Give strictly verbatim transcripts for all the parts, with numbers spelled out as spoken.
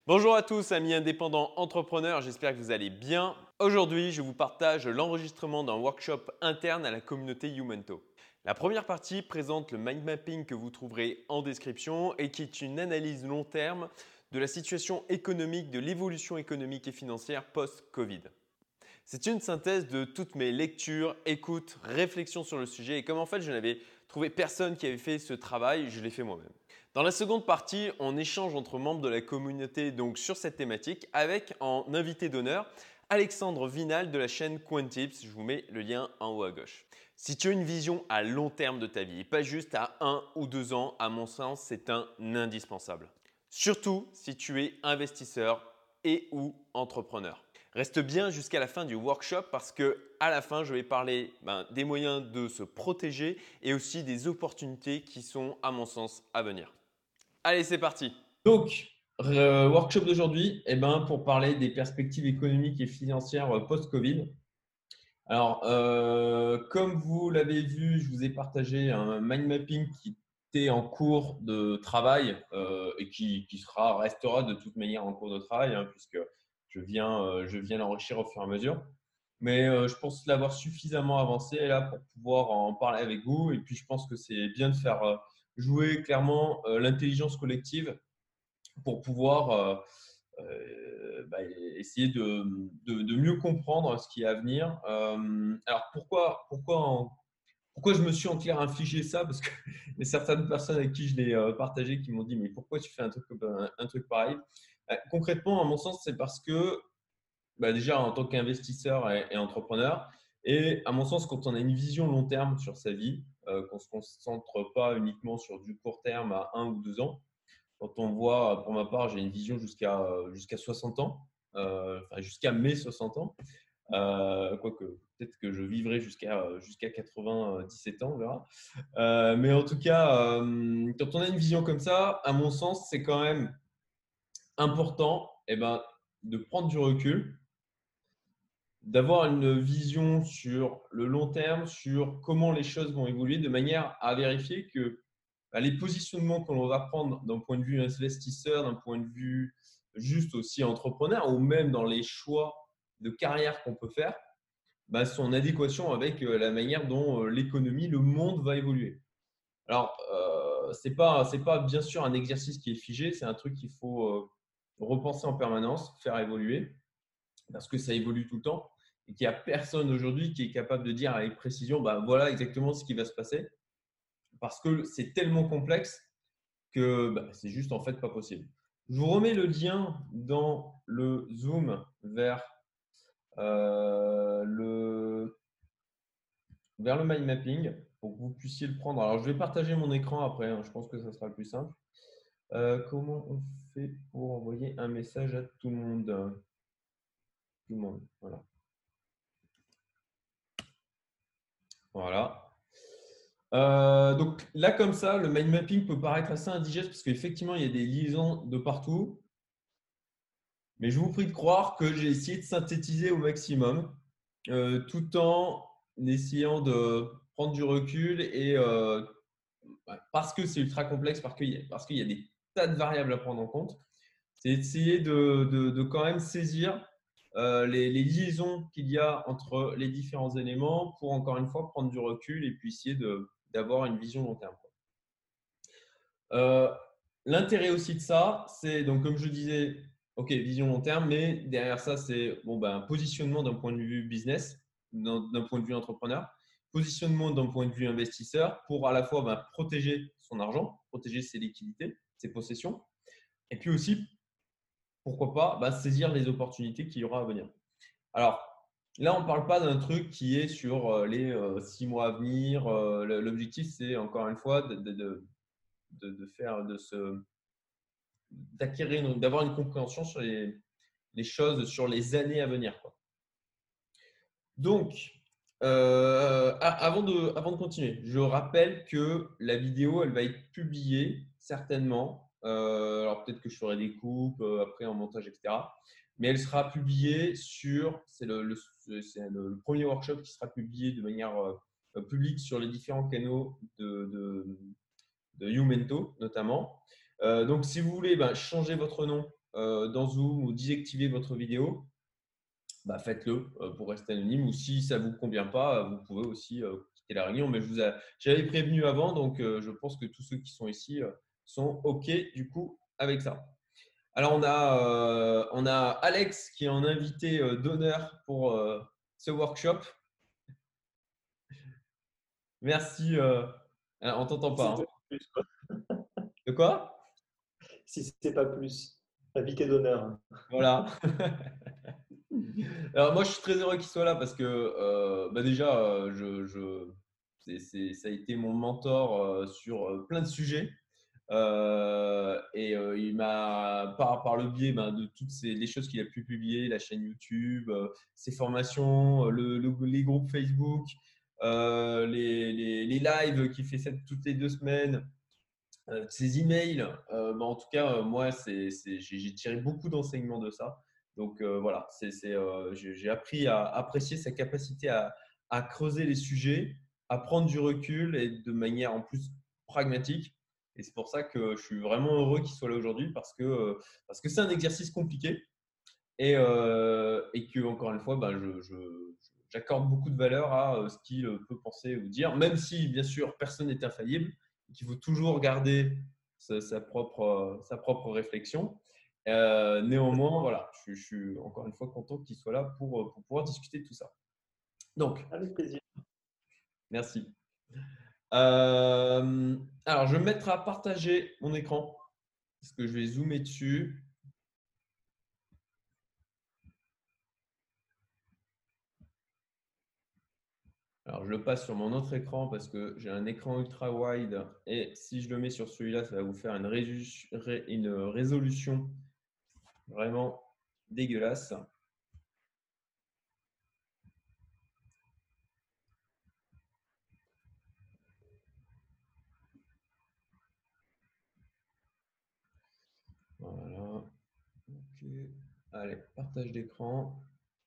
Bonjour à tous, amis indépendants entrepreneurs, j'espère que vous allez bien. Aujourd'hui, je vous partage l'enregistrement d'un workshop interne à la communauté Youmento. La première partie présente le mind mapping que vous trouverez en description et qui est une analyse long terme de la situation économique, de l'évolution économique et financière post-Covid. C'est une synthèse de toutes mes lectures, écoutes, réflexions sur le sujet et comme en fait je n'avais trouvé personne qui avait fait ce travail, je l'ai fait moi-même. Dans la seconde partie, on échange entre membres de la communauté donc sur cette thématique avec en invité d'honneur Alexandre Vinal de la chaîne Quantips. Je vous mets le lien en haut à gauche. Si tu as une vision à long terme de ta vie et pas juste à un ou deux ans, à mon sens, c'est un indispensable. Surtout si tu es investisseur et ou entrepreneur. Reste bien jusqu'à la fin du workshop parce que à la fin, je vais parler ben, des moyens de se protéger et aussi des opportunités qui sont, à mon sens, à venir. Allez, c'est parti. Donc, euh, workshop d'aujourd'hui, eh ben, pour parler des perspectives économiques et financières euh, post-Covid. Alors, euh, comme vous l'avez vu, je vous ai partagé un mind mapping qui était en cours de travail euh, et qui, qui sera, restera de toute manière en cours de travail, hein, puisque je viens, euh, je viens l'enrichir au fur et à mesure. Mais euh, je pense l'avoir suffisamment avancé là pour pouvoir en parler avec vous. Et puis, je pense que c'est bien de faire euh, jouer clairement euh, l'intelligence collective pour pouvoir euh, euh, bah, essayer de, de, de, mieux comprendre ce qui est à venir. Euh, alors pourquoi, pourquoi, en, pourquoi je me suis en clair infligé ça? Parce que il y a certaines personnes avec qui je l'ai euh, partagé qui m'ont dit mais pourquoi tu fais un truc, un, un truc pareil? euh, Concrètement, à mon sens, c'est parce que bah, déjà en tant qu'investisseur et, et entrepreneur, et à mon sens, quand on a une vision long terme sur sa vie, euh, qu'on ne se concentre pas uniquement sur du court terme à un ou deux ans, quand on voit, pour ma part, j'ai une vision jusqu'à jusqu'à soixante ans, euh, enfin jusqu'à mes soixante ans. Euh, quoique, peut-être que je vivrai jusqu'à jusqu'à quatre-vingt-dix-sept ans, on verra. Euh, mais en tout cas, euh, quand on a une vision comme ça, à mon sens, c'est quand même important eh ben, de prendre du recul, d'avoir une vision sur le long terme, sur comment les choses vont évoluer, de manière à vérifier que bah, les positionnements que l'on va prendre d'un point de vue investisseur, d'un point de vue juste aussi entrepreneur, ou même dans les choix de carrière qu'on peut faire, bah, sont en adéquation avec euh, la manière dont euh, l'économie, le monde va évoluer. Alors, euh, ce n'est pas, c'est pas bien sûr un exercice qui est figé, c'est un truc qu'il faut euh, repenser en permanence, faire évoluer, parce que ça évolue tout le temps et qu'il n'y a personne aujourd'hui qui est capable de dire avec précision, bah, voilà exactement ce qui va se passer, parce que c'est tellement complexe que bah, c'est juste en fait pas possible. Je vous remets le lien dans le Zoom vers, euh, le, vers le mind mapping pour que vous puissiez le prendre. Alors, je vais partager mon écran après, hein, je pense que ça sera le plus simple. Euh, comment on fait pour envoyer un message à tout le monde? Tout le monde, voilà. Voilà. Euh, donc là, comme ça, le mind mapping peut paraître assez indigeste parce qu'effectivement, il y a des liaisons de partout. Mais je vous prie de croire que j'ai essayé de synthétiser au maximum, euh, tout en essayant de prendre du recul et euh, bah, parce que c'est ultra complexe, parce qu'il y, a- parce qu'il y a des tas de variables à prendre en compte, c'est essayer de, de- de quand même saisir euh, les, les liaisons qu'il y a entre les différents éléments pour encore une fois prendre du recul et puis essayer de, d'avoir une vision long terme. Euh, L'intérêt aussi de ça, c'est donc comme je disais, ok, vision long terme, mais derrière ça, c'est bon, ben, positionnement d'un point de vue business, d'un d'un point de vue entrepreneur, positionnement d'un point de vue investisseur pour à la fois ben, protéger son argent, protéger ses liquidités, ses possessions, et puis aussi, pourquoi pas, ben, saisir les opportunités qu'il y aura à venir. Alors, là, on ne parle pas d'un truc qui est sur euh, les euh, six mois à venir. Euh, L'objectif, c'est encore une fois de, de, de, de faire de ce d'acquérir, d'avoir une compréhension sur les, les choses, sur les années à venir, quoi. Donc, euh, avant, de, avant de continuer, je rappelle que la vidéo, elle va être publiée certainement. Euh, alors peut-être que je ferai des coupes euh, après en montage, et cetera. Mais elle sera publiée sur, c'est le, le, c'est le, le premier workshop qui sera publié de manière euh, publique sur les différents canaux de, de, de Youmento notamment. Euh, donc, si vous voulez ben, changer votre nom euh, dans Zoom ou désactiver votre vidéo, bah, faites-le euh, pour rester anonyme. Ou si ça ne vous convient pas, vous pouvez aussi euh, quitter la réunion. Mais je vous a- j'avais prévenu avant, donc euh, je pense que tous ceux qui sont ici euh, sont OK du coup avec ça. Alors, on a, euh, on a Alex qui est en invité euh, d'honneur pour euh, ce workshop. Merci. Euh, ah, on t'entend pas. Si Hein. c'est pas plus, quoi. De quoi? Si c'est pas plus. Invité d'honneur. Voilà. Alors, moi, je suis très heureux qu'il soit là parce que euh, bah déjà, euh, je, je- c'est, c'est- ça a été mon mentor euh, sur euh, plein de sujets. Euh, et euh, il m'a, par, par le biais ben, de toutes ces, les choses qu'il a pu publier, la chaîne YouTube, euh, ses formations, euh, le, le- les groupes Facebook, euh, les, les, les lives qu'il fait ça toutes les deux semaines, euh, ses emails. Euh, ben, en tout cas, euh, moi, c'est, c'est- j'ai, j'ai tiré beaucoup d'enseignements de ça. Donc euh, voilà, c'est, c'est, euh, j'ai, j'ai appris à apprécier sa capacité à, à creuser les sujets, à prendre du recul et de manière en plus pragmatique. Et c'est pour ça que je suis vraiment heureux qu'il soit là aujourd'hui parce que, euh, parce que c'est un exercice compliqué et, euh, et que, encore une fois, ben, je, je- j'accorde beaucoup de valeur à euh, ce qu'il peut penser ou dire, même si, bien sûr, personne n'est infaillible, et qu'il faut toujours garder sa, sa propre, euh, sa propre réflexion. Euh, néanmoins, voilà, je, je suis encore une fois content qu'il soit là pour, euh, pour pouvoir discuter de tout ça. Donc, Avec plaisir. merci. Euh, alors, je vais me mettre à partager mon écran parce que je vais zoomer dessus. Alors, je le passe sur mon autre écran parce que j'ai un écran ultra wide et si je le mets sur celui-là, ça va vous faire une, résolu- ré- une résolution vraiment dégueulasse. Voilà. Ok. Allez, partage d'écran.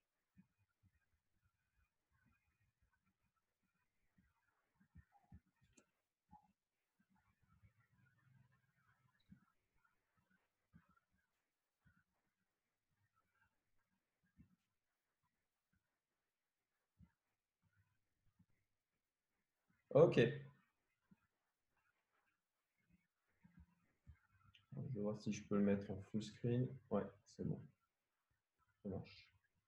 Ok. Je vais voir si je peux le mettre en full screen. Ouais, c'est bon. Ça marche.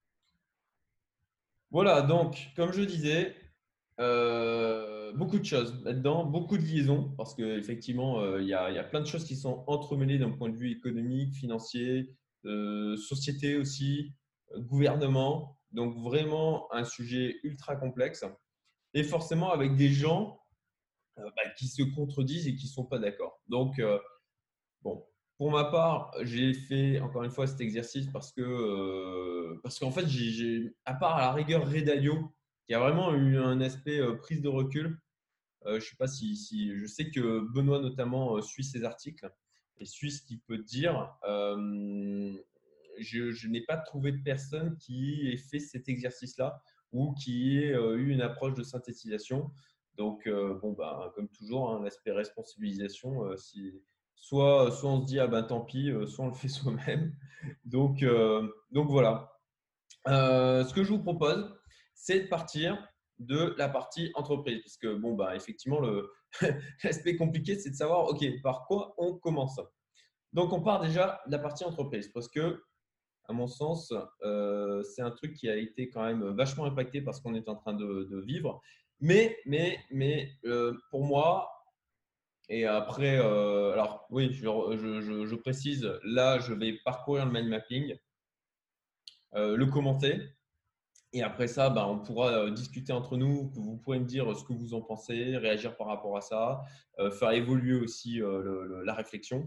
Voilà, donc, comme je disais, euh, beaucoup de choses là-dedans, beaucoup de liaisons, parce qu'effectivement, euh, il y a, il y a plein de choses qui sont entremêlées d'un point de vue économique, financier, euh, société aussi, euh, gouvernement. Donc, vraiment un sujet ultra complexe. Et forcément, avec des gens euh, bah, qui se contredisent et qui ne sont pas d'accord. Donc, euh, bon, pour ma part, j'ai fait encore une fois cet exercice parce que euh, parce qu'en fait, j'ai, j'ai- à part à la rigueur Ray Dalio, qui a vraiment eu un aspect euh, prise de recul. Euh, je sais pas si, si je sais que Benoît notamment euh, suit ses articles et suit ce qu'il peut dire. Euh, je, je n'ai pas trouvé de personne qui ait fait cet exercice-là ou qui ait euh, eu une approche de synthétisation. Donc, euh, bon, bah, comme toujours, hein, l'aspect responsabilisation, euh, si, soit, soit on se dit, ah ben tant pis, euh, soit on le fait soi-même. Donc, euh, donc voilà. Euh, ce que je vous propose, c'est de partir de la partie entreprise. Parce que, bon, bah, effectivement, le, l'aspect compliqué, c'est de savoir, OK, par quoi on commence. Donc, on part déjà de la partie entreprise. Parce que, à mon sens, euh, c'est un truc qui a été quand même vachement impacté par ce qu'on est en train de, de vivre. Mais, mais, mais euh, pour moi, et après, euh, alors oui, je, je, je, je précise, là, je vais parcourir le mind mapping, euh, le commenter. Et après ça, bah, on pourra euh, discuter entre nous. Vous pourrez me dire ce que vous en pensez, réagir par rapport à ça, euh, faire évoluer aussi euh, le- le- la réflexion.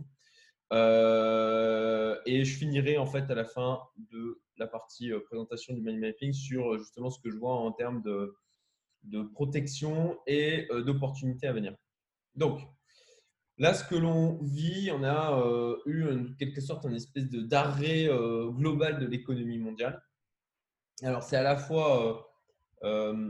Euh, et je finirai en fait à la fin de la partie euh, présentation du mind mapping sur euh, justement ce que je vois en termes de, de protection et euh, d'opportunités à venir. Donc, là, ce que l'on vit, on a euh, eu en quelque sorte un espèce de d'arrêt euh, global de l'économie mondiale. Alors, c'est à la fois euh, euh,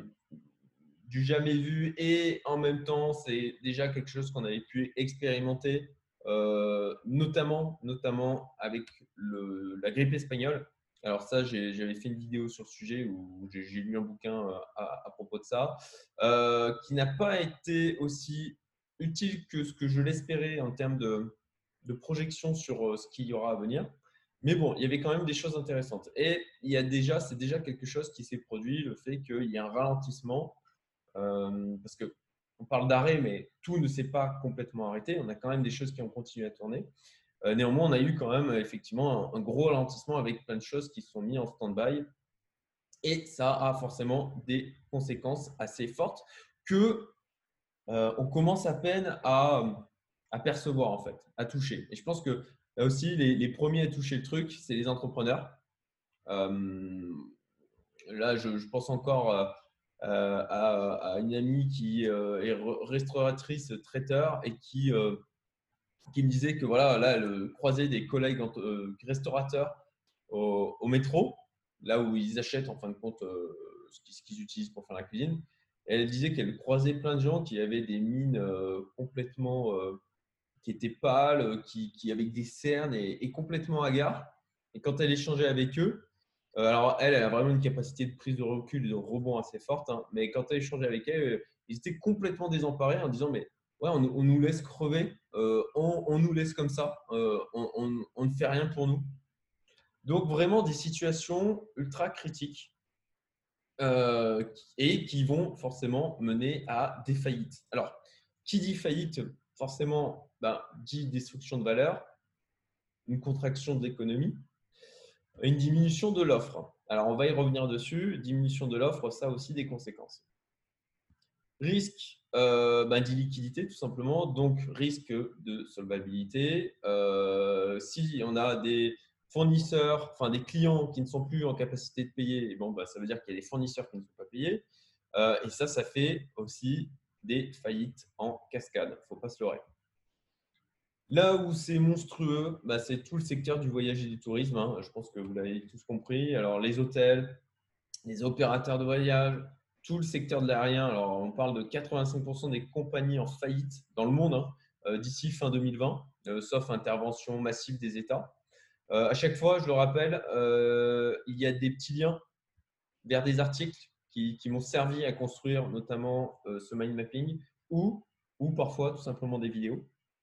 du jamais vu et en même temps, c'est déjà quelque chose qu'on avait pu expérimenter euh, notamment, notamment avec le, la grippe espagnole. Alors ça, j'ai- j'avais fait une vidéo sur le sujet où j'ai j'ai lu un bouquin euh, à, à propos de ça, euh, qui n'a pas été aussi utile que ce que je l'espérais en termes de, de projection sur euh, ce qu'il y aura à venir. Mais bon, il y avait quand même des choses intéressantes. Et il y a déjà, c'est déjà quelque chose qui s'est produit, le fait qu'il y a un ralentissement, euh, parce que on parle d'arrêt, mais tout ne s'est pas complètement arrêté. On a quand même des choses qui ont continué à tourner. Euh, néanmoins, on a eu quand même effectivement un, un gros ralentissement avec plein de choses qui se sont mises en stand-by. Et ça a forcément des conséquences assez fortes que euh, on commence à peine à, à percevoir en fait, à toucher. Et je pense que là aussi, les, les premiers à toucher le truc, c'est les entrepreneurs. Euh, Là, je, je pense encore euh, euh, à, à une amie qui euh, est restauratrice traiteur et qui, euh, qui me disait que voilà, là, elle croisait des collègues euh, restaurateurs au, au métro, là où ils achètent en fin de compte euh, ce qu'ils utilisent pour faire la cuisine. Et elle disait qu'elle croisait plein de gens qui avaient des mines euh, complètement, euh, qui étaient pâles, qui, qui avaient des cernes et, et complètement hagards. Et quand elle échangeait avec eux, euh, alors elle, elle a vraiment une capacité de prise de recul et de rebond assez forte, hein, mais quand elle échangeait avec elle, euh, ils étaient complètement désemparés en disant mais ouais, on, on nous laisse crever, euh, on, on, nous laisse comme ça, euh, on, on, on ne fait rien pour nous. Donc vraiment des situations ultra critiques euh, et qui vont forcément mener à des faillites. Alors, qui dit faillite, forcément, ben, dit destruction de valeur, une contraction de l'économie, une diminution de l'offre. Alors, on va y revenir dessus. Diminution de l'offre, ça a aussi des conséquences. Risque euh, ben, d'illiquidité, tout simplement. Donc, risque de solvabilité. Euh, si on a des fournisseurs, enfin des clients qui ne sont plus en capacité de payer, bon, ben, ça veut dire qu'il y a des fournisseurs qui ne sont pas payés. Euh, et ça, ça fait aussi des faillites en cascade. Il ne faut pas se leurrer. Là où c'est monstrueux, bah, c'est tout le secteur du voyage et du tourisme, hein. Je pense que vous l'avez tous compris. Alors, les hôtels, les opérateurs de voyage, tout le secteur de l'aérien. Alors, on parle de quatre-vingt-cinq pour cent des compagnies en faillite dans le monde, hein, euh, d'ici fin deux mille vingt, euh, sauf intervention massive des États. Euh, à chaque fois, je le rappelle, euh, il y a des petits liens vers des articles qui, qui m'ont servi à construire notamment euh, ce mind mapping ou, ou parfois tout simplement des vidéos.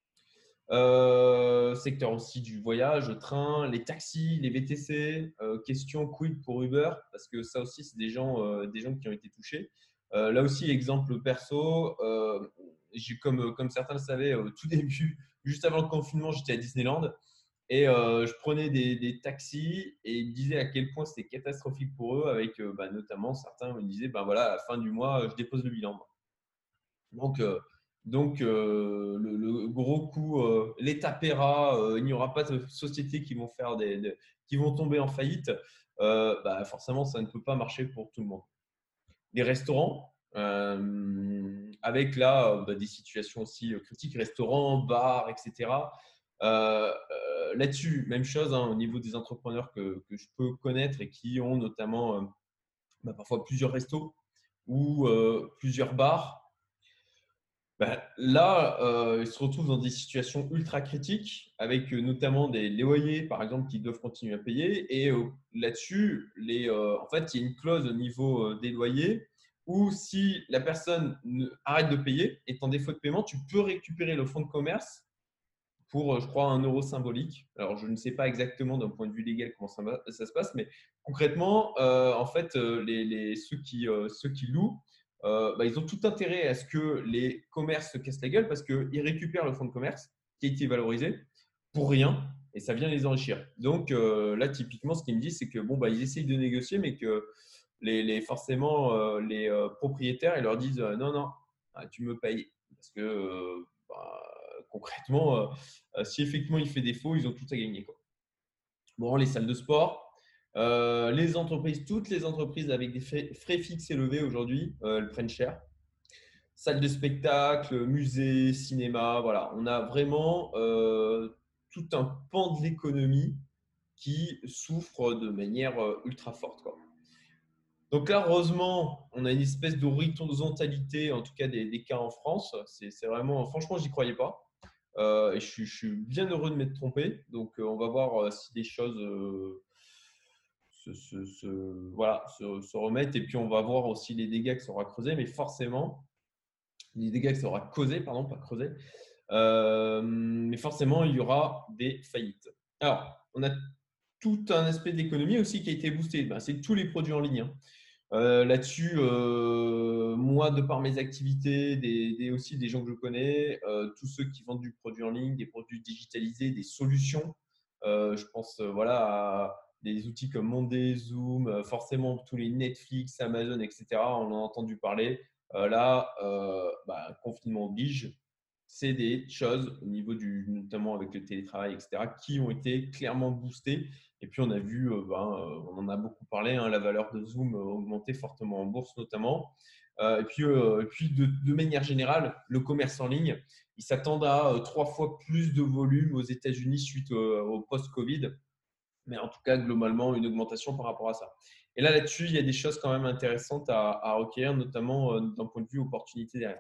Euh, secteur aussi du voyage, train, les taxis, les V T C, euh, question quid pour Uber, parce que ça aussi, c'est des gens, euh, des gens qui ont été touchés. Euh, là aussi, exemple perso, euh, j'ai, comme, comme certains le savaient, au tout début, juste avant le confinement, j'étais à Disneyland et euh, je prenais des, des taxis et ils me disaient à quel point c'était catastrophique pour eux, avec euh, bah, notamment certains me disaient ben voilà, à la fin du mois, je dépose le bilan. Donc, euh, donc euh, le, le gros coup, euh, l'État paiera, euh, il n'y aura pas de sociétés qui vont, faire des, des- qui vont tomber en faillite. Euh, bah, forcément, ça ne peut pas marcher pour tout le monde. Les restaurants, euh, avec là euh, bah, des situations aussi euh, critiques, restaurants, bars, et cetera. Euh, euh, là-dessus, même chose hein, au niveau des entrepreneurs que, que je peux connaître et qui ont notamment euh, bah, parfois plusieurs restos ou euh, plusieurs bars. Ben, là, euh, ils se retrouvent dans des situations ultra critiques, avec euh, notamment des loyers, par exemple, qui doivent continuer à payer. Et euh, là-dessus, les, euh, en fait, il y a une clause au niveau euh, des loyers où si la personne ne- arrête de payer, est en défaut de paiement, tu peux récupérer le fonds de commerce pour, euh, je crois, un euro symbolique. Alors, je ne sais pas exactement d'un point de vue légal comment ça, va- ça se passe, mais concrètement, euh, en fait, euh, les, les- ceux, qui, euh, ceux qui louent, euh, bah, ils ont tout intérêt à ce que les commerces se cassent la gueule parce qu'ils récupèrent le fonds de commerce qui a été valorisé pour rien et ça vient les enrichir. Donc euh, là, typiquement, ce qu'ils me disent, c'est que bon, bah, ils essayent de négocier, mais que les, les- forcément, euh, les euh, propriétaires, ils leur disent euh, non, non, ah, tu me payes. Parce que euh, bah, concrètement, euh, euh, si effectivement il fait défaut, ils ont tout à gagner, quoi. Bon, les salles de sport, euh, les entreprises, toutes les entreprises avec des frais, frais fixes élevés aujourd'hui, euh, elles prennent cher. Salles de spectacle, musées, cinéma, voilà. On a vraiment euh, tout un pan de l'économie qui souffre de manière euh, ultra forte, quoi. Donc là, heureusement, on a une espèce d'horizontalité, en tout cas des, des cas en France. C'est c'est vraiment, franchement, j'y croyais pas. Euh, et je suis, je suis bien heureux de m'être trompé. Donc, euh, on va voir euh, si des choses euh, se, se- se- voilà, se, se remettent. Et puis, on va voir aussi les dégâts qui seront creusés. Mais forcément, les dégâts qui seront causés, pardon, pas creusés. Euh, mais forcément, il y aura des faillites. Alors, on a tout un aspect d'économie aussi qui a été boosté. Ben, c'est tous les produits en ligne, hein. Euh, là-dessus, euh, moi, de par mes activités, des, des- aussi des gens que je connais, euh, tous ceux qui vendent du produit en ligne, des produits digitalisés, des solutions, euh, je pense euh, voilà, à des outils comme Monday, Zoom, euh, forcément tous les Netflix, Amazon, et cetera. On en a entendu parler. Euh, là, euh, bah, confinement oblige, c'est des choses au niveau du, notamment avec le télétravail, et cetera, qui ont été clairement boostées. Et puis, on a vu, euh, ben, euh, on en a beaucoup parlé, hein, la valeur de Zoom euh, augmenter fortement en bourse notamment. Euh, et puis, euh, et puis de, de manière générale, le commerce en ligne, ils s'attendent à euh, trois fois plus de volume aux États-Unis suite au, au post-Covid. Mais en tout cas, globalement, une augmentation par rapport à ça. Et là, là-dessus, il y a des choses quand même intéressantes à, à recueillir, notamment euh, d'un point de vue opportunité derrière.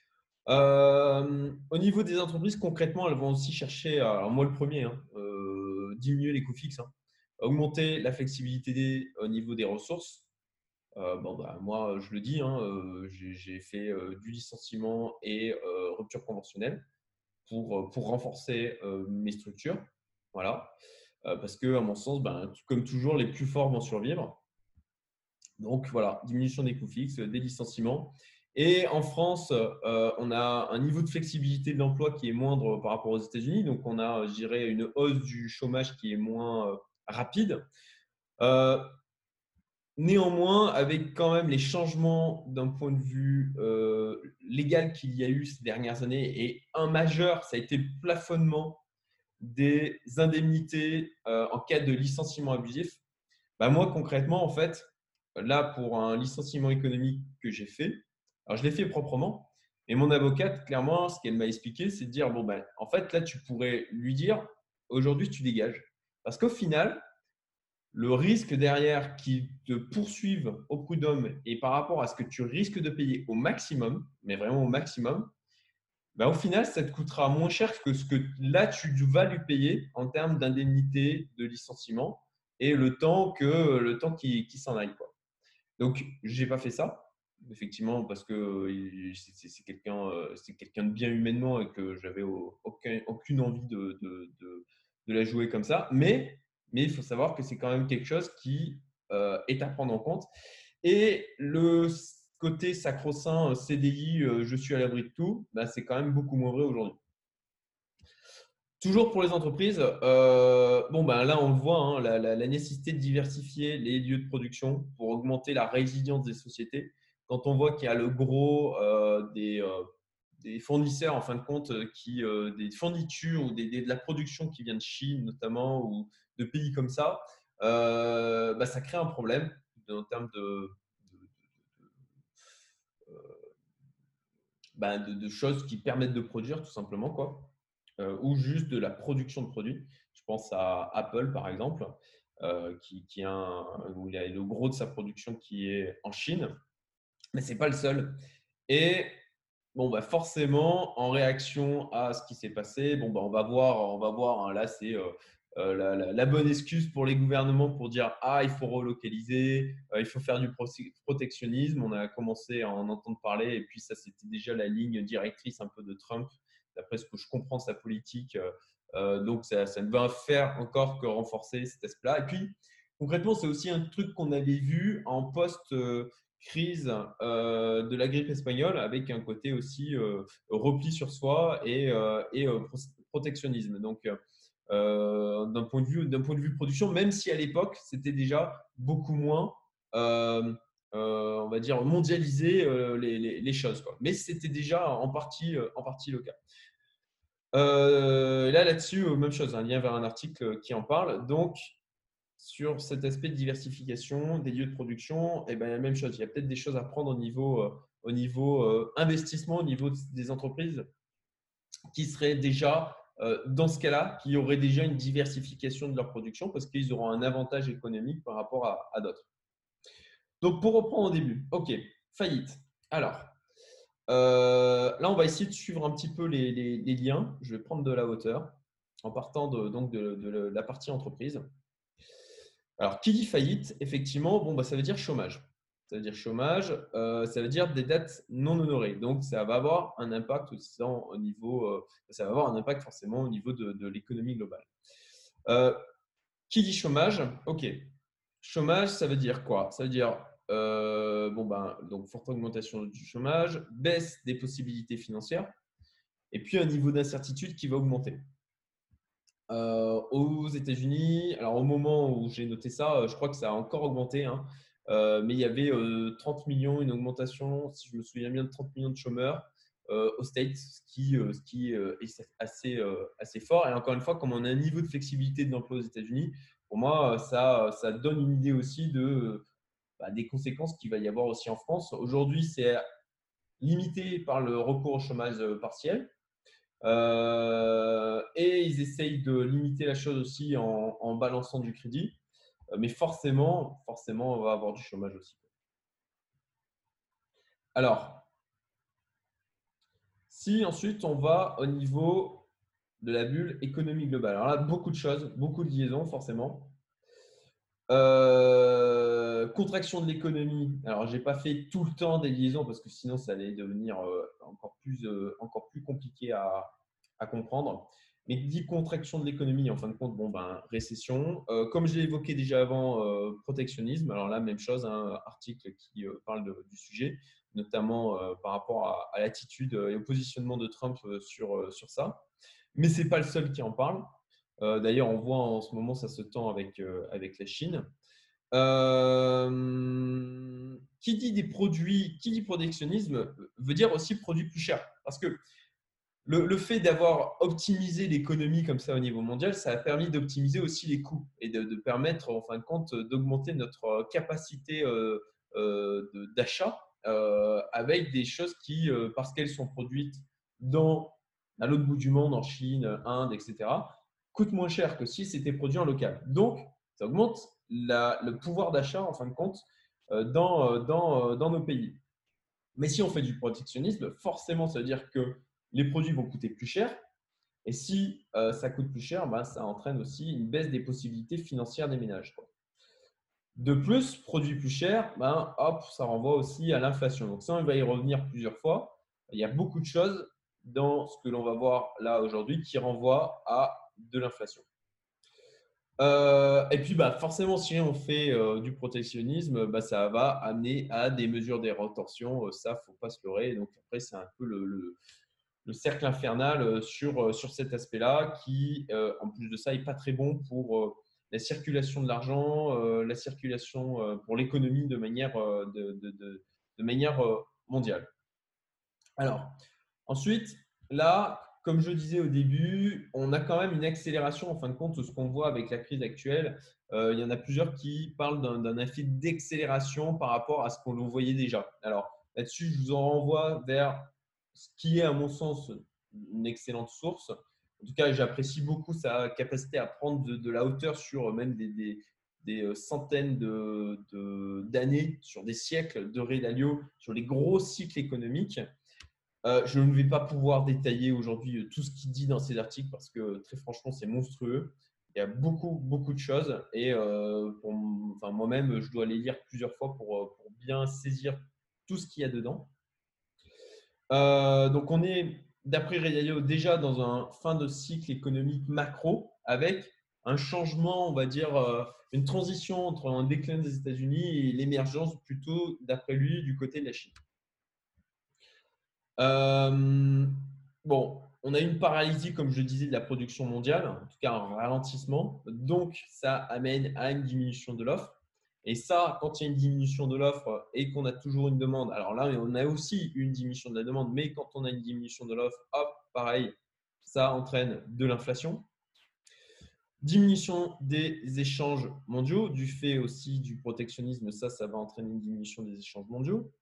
Euh, au niveau des entreprises, concrètement, elles vont aussi chercher, alors moi le premier, hein, euh, diminuer les coûts fixes, hein, augmenter la flexibilité des- au niveau des ressources. Euh, bon, bah, moi, je le dis, hein, euh, j'ai j'ai fait euh, du licenciement et euh, rupture conventionnelle pour, euh, pour renforcer euh, mes structures. Voilà. Euh, parce que, à mon sens, ben, comme toujours, les plus forts vont survivre. Donc voilà, diminution des coûts fixes, des licenciements. Et en France, euh, on a un niveau de flexibilité de l'emploi qui est moindre par rapport aux États-Unis. Donc on a, je dirais, une hausse du chômage qui est moins euh, rapide. Euh, Néanmoins, avec quand même les changements d'un point de vue euh, légal qu'il y a eu ces dernières années, et un majeur, ça a été le plafonnement des indemnités euh, en cas de licenciement abusif. Bah, moi, concrètement, en fait, là, pour un licenciement économique que j'ai fait, alors je l'ai fait proprement, et mon avocate, clairement, ce qu'elle m'a expliqué, c'est de dire, bon, ben, en fait, là, tu pourrais lui dire, aujourd'hui, tu dégages. Parce qu'au final, le risque derrière qu'ils te poursuivent au prud'homme et par rapport à ce que tu risques de payer au maximum, mais vraiment au maximum, bah, au final, ça te coûtera moins cher que ce que là, tu vas lui payer en termes d'indemnité de licenciement et le temps que le temps qui, qui s'en aille, quoi. Donc, je n'ai pas fait ça, effectivement, parce que euh, c'est c'est quelqu'un euh, c'est quelqu'un de bien humainement et que j'avais aucun, aucune envie de, de, de, de la jouer comme ça. Mais, mais il faut savoir que c'est quand même quelque chose qui euh, est à prendre en compte. Et le côté sacro-saint C D I, euh, je suis à l'abri de tout, bah, c'est quand même beaucoup moins vrai aujourd'hui. Toujours pour les entreprises, euh, bon, ben là, on le voit, hein, la, la- la nécessité de diversifier les lieux de production pour augmenter la résilience des sociétés. Quand on voit qu'il y a le gros euh, des, euh, des fournisseurs, en fin de compte, euh, qui, euh, des fournitures ou des, des- de la production qui vient de Chine, notamment, ou de pays comme ça, euh, bah, ça crée un problème en termes de, de, de- de- euh, bah, de- de choses qui permettent de produire, tout simplement, quoi. Euh, ou juste de la production de produits. Je pense à Apple, par exemple, euh, qui, qui a un- où il a le gros de sa production qui est en Chine, mais ce n'est pas le seul. Et bon, bah forcément, en réaction à ce qui s'est passé, bon, bah on va voir, on va voir hein, là, c'est euh, euh, la, la- la bonne excuse pour les gouvernements pour dire ah, il faut relocaliser, euh, il faut faire du pro- protectionnisme. On a commencé à en entendre parler, et puis ça, c'était déjà la ligne directrice un peu de Trump, d'après ce que je comprends de sa politique. Euh, euh, donc, ça, ça ne va faire encore que renforcer cet aspect-là. Et puis, concrètement, c'est aussi un truc qu'on avait vu en post- euh, crise euh, de la grippe espagnole avec un côté aussi euh, repli sur soi et, euh, et euh, pro- protectionnisme. Donc, euh, d'un point de vue, d'un point de vue production, même si à l'époque c'était déjà beaucoup moins, euh, euh, on va dire mondialisé euh, les, les, les choses, quoi. Mais c'était déjà en partie, euh, en partie le cas. Euh, là, là-dessus, euh, même chose, un lien vers un article qui en parle. Donc, sur cet aspect de diversification des lieux de production, eh ben, la même chose. Il y a peut-être des choses à prendre au niveau, euh, au niveau euh, investissement, au niveau des entreprises qui seraient déjà, euh, dans ce cas-là, qui auraient déjà une diversification de leur production parce qu'ils auront un avantage économique par rapport à, à d'autres. Donc, pour reprendre au début, OK, faillite. Alors, Euh, là, on va essayer de suivre un petit peu les, les- les liens. Je vais prendre de la hauteur en partant de, donc de, de la partie entreprise. Alors, qui dit faillite, effectivement, bon, bah, ça veut dire chômage. Ça veut dire chômage, euh, ça veut dire des dettes non honorées. Donc, ça va avoir un impact aussi au niveau, euh, ça va avoir un impact forcément au niveau de, de l'économie globale. Euh, qui dit chômage? Ok. Chômage, ça veut dire quoi? Ça veut dire euh, bon ben, donc forte augmentation du chômage, baisse des possibilités financières, et puis un niveau d'incertitude qui va augmenter. Euh, aux États-Unis, alors au moment où j'ai noté ça, je crois que ça a encore augmenté, hein, euh, mais il y avait euh, trente millions, une augmentation, si je me souviens bien, de trente millions de chômeurs euh, aux States, ce qui, euh, ce qui euh, est assez, euh, assez fort. Et encore une fois, comme on a un niveau de flexibilité de l'emploi aux États-Unis, pour moi, ça, ça donne une idée aussi de, bah, des conséquences qu'il va y avoir aussi en France. Aujourd'hui, c'est limité par le recours au chômage partiel. Euh, et ils essayent de limiter la chose aussi en, en balançant du crédit. Euh, Mais forcément, forcément, on va avoir du chômage aussi. Alors, si ensuite on va au niveau de la bulle économie globale. Alors là, beaucoup de choses, beaucoup de liaisons forcément. Euh, contraction de l'économie. Alors, j'ai pas fait tout le temps des liaisons parce que sinon, ça allait devenir euh, encore plus, euh, encore plus compliqué à, à comprendre. Mais dit contraction de l'économie, en fin de compte, bon, ben, récession. Euh, comme je l'ai évoqué déjà avant, euh, protectionnisme. Alors là, même chose, un article qui euh, parle de- du sujet, notamment euh, par rapport à, à l'attitude et au positionnement de Trump euh, sur, euh, sur ça. Mais ce n'est pas le seul qui en parle. Euh, D'ailleurs, on voit en ce moment, ça se tend avec, euh, avec la Chine. Euh, qui dit des produits, qui dit protectionnisme veut dire aussi produits plus chers. Parce que le, le fait d'avoir optimisé l'économie comme ça au niveau mondial, ça a permis d'optimiser aussi les coûts et de, de permettre, en fin de compte, d'augmenter notre capacité euh, euh, de- d'achat euh, avec des choses qui, euh, parce qu'elles sont produites dans, à l'autre bout du monde, en Chine, Inde, et cetera, coûtent moins cher que si c'était produit en local. Donc, ça augmente la- le pouvoir d'achat, en fin de compte, euh, dans, euh, dans, euh, dans nos pays. Mais si on fait du protectionnisme, forcément, ça veut dire que les produits vont coûter plus cher. Et si euh, ça coûte plus cher, bah, ça entraîne aussi une baisse des possibilités financières des ménages, quoi. De plus, produits plus chers, ben, hop, ça renvoie aussi à l'inflation. Donc ça, on va y revenir plusieurs fois. Il y a beaucoup de choses dans ce que l'on va voir là aujourd'hui qui renvoient à de l'inflation. Euh, et puis, bah, forcément, si on fait euh, du protectionnisme, bah, ça va amener à des mesures des rétorsions. Euh, ça, faut pas se leurrer. Donc après, c'est un peu le, le- le cercle infernal euh, sur, euh, sur cet aspect-là qui, euh, en plus de ça, n'est pas très bon pour euh, la circulation de l'argent, euh, la circulation euh, pour l'économie de manière, euh, de, de- de- de manière euh, mondiale. Alors, ensuite, là, comme je disais au début, on a quand même une accélération, en fin de compte, de ce qu'on voit avec la crise actuelle. Euh, il y en a plusieurs qui parlent d'un d'un effet d'accélération par rapport à ce qu'on voyait déjà. Alors, là-dessus, je vous en renvoie vers ce qui est, à mon sens, une excellente source. En tout cas, j'apprécie beaucoup sa capacité à prendre de, de la hauteur sur même des, des- des centaines de- de- d'années, sur des siècles de Ray Dalio, sur les gros cycles économiques. Euh, je ne vais pas pouvoir détailler aujourd'hui euh, tout ce qu'il dit dans ces articles parce que très franchement, c'est monstrueux. Il y a beaucoup, beaucoup de choses et euh, pour, enfin, moi-même, je dois les lire plusieurs fois pour, euh, pour bien saisir tout ce qu'il y a dedans. Euh, donc, on est, d'après Ray Dalio, déjà dans un fin de cycle économique macro avec un changement, on va dire, euh, une transition entre un déclin des États-Unis et l'émergence plutôt, d'après lui, du côté de la Chine. Euh, bon, on a une paralysie, comme je disais, de la production mondiale, en tout cas un ralentissement. Donc, ça amène à une diminution de l'offre. Et ça, quand il y a une diminution de l'offre et qu'on a toujours une demande, alors là, on a aussi une diminution de la demande, mais quand on a une diminution de l'offre, hop, pareil, ça entraîne de l'inflation. Diminution des échanges mondiaux, du fait aussi du protectionnisme, ça, ça va entraîner une diminution des échanges mondiaux.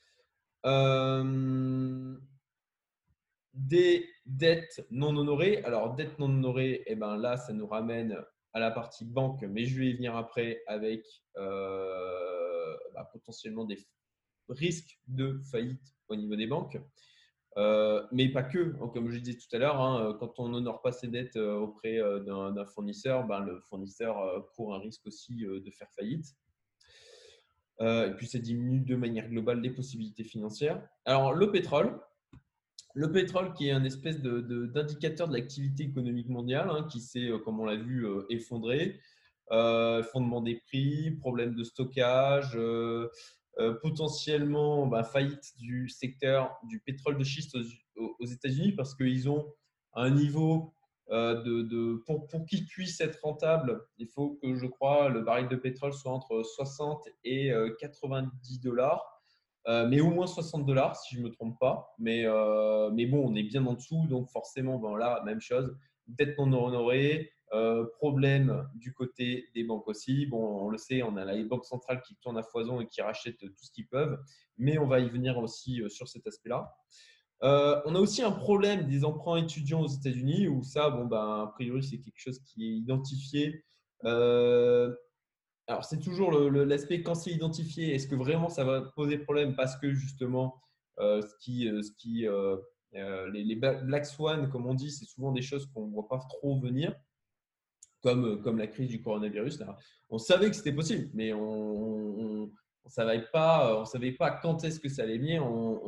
Euh, Des dettes non honorées. Alors, dettes non honorées, eh ben là, ça nous ramène à la partie banque, mais je vais y venir après avec euh, bah, potentiellement des, risque de faillite au niveau des banques. Euh, mais pas que, comme je disais tout à l'heure, hein, quand on n'honore pas ses dettes euh, auprès euh, d'un, d'un fournisseur, ben, le fournisseur euh, court un risque aussi euh, de faire faillite. Euh, et puis ça diminue de manière globale les possibilités financières. Alors le pétrole, le pétrole qui est un espèce de, de, d'indicateur de l'activité économique mondiale, hein, qui s'est, euh, comme on l'a vu, euh, effondré. Euh, fondement des prix, problème de stockage, euh, euh, potentiellement bah, faillite du secteur du pétrole de schiste aux, aux États-Unis parce qu'ils ont un niveau euh, de, de pour, pour qu'ils puissent être rentables, il faut que je crois le baril de pétrole soit entre soixante et quatre-vingt-dix dollars. Euh, mais au moins soixante dollars si je ne me trompe pas. Mais, euh, mais bon, on est bien en dessous, donc forcément, ben là, même chose. Dette non honorée, euh, problème du côté des banques aussi. Bon, on le sait, on a les banques centrales qui tournent à foison et qui rachètent tout ce qu'ils peuvent, mais on va y venir aussi euh, sur cet aspect-là. Euh, on a aussi un problème des emprunts étudiants aux États-Unis où ça, bon, ben, a priori, c'est quelque chose qui est identifié. Euh, alors, c'est toujours le, le, l'aspect quand c'est identifié, est-ce que vraiment ça va poser problème parce que justement, euh, ce qui, ce qui, euh, euh, les, les Black Swan, comme on dit, c'est souvent des choses qu'on ne voit pas trop venir, comme, comme la crise du coronavirus. Là. On savait que c'était possible, mais on ne savait pas, on savait pas quand est-ce que ça allait venir.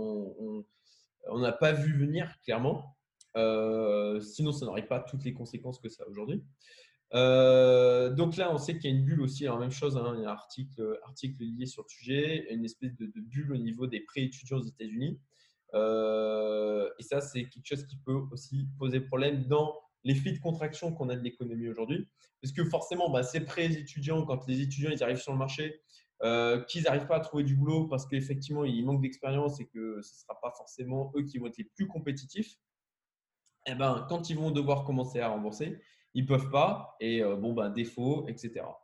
On n'a pas vu venir, clairement. Euh, sinon, ça n'aurait pas toutes les conséquences que ça a aujourd'hui. Euh, donc là, on sait qu'il y a une bulle aussi. Alors, même chose, hein, il y a un article, article lié sur le sujet, une espèce de, de bulle au niveau des prêts étudiants aux États-Unis. Euh, et ça, c'est quelque chose qui peut aussi poser problème dans l'effet de contraction qu'on a de l'économie aujourd'hui. Parce que forcément, bah, ces prêts étudiants, quand les étudiants ils arrivent sur le marché, euh, qu'ils n'arrivent pas à trouver du boulot parce qu'effectivement, ils manquent d'expérience et que ce ne sera pas forcément eux qui vont être les plus compétitifs, et ben, quand ils vont devoir commencer à rembourser, ils ne peuvent pas et euh, bon, ben, défaut, et cetera.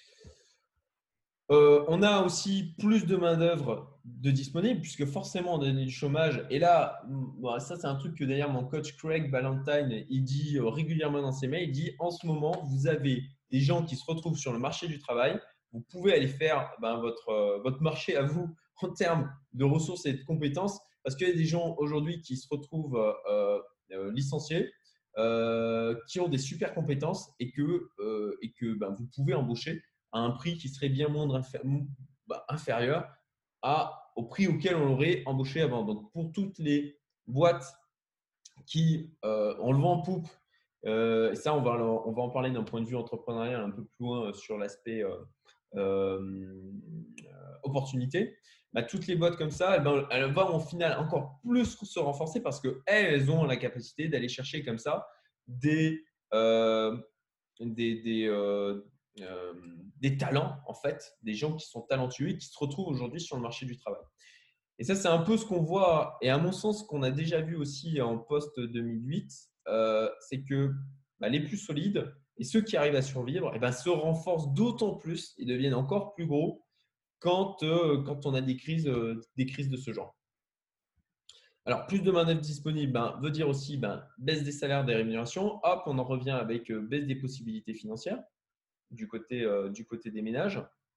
Euh, on a aussi plus de main-d'œuvre de disponible puisque forcément on a du chômage. Et là, bon, ça c'est un truc que d'ailleurs mon coach Craig Ballantyne il dit régulièrement dans ses mails. Il dit en ce moment vous avez des gens qui se retrouvent sur le marché du travail. Vous pouvez aller faire ben, votre, euh, votre marché à vous en termes de ressources et de compétences parce qu'il y a des gens aujourd'hui qui se retrouvent euh, euh, licenciés, euh, qui ont des super compétences et que, euh, et que ben, vous pouvez embaucher à un prix qui serait bien moindre, bah, inférieur à, au prix auquel on l'aurait embauché avant. Donc, pour toutes les boîtes qui euh, ont le vent en poupe, euh, et ça, on va, on va en parler d'un point de vue entrepreneurial un peu plus loin sur l'aspect euh, euh, opportunité. Bah, toutes les boîtes comme ça, elles, ben, elles vont au final encore plus se renforcer parce qu'elles ont la capacité d'aller chercher comme ça des, euh, des, des, euh, euh, des talents, en fait, des gens qui sont talentueux et qui se retrouvent aujourd'hui sur le marché du travail. Et ça, c'est un peu ce qu'on voit, et à mon sens, qu'on a déjà vu aussi en post deux mille huit, euh, c'est que bah, les plus solides et ceux qui arrivent à survivre eh ben, se renforcent d'autant plus et deviennent encore plus gros quand, euh, quand on a des crises, euh, des crises de ce genre. Alors, plus de main-d'œuvre disponible ben, veut dire aussi ben, baisse des salaires, des rémunérations. Hop, on en revient avec euh, baisse des possibilités financières du côté, euh, du côté des ménages.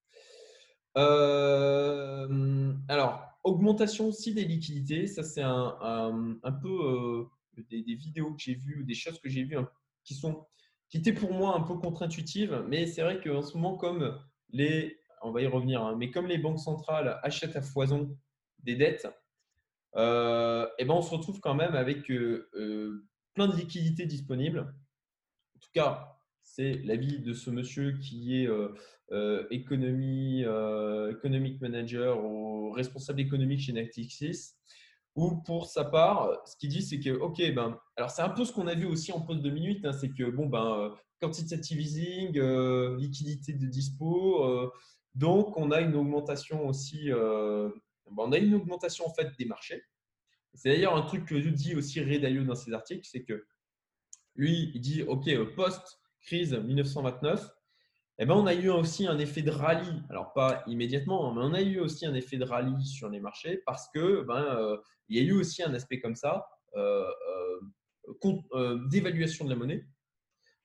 Euh, alors, augmentation aussi des liquidités. Ça, c'est un, un, un peu euh, des, des vidéos que j'ai vues, des choses que j'ai vues hein, qui, sont, qui étaient pour moi un peu contre-intuitives. Mais c'est vrai qu'en ce moment, comme les, on va y revenir, hein, mais comme les banques centrales achètent à foison des dettes, euh, et ben on se retrouve quand même avec euh, euh, plein de liquidités disponibles. En tout cas, c'est l'avis de ce monsieur qui est euh, euh, économie, euh, economic manager ou responsable économique chez Natixis. Ou pour sa part, ce qu'il dit, c'est que, ok, ben, alors c'est un peu ce qu'on a vu aussi en post deux mille huit, hein, c'est que, bon, ben, quantitative easing, euh, liquidité de dispo, euh, donc on a une augmentation aussi, euh, ben, on a une augmentation en fait des marchés. C'est d'ailleurs un truc que dit aussi Ray Dalio dans ses articles, c'est que lui, il dit, OK, post-crise mille neuf cent vingt-neuf, eh ben, on a eu aussi un effet de rallye. Alors, pas immédiatement, mais on a eu aussi un effet de rallye sur les marchés parce que ben, euh, il y a eu aussi un aspect comme ça, euh, euh, euh, d'évaluation de la monnaie.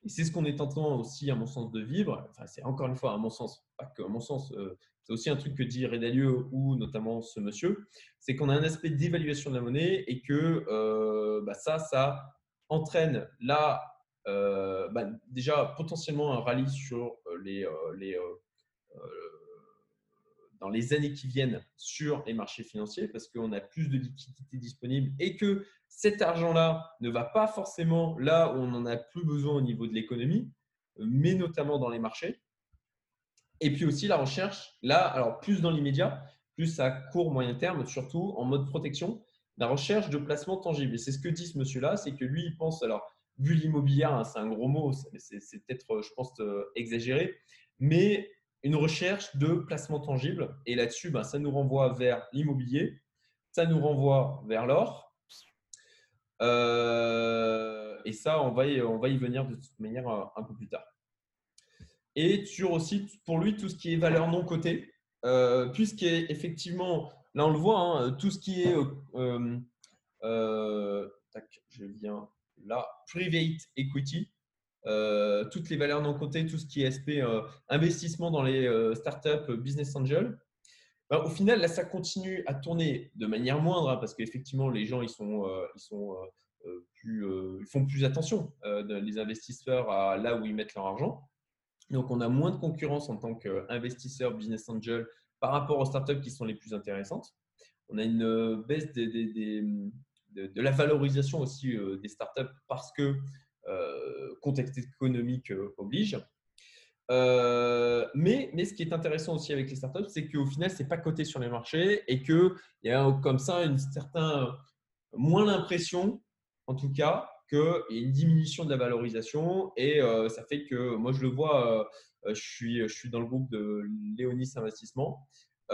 Et c'est ce qu'on est en train aussi, à mon sens, de vivre. Enfin, c'est encore une fois, à mon sens, pas que à mon sens, euh, c'est aussi un truc que dit Ray Dalio ou notamment ce monsieur, c'est qu'on a un aspect d'évaluation de la monnaie et que euh, bah, ça, ça entraîne là, euh, bah, déjà potentiellement un rallye sur les, euh, les, euh, euh, dans les années qui viennent sur les marchés financiers parce qu'on a plus de liquidités disponibles et que cet argent-là ne va pas forcément là où on n'en a plus besoin au niveau de l'économie, mais notamment dans les marchés. Et puis aussi la recherche, là, alors plus dans l'immédiat, plus à court, moyen terme, surtout en mode protection, la recherche de placements tangibles. Et c'est ce que dit ce monsieur-là, c'est que lui, il pense, alors, vu l'immobilier, hein, c'est un gros mot, c'est, c'est peut-être, je pense, exagéré, mais une recherche de placements tangibles. Et là-dessus, ben, ça nous renvoie vers l'immobilier, ça nous renvoie vers l'or. Euh, et ça, on va, y, on va y venir de toute manière un, un peu plus tard. Et sur aussi, pour lui, tout ce qui est valeur non cotée, euh, puisqu'effectivement, effectivement, là on le voit, hein, tout ce qui est, euh, euh, tac, je viens là, private equity, euh, toutes les valeurs non cotées, tout ce qui est aspect euh, investissement dans les euh, startups, business angel, ben, au final, là, ça continue à tourner de manière moindre, hein, parce qu'effectivement, les gens, ils sont, euh, ils sont euh, plus, euh, ils font plus attention, euh, les investisseurs, à là où ils mettent leur argent. Donc, on a moins de concurrence en tant qu'investisseur, business angel par rapport aux startups qui sont les plus intéressantes. On a une baisse des, des, des, de, de la valorisation aussi euh, des startups parce que euh, contexte économique euh, oblige. Euh, mais, mais ce qui est intéressant aussi avec les startups, c'est qu'au final, ce n'est pas coté sur les marchés et qu'il y a comme ça une certaine, moins l'impression, en tout cas, qu'il y a une diminution de la valorisation et euh, ça fait que moi, je le vois, euh, je, suis, je suis dans le groupe de Léonis Investissement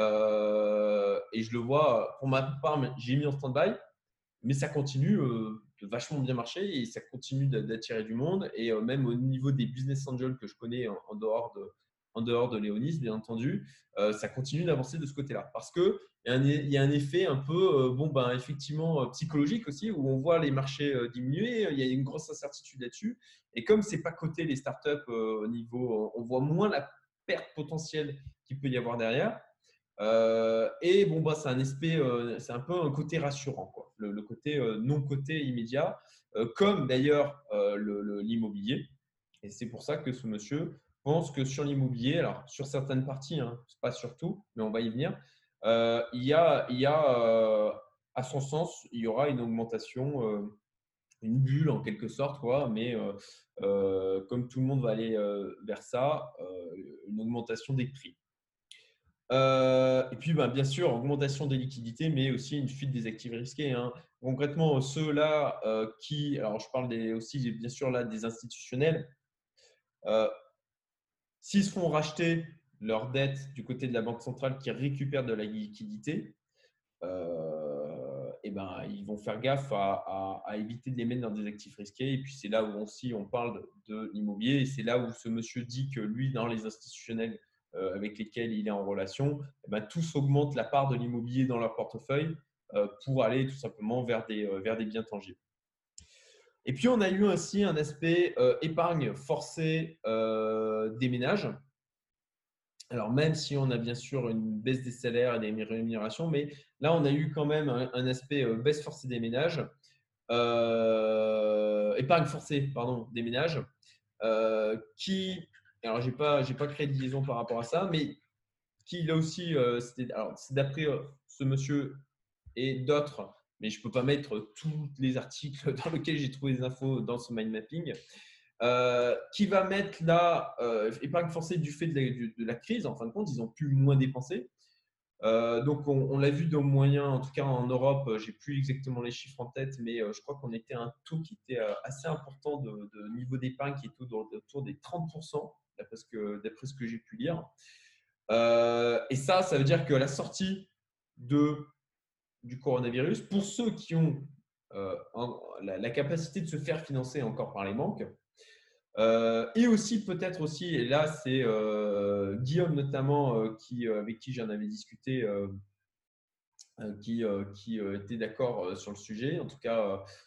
euh, et je le vois, pour ma part, j'ai mis en stand-by, mais ça continue euh, de vachement bien marcher et ça continue d'attirer du monde. Et euh, même au niveau des business angels que je connais en, en dehors de, en dehors de Léonis, bien entendu, euh, ça continue d'avancer de ce côté-là. Parce qu'il y, y a un effet un peu, euh, bon, ben, effectivement, euh, psychologique aussi, où on voit les marchés euh, diminuer, il y a une grosse incertitude là-dessus. Et comme ce n'est pas coté les startups euh, au niveau, on voit moins la perte potentielle qu'il peut y avoir derrière. Euh, et bon, bah, c'est un aspect, euh, c'est un peu un côté rassurant, quoi. Le, le côté euh, non coté immédiat, euh, comme d'ailleurs euh, le, le, l'immobilier. Et c'est pour ça que ce monsieur pense que sur l'immobilier, alors sur certaines parties, hein, pas sur tout, mais on va y venir, euh, il y a, il y a euh, à son sens, il y aura une augmentation, euh, une bulle en quelque sorte, quoi, mais euh, euh, comme tout le monde va aller euh, vers ça, euh, une augmentation des prix. Euh, et puis, ben, bien sûr, augmentation des liquidités, mais aussi une fuite des actifs risqués, hein. Concrètement, ceux-là euh, qui, alors je parle des, aussi bien sûr là des institutionnels, euh, s'ils se font racheter leurs dettes du côté de la Banque centrale qui récupère de la liquidité, euh, et ben, ils vont faire gaffe à, à, à éviter de les mettre dans des actifs risqués. Et puis, c'est là où aussi on parle de l'immobilier. Et c'est là où ce monsieur dit que lui, dans les institutionnels euh, avec lesquels il est en relation, eh ben, tous augmentent la part de l'immobilier dans leur portefeuille euh, pour aller tout simplement vers des, euh, vers des biens tangibles. Et puis, on a eu aussi un aspect euh, épargne forcée euh, des ménages. Alors, même si on a bien sûr une baisse des salaires et des rémunérations, mais là, on a eu quand même un, un aspect euh, baisse forcée des ménages, euh, épargne forcée, pardon, des ménages, euh, qui, alors, je n'ai pas, j'ai pas créé de liaison par rapport à ça, mais qui, là aussi, euh, c'était, alors, c'est d'après euh, ce monsieur et d'autres, mais je ne peux pas mettre tous les articles dans lesquels j'ai trouvé des infos dans ce mind mapping. Euh, qui va mettre là, euh, épargne forcée du fait de la, de la, crise, en fin de compte, ils ont pu moins dépenser. Euh, donc, on, on l'a vu dans moyen, en tout cas en Europe, je n'ai plus exactement les chiffres en tête, mais euh, je crois qu'on était à un taux qui était euh, assez important de, de niveau d'épargne, qui est autour, autour des trente pour cent, d'après ce que, d'après ce que j'ai pu lire. Euh, et ça, ça veut dire que la sortie de, du coronavirus, pour ceux qui ont euh, un, la, la capacité de se faire financer encore par les banques, Euh, et aussi, peut-être aussi, et là, c'est euh, Guillaume notamment, euh, qui, euh, avec qui j'en avais discuté, euh, euh, qui, euh, qui euh, était d'accord euh, sur le sujet. En tout cas,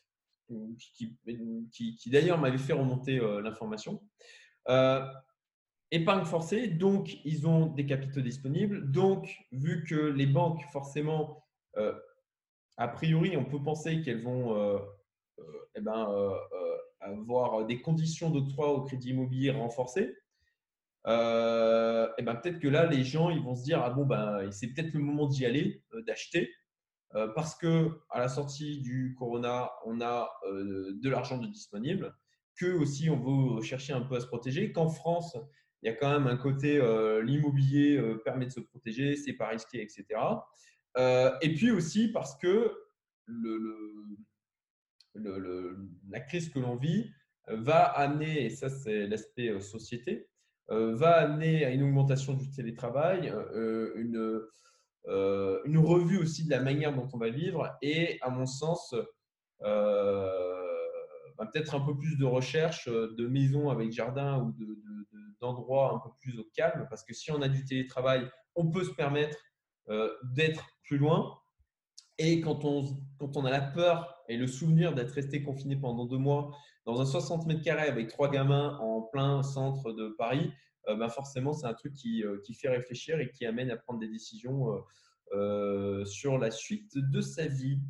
qui, qui, qui d'ailleurs m'avait fait remonter euh, l'information. Euh, épargne forcée, donc ils ont des capitaux disponibles. Donc, vu que les banques, forcément, euh, a priori, on peut penser qu'elles vont euh, euh, eh ben, euh, euh, avoir des conditions d'octroi au crédit immobilier renforcées. Euh, et ben peut-être que là, les gens ils vont se dire ah bon ben c'est peut-être le moment d'y aller, euh, d'acheter, euh, parce que à la sortie du Corona, on a euh, de l'argent de disponible, que aussi on veut chercher un peu à se protéger. Qu'en France, il y a quand même un côté euh, l'immobilier euh, permet de se protéger, c'est pas risqué, et cetera. Euh, et puis aussi parce que le, le, le, le, la crise que l'on vit va amener, et ça c'est l'aspect euh, société, euh, va amener à une augmentation du télétravail, euh, une, euh, une revue aussi de la manière dont on va vivre et, à mon sens, euh, bah, peut-être un peu plus de recherche de maisons avec jardin ou de, de, de, d'endroits un peu plus au calme, parce que si on a du télétravail, on peut se permettre euh, d'être plus loin. Et quand on, quand on a la peur et le souvenir d'être resté confiné pendant deux mois dans un soixante mètres carrés avec trois gamins en plein centre de Paris, euh, ben forcément, c'est un truc qui, euh, qui fait réfléchir et qui amène à prendre des décisions euh, euh, sur la suite de sa vie.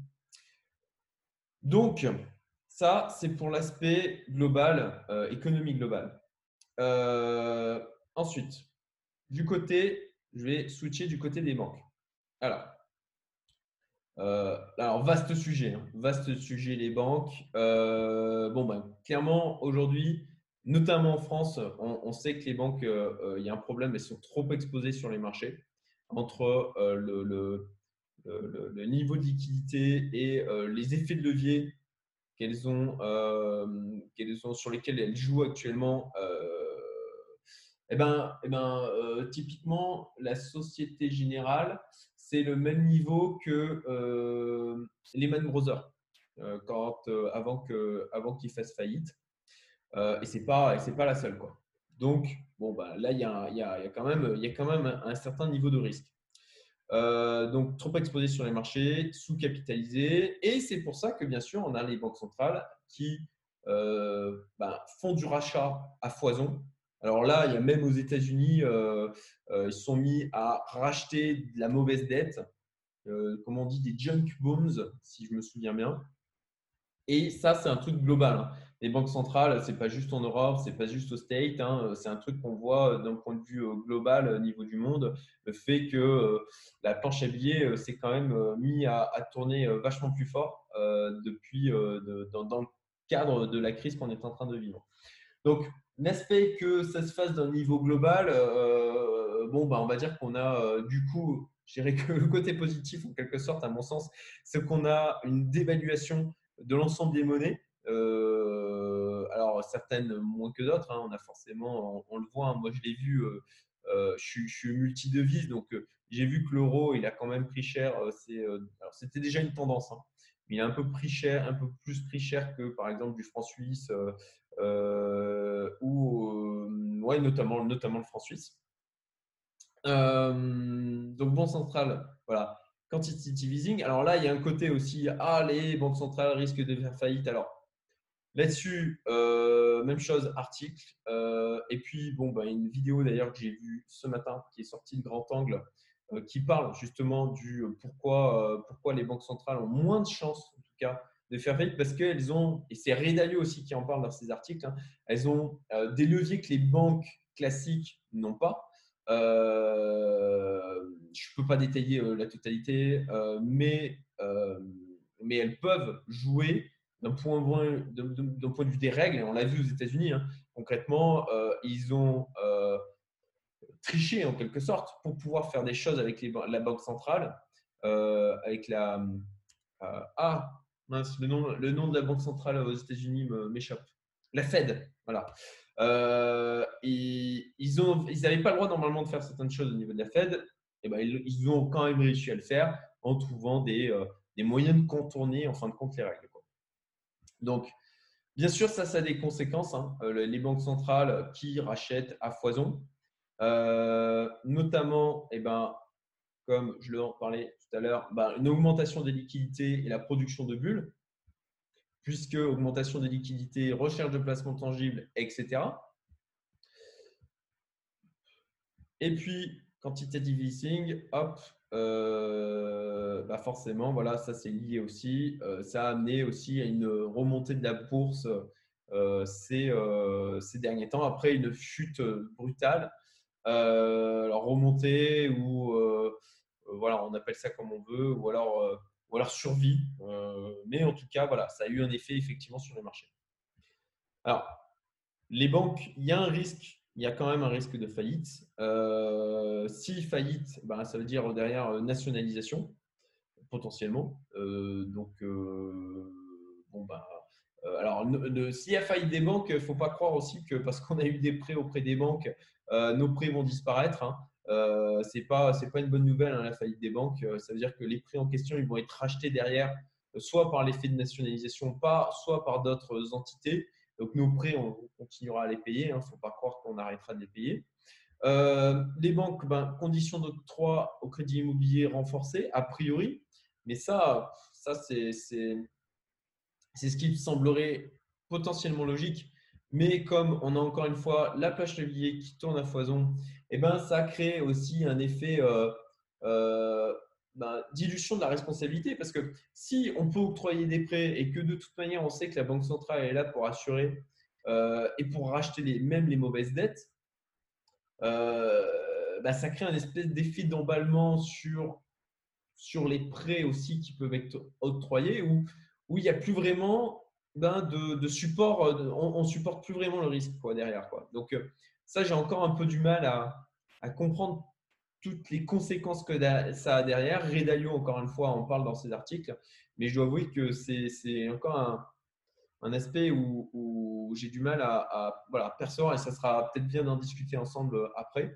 Donc, ça, c'est pour l'aspect global, euh, économie globale. Euh, ensuite, du côté, je vais switcher du côté des banques. Alors, Euh, alors, vaste sujet, hein. Vaste sujet, les banques. Euh, bon, ben, clairement, aujourd'hui, notamment en France, on, on sait que les banques, euh, euh, il y a un problème, elles sont trop exposées sur les marchés entre euh, le, le, le, le niveau de liquidité et euh, les effets de levier qu'elles ont, euh, qu'elles ont, sur lesquels elles jouent actuellement. Euh, eh ben, eh ben, euh, typiquement, la Société Générale, c'est le même niveau que euh, Lehman Brothers euh, quand, euh, avant que, avant qu'ils fassent faillite. Euh, et c'est pas, et c'est pas la seule, quoi. Donc, bon, bah, là, il y a, y, a, y, a quand même, y a quand même un, un certain niveau de risque. Euh, donc, trop exposé sur les marchés, sous-capitalisé. Et c'est pour ça que, bien sûr, on a les banques centrales qui euh, ben, font du rachat à foison. Alors là, il y a même aux États-Unis, euh, euh, ils se sont mis à racheter de la mauvaise dette, euh, comme on dit, des junk bonds, si je me souviens bien. Et ça, c'est un truc global, hein. Les banques centrales, c'est pas juste en Europe, c'est pas juste au States, hein. C'est un truc qu'on voit d'un point de vue global au niveau du monde. Le fait que euh, la planche à billets euh, s'est quand même euh, mis à, à tourner euh, vachement plus fort euh, depuis euh, de, dans, dans le cadre de la crise qu'on est en train de vivre. Donc, l'aspect que ça se fasse d'un niveau global, euh, bon, bah, on va dire qu'on a euh, du coup, je dirais que le côté positif, en quelque sorte, à mon sens, c'est qu'on a une dévaluation de l'ensemble des monnaies. Euh, alors, certaines moins que d'autres, hein, on a forcément, on, on le voit, hein, moi je l'ai vu, euh, euh, je, suis, je suis multidevise, donc euh, j'ai vu que l'euro, il a quand même pris cher. Euh, c'est, euh, alors, c'était déjà une tendance, hein, mais il a un peu pris cher, un peu plus pris cher que par exemple du franc suisse. Euh, euh, ou euh, ouais, notamment, notamment le franc suisse. Euh, donc, banque centrale, voilà. Quantitative easing. Alors là, il y a un côté aussi, ah, les banques centrales risquent de faire faillite. Alors, là-dessus, euh, même chose, article. Euh, et puis, bon, bah, une vidéo d'ailleurs que j'ai vue ce matin qui est sortie de Grand Angle euh, qui parle justement du euh, pourquoi, euh, pourquoi les banques centrales ont moins de chances, en tout cas, de faire faillite parce qu'elles ont, et c'est Ray Dalio aussi qui en parle dans ses articles, hein, elles ont euh, des leviers que les banques classiques n'ont pas. Euh, je ne peux pas détailler euh, la totalité, euh, mais, euh, mais elles peuvent jouer d'un point, d'un point de vue des règles, et on l'a vu aux États-Unis, hein, concrètement, euh, ils ont euh, triché en quelque sorte pour pouvoir faire des choses avec les, la banque centrale, euh, avec la. Euh, ah, mince, le nom, le nom de la banque centrale aux États-Unis m'échappe. La Fed, voilà. Euh, et ils n'avaient ils pas le droit normalement de faire certaines choses au niveau de la Fed. Et ben, ils, ils ont quand même réussi à le faire en trouvant des, euh, des moyens de contourner en fin de compte les règles, quoi. Donc, bien sûr, ça, ça a des conséquences, hein. Euh, les banques centrales qui rachètent à foison, euh, notamment, eh ben, comme je l'ai en parlais tout à l'heure, ben, une augmentation des liquidités et la production de bulles. puisque augmentation des liquidités, recherche de placements tangibles, et cetera. Et puis, quantitative easing, hop, euh, bah forcément, voilà, ça c'est lié aussi. Euh, ça a amené aussi à une remontée de la bourse euh, ces, euh, ces derniers temps, après une chute brutale. Euh, alors remontée ou euh, voilà, on appelle ça comme on veut, ou alors, euh, ou alors survie. Euh, mais en tout cas, voilà, ça a eu un effet effectivement sur les marchés. Alors, les banques, il y a un risque, il y a quand même un risque de faillite. Euh, si faillite, ben, ça veut dire derrière euh, nationalisation, potentiellement. Euh, donc, euh, bon, ben, euh, alors, ne- ne- s'il y a faillite des banques, il ne faut pas croire aussi que parce qu'on a eu des prêts auprès des banques, euh, nos prêts vont disparaître. Hein. Euh, ce n'est pas, c'est pas une bonne nouvelle, hein, la faillite des banques. Euh, Ça veut dire que les prêts en question, ils vont être rachetés derrière, euh, soit par l'effet de nationalisation, pas, soit par d'autres entités. Donc, nos prêts, on, on continuera à les payer. Il ne faut pas croire qu'on arrêtera de les payer. Euh, les banques, ben, conditions d'octroi au crédit immobilier renforcées, a priori. Mais ça, ça c'est, c'est, c'est ce qui semblerait potentiellement logique. Mais comme on a encore une fois la plage levier qui tourne à foison, eh ben, ça crée aussi un effet euh, euh, ben, dilution de la responsabilité. Parce que si on peut octroyer des prêts et que de toute manière, on sait que la Banque centrale est là pour assurer euh, et pour racheter les, même les mauvaises dettes, euh, bah, ça crée un espèce d'effet d'emballement sur, sur les prêts aussi qui peuvent être octroyés où, où il n'y a plus vraiment ben, de, de support, on ne supporte plus vraiment le risque quoi, derrière. Quoi. Donc, euh, ça, j'ai encore un peu du mal à, à comprendre toutes les conséquences que ça a derrière. Ray Dalio, encore une fois, en parle dans ses articles, mais je dois avouer que c'est, c'est encore un, un aspect où, où j'ai du mal à, à voilà, percevoir, et ça sera peut-être bien d'en discuter ensemble après,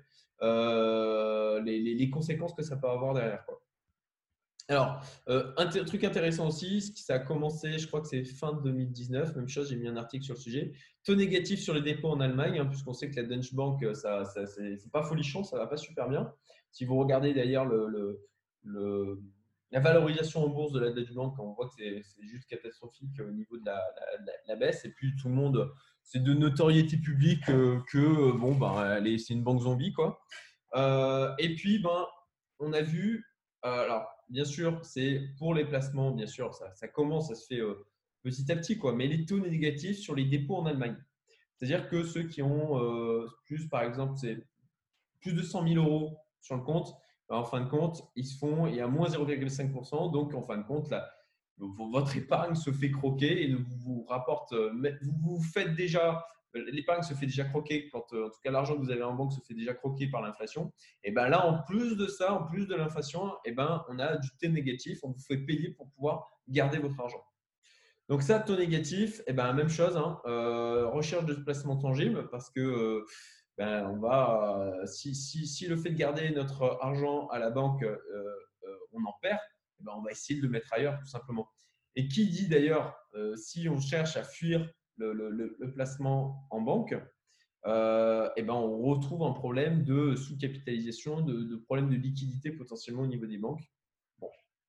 euh, les, les, les conséquences que ça peut avoir derrière. Quoi. Alors, euh, un truc intéressant aussi, ça a commencé, je crois que c'est fin deux mille dix-neuf, même chose, j'ai mis un article sur le sujet. Taux négatif sur les dépôts en Allemagne, hein, puisqu'on sait que la Deutsche Bank, ça, ça, c'est, c'est pas folichon, ça va pas super bien. Si vous regardez d'ailleurs le, le, le, la valorisation en bourse de la Deutsche Bank, on voit que c'est, c'est juste catastrophique au niveau de la, la, la, la baisse. Et puis tout le monde, c'est de notoriété publique euh, que bon, ben, allez, c'est une banque zombie, quoi. Euh, et puis, ben, on a vu, euh, alors, bien sûr, c'est pour les placements, bien sûr, ça, ça commence, ça se fait euh, petit à petit, quoi. Mais les taux négatifs sur les dépôts en Allemagne. C'est-à-dire que ceux qui ont euh, plus, par exemple, c'est plus de cent mille euros sur le compte, ben, en fin de compte, ils se font, il y a moins zéro virgule cinq pour cent. Donc, en fin de compte, là, votre épargne se fait croquer et vous, vous rapporte, vous, vous faites déjà, l'épargne se fait déjà croquer quand, en tout cas, l'argent que vous avez en banque se fait déjà croquer par l'inflation. Et ben là, en plus de ça, en plus de l'inflation, et ben on a du taux négatif, on vous fait payer pour pouvoir garder votre argent. Donc ça, taux négatif, et ben même chose, hein, euh, recherche de placement tangible, parce que euh, ben, on va, euh, si, si, si le fait de garder notre argent à la banque, euh, euh, on en perd, eh ben, on va essayer de le mettre ailleurs, tout simplement. Et qui dit d'ailleurs, euh, si on cherche à fuir le, le, le placement en banque, euh, eh ben, on retrouve un problème de sous-capitalisation, de, de problème de liquidité potentiellement au niveau des banques. Bon.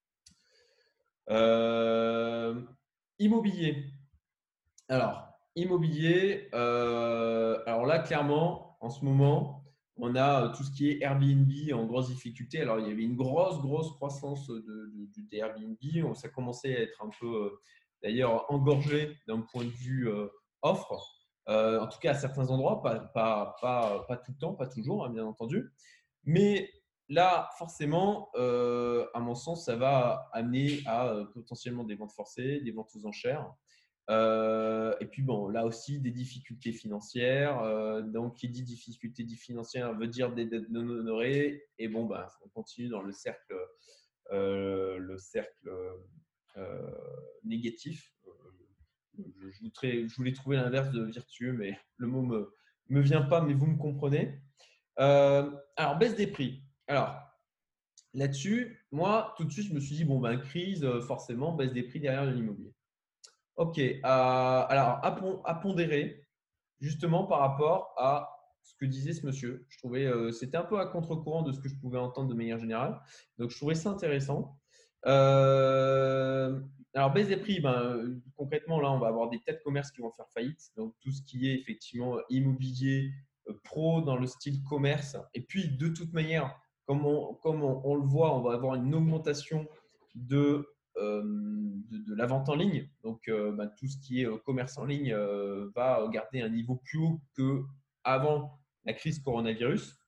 Euh, immobilier. Alors, immobilier, euh, alors là, clairement, en ce moment, on a tout ce qui est Airbnb en grosse difficulté. Alors, il y avait une grosse, grosse croissance de, de, de, des Airbnb. Ça commençait à être un peu, euh, d'ailleurs, engorgé d'un point de vue euh, offre. Euh, en tout cas, à certains endroits, pas, pas, pas, pas tout le temps, pas toujours, hein, bien entendu. Mais là, forcément, euh, à mon sens, ça va amener à euh, potentiellement des ventes forcées, des ventes aux enchères. Euh, et puis bon, là aussi des difficultés financières. Euh, donc, qui dit difficultés financières veut dire des dettes non honorées. Et bon, ben, on continue dans le cercle, euh, le cercle euh, négatif. Je, je, voudrais, je voulais trouver l'inverse de vertueux, mais le mot me me vient pas. Mais vous me comprenez. Euh, alors, baisse des prix. Alors, là-dessus, moi, tout de suite, je me suis dit bon, ben, crise, forcément, baisse des prix derrière de l'immobilier. Ok, euh, alors à, pon- à pondérer justement par rapport à ce que disait ce monsieur. Je trouvais euh, c'était un peu à contre-courant de ce que je pouvais entendre de manière générale. Donc je trouvais ça intéressant. Euh, alors, baisse des prix, ben, concrètement, là, on va avoir des tas de commerces qui vont faire faillite. Donc, tout ce qui est effectivement immobilier, euh, pro dans le style commerce. Et puis, de toute manière, comme on, comme on, on le voit, on va avoir une augmentation de, euh, de, de la vente en ligne. Donc, euh, ben, tout ce qui est euh, commerce en ligne euh, va garder un niveau plus haut qu'avant la crise coronavirus.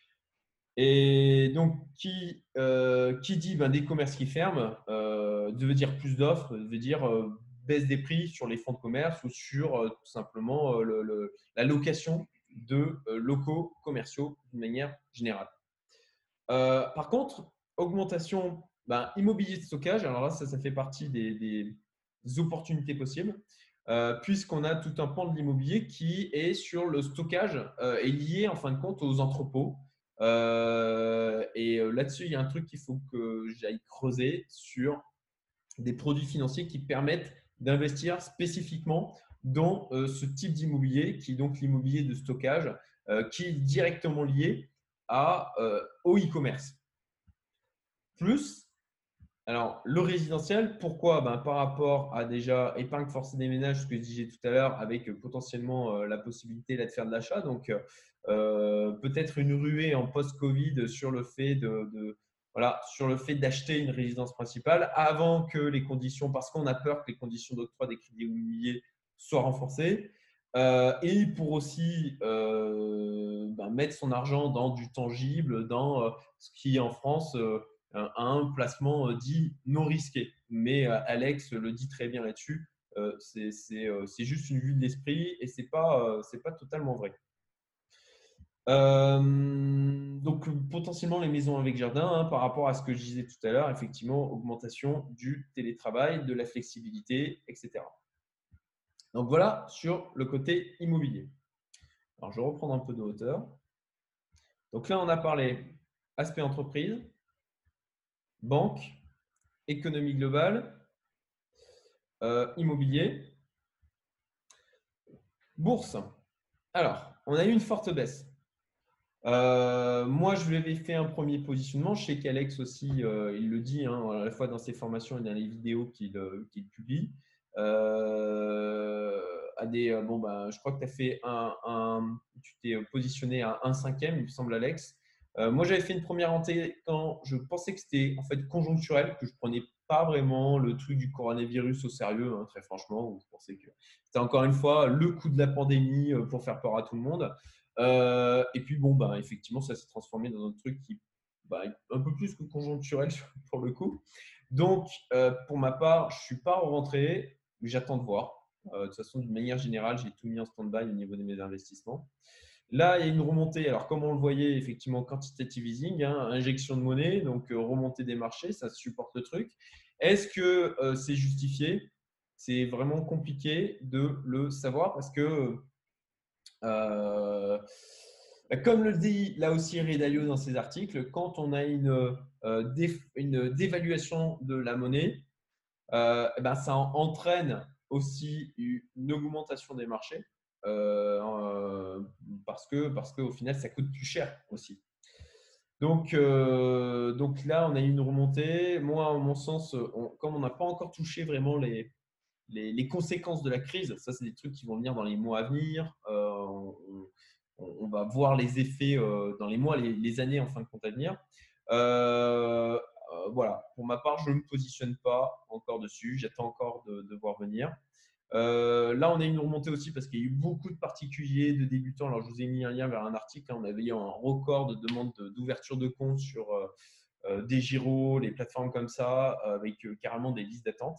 Et donc, qui, euh, qui dit ben, des commerces qui ferment, euh, veut dire plus d'offres, veut dire euh, baisse des prix sur les fonds de commerce ou sur euh, tout simplement euh, le, le, la location de euh, locaux commerciaux d'une manière générale. Euh, par contre, augmentation ben, immobilier de stockage, alors là, ça, ça fait partie des, des opportunités possibles, euh, puisqu'on a tout un pan de l'immobilier qui est sur le stockage euh, et lié en fin de compte aux entrepôts. Euh, et là-dessus, il y a un truc qu'il faut que j'aille creuser sur des produits financiers qui permettent d'investir spécifiquement dans euh, ce type d'immobilier, qui est donc l'immobilier de stockage, euh, qui est directement lié à, euh, au e-commerce. Plus, alors le résidentiel, pourquoi ben, par rapport à déjà épargne forcée des ménages, ce que je disais tout à l'heure, avec euh, potentiellement euh, la possibilité là, de faire de l'achat. Donc, euh, peut-être une ruée en post-Covid sur le fait de, de voilà, sur le fait d'acheter une résidence principale avant que les conditions, parce qu'on a peur que les conditions d'octroi des crédits immobiliers soient renforcées. Euh, et pour aussi euh, ben, mettre son argent dans du tangible, dans euh, ce qui en France euh, a un placement euh, dit non risqué. Mais euh, Alex le dit très bien là-dessus, euh, c'est, c'est, euh, c'est juste une vue de l'esprit et ce n'est pas, euh, c'est pas totalement vrai. Euh, donc potentiellement les maisons avec jardin, hein, par rapport à ce que je disais tout à l'heure, effectivement, augmentation du télétravail, de la flexibilité, et cetera. Donc voilà sur le côté immobilier. Alors je vais reprendre un peu de hauteur. Donc là, on a parlé aspect entreprise, banque, économie globale, euh, immobilier, bourse. Alors, on a eu une forte baisse. Euh, moi, je lui avais fait un premier positionnement. Je sais qu'Alex aussi, euh, il le dit, hein, à la fois dans ses formations et dans les vidéos qu'il euh, qu'il publie. Euh, à des, euh, bon, bah, je crois que tu as fait un, un, tu t'es positionné à un cinquième, il me semble, Alex. Euh, moi, j'avais fait une première entrée quand je pensais que c'était en fait conjoncturel, que je prenais pas vraiment le truc du coronavirus au sérieux, hein, très franchement. Où je pensais que c'était encore une fois le coup de la pandémie euh, pour faire peur à tout le monde. Euh, et puis, bon, bah, effectivement, ça s'est transformé dans un truc qui bah, est un peu plus que conjoncturel pour le coup. Donc, euh, pour ma part, je ne suis pas rentré, mais j'attends de voir. Euh, de toute façon, d'une manière générale, j'ai tout mis en stand-by au niveau de mes investissements. Là, il y a une remontée. Alors, comme on le voyait, effectivement, quantitative easing, hein, injection de monnaie, donc euh, remontée des marchés, ça supporte le truc. Est-ce que euh, c'est justifié? C'est vraiment compliqué de le savoir parce que euh, comme le dit là aussi Ray Dalio dans ses articles, quand on a une, euh, dé, une dévaluation de la monnaie, euh, eh ben, ça entraîne aussi une augmentation des marchés euh, euh, parce que parce qu'au final, ça coûte plus cher aussi. Donc, euh, donc là, on a eu une remontée. Moi, à mon sens, on, comme on n'a pas encore touché vraiment les, les, les conséquences de la crise, ça, c'est des trucs qui vont venir dans les mois à venir. Euh, on, on, on va voir les effets euh, dans les mois, les, les années en fin de compte à venir. Euh, euh, voilà, pour ma part, je ne me positionne pas encore dessus. J'attends encore de, de voir venir. Euh, là, on a une remontée aussi parce qu'il y a eu beaucoup de particuliers, de débutants. Alors, je vous ai mis un lien vers un article. Hein, on avait eu un record de demandes d'ouverture de compte sur euh, euh, des Giro, les plateformes comme ça, euh, avec euh, carrément des listes d'attente.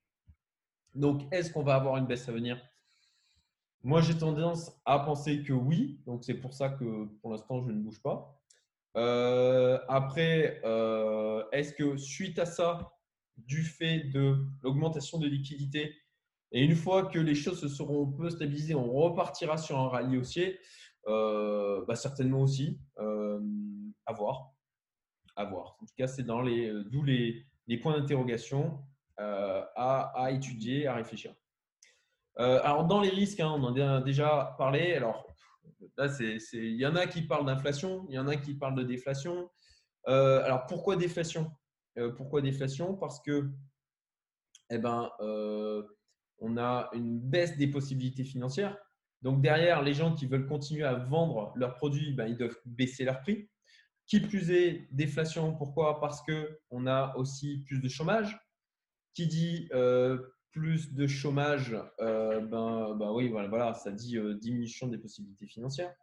Donc, est-ce qu'on va avoir une baisse à venir? Moi, j'ai tendance à penser que oui. Donc, c'est pour ça que pour l'instant, je ne bouge pas. Euh, après, euh, est-ce que suite à ça, du fait de l'augmentation de liquidité, et une fois que les choses se seront un peu stabilisées, on repartira sur un rallye haussier? euh, bah, Certainement aussi. Euh, à voir. À voir. En tout cas, c'est dans les, d'où les, les points d'interrogation euh, à, à étudier, à réfléchir. Euh, alors, dans les risques, hein, on en a déjà parlé. Alors, là, c'est, c'est, il y en a qui parlent d'inflation, il y en a qui parlent de déflation. Euh, alors, pourquoi déflation euh, Pourquoi déflation Parce que eh ben, euh, on a une baisse des possibilités financières. Donc derrière, les gens qui veulent continuer à vendre leurs produits, ben, ils doivent baisser leur prix. Qui plus est, déflation, pourquoi? Parce qu'on a aussi plus de chômage. Qui dit euh, plus de chômage, euh, ben, ben oui, voilà, voilà, ça dit euh, diminution des possibilités financières.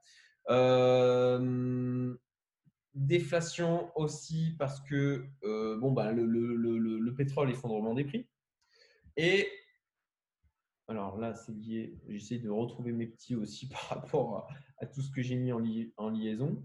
Euh, déflation aussi parce que euh, bon, ben, le, le, le, le pétrole, effondrement des prix. Et alors là, c'est lié, j'essaie de retrouver mes petits aussi par rapport à, à tout ce que j'ai mis en, li, en liaison.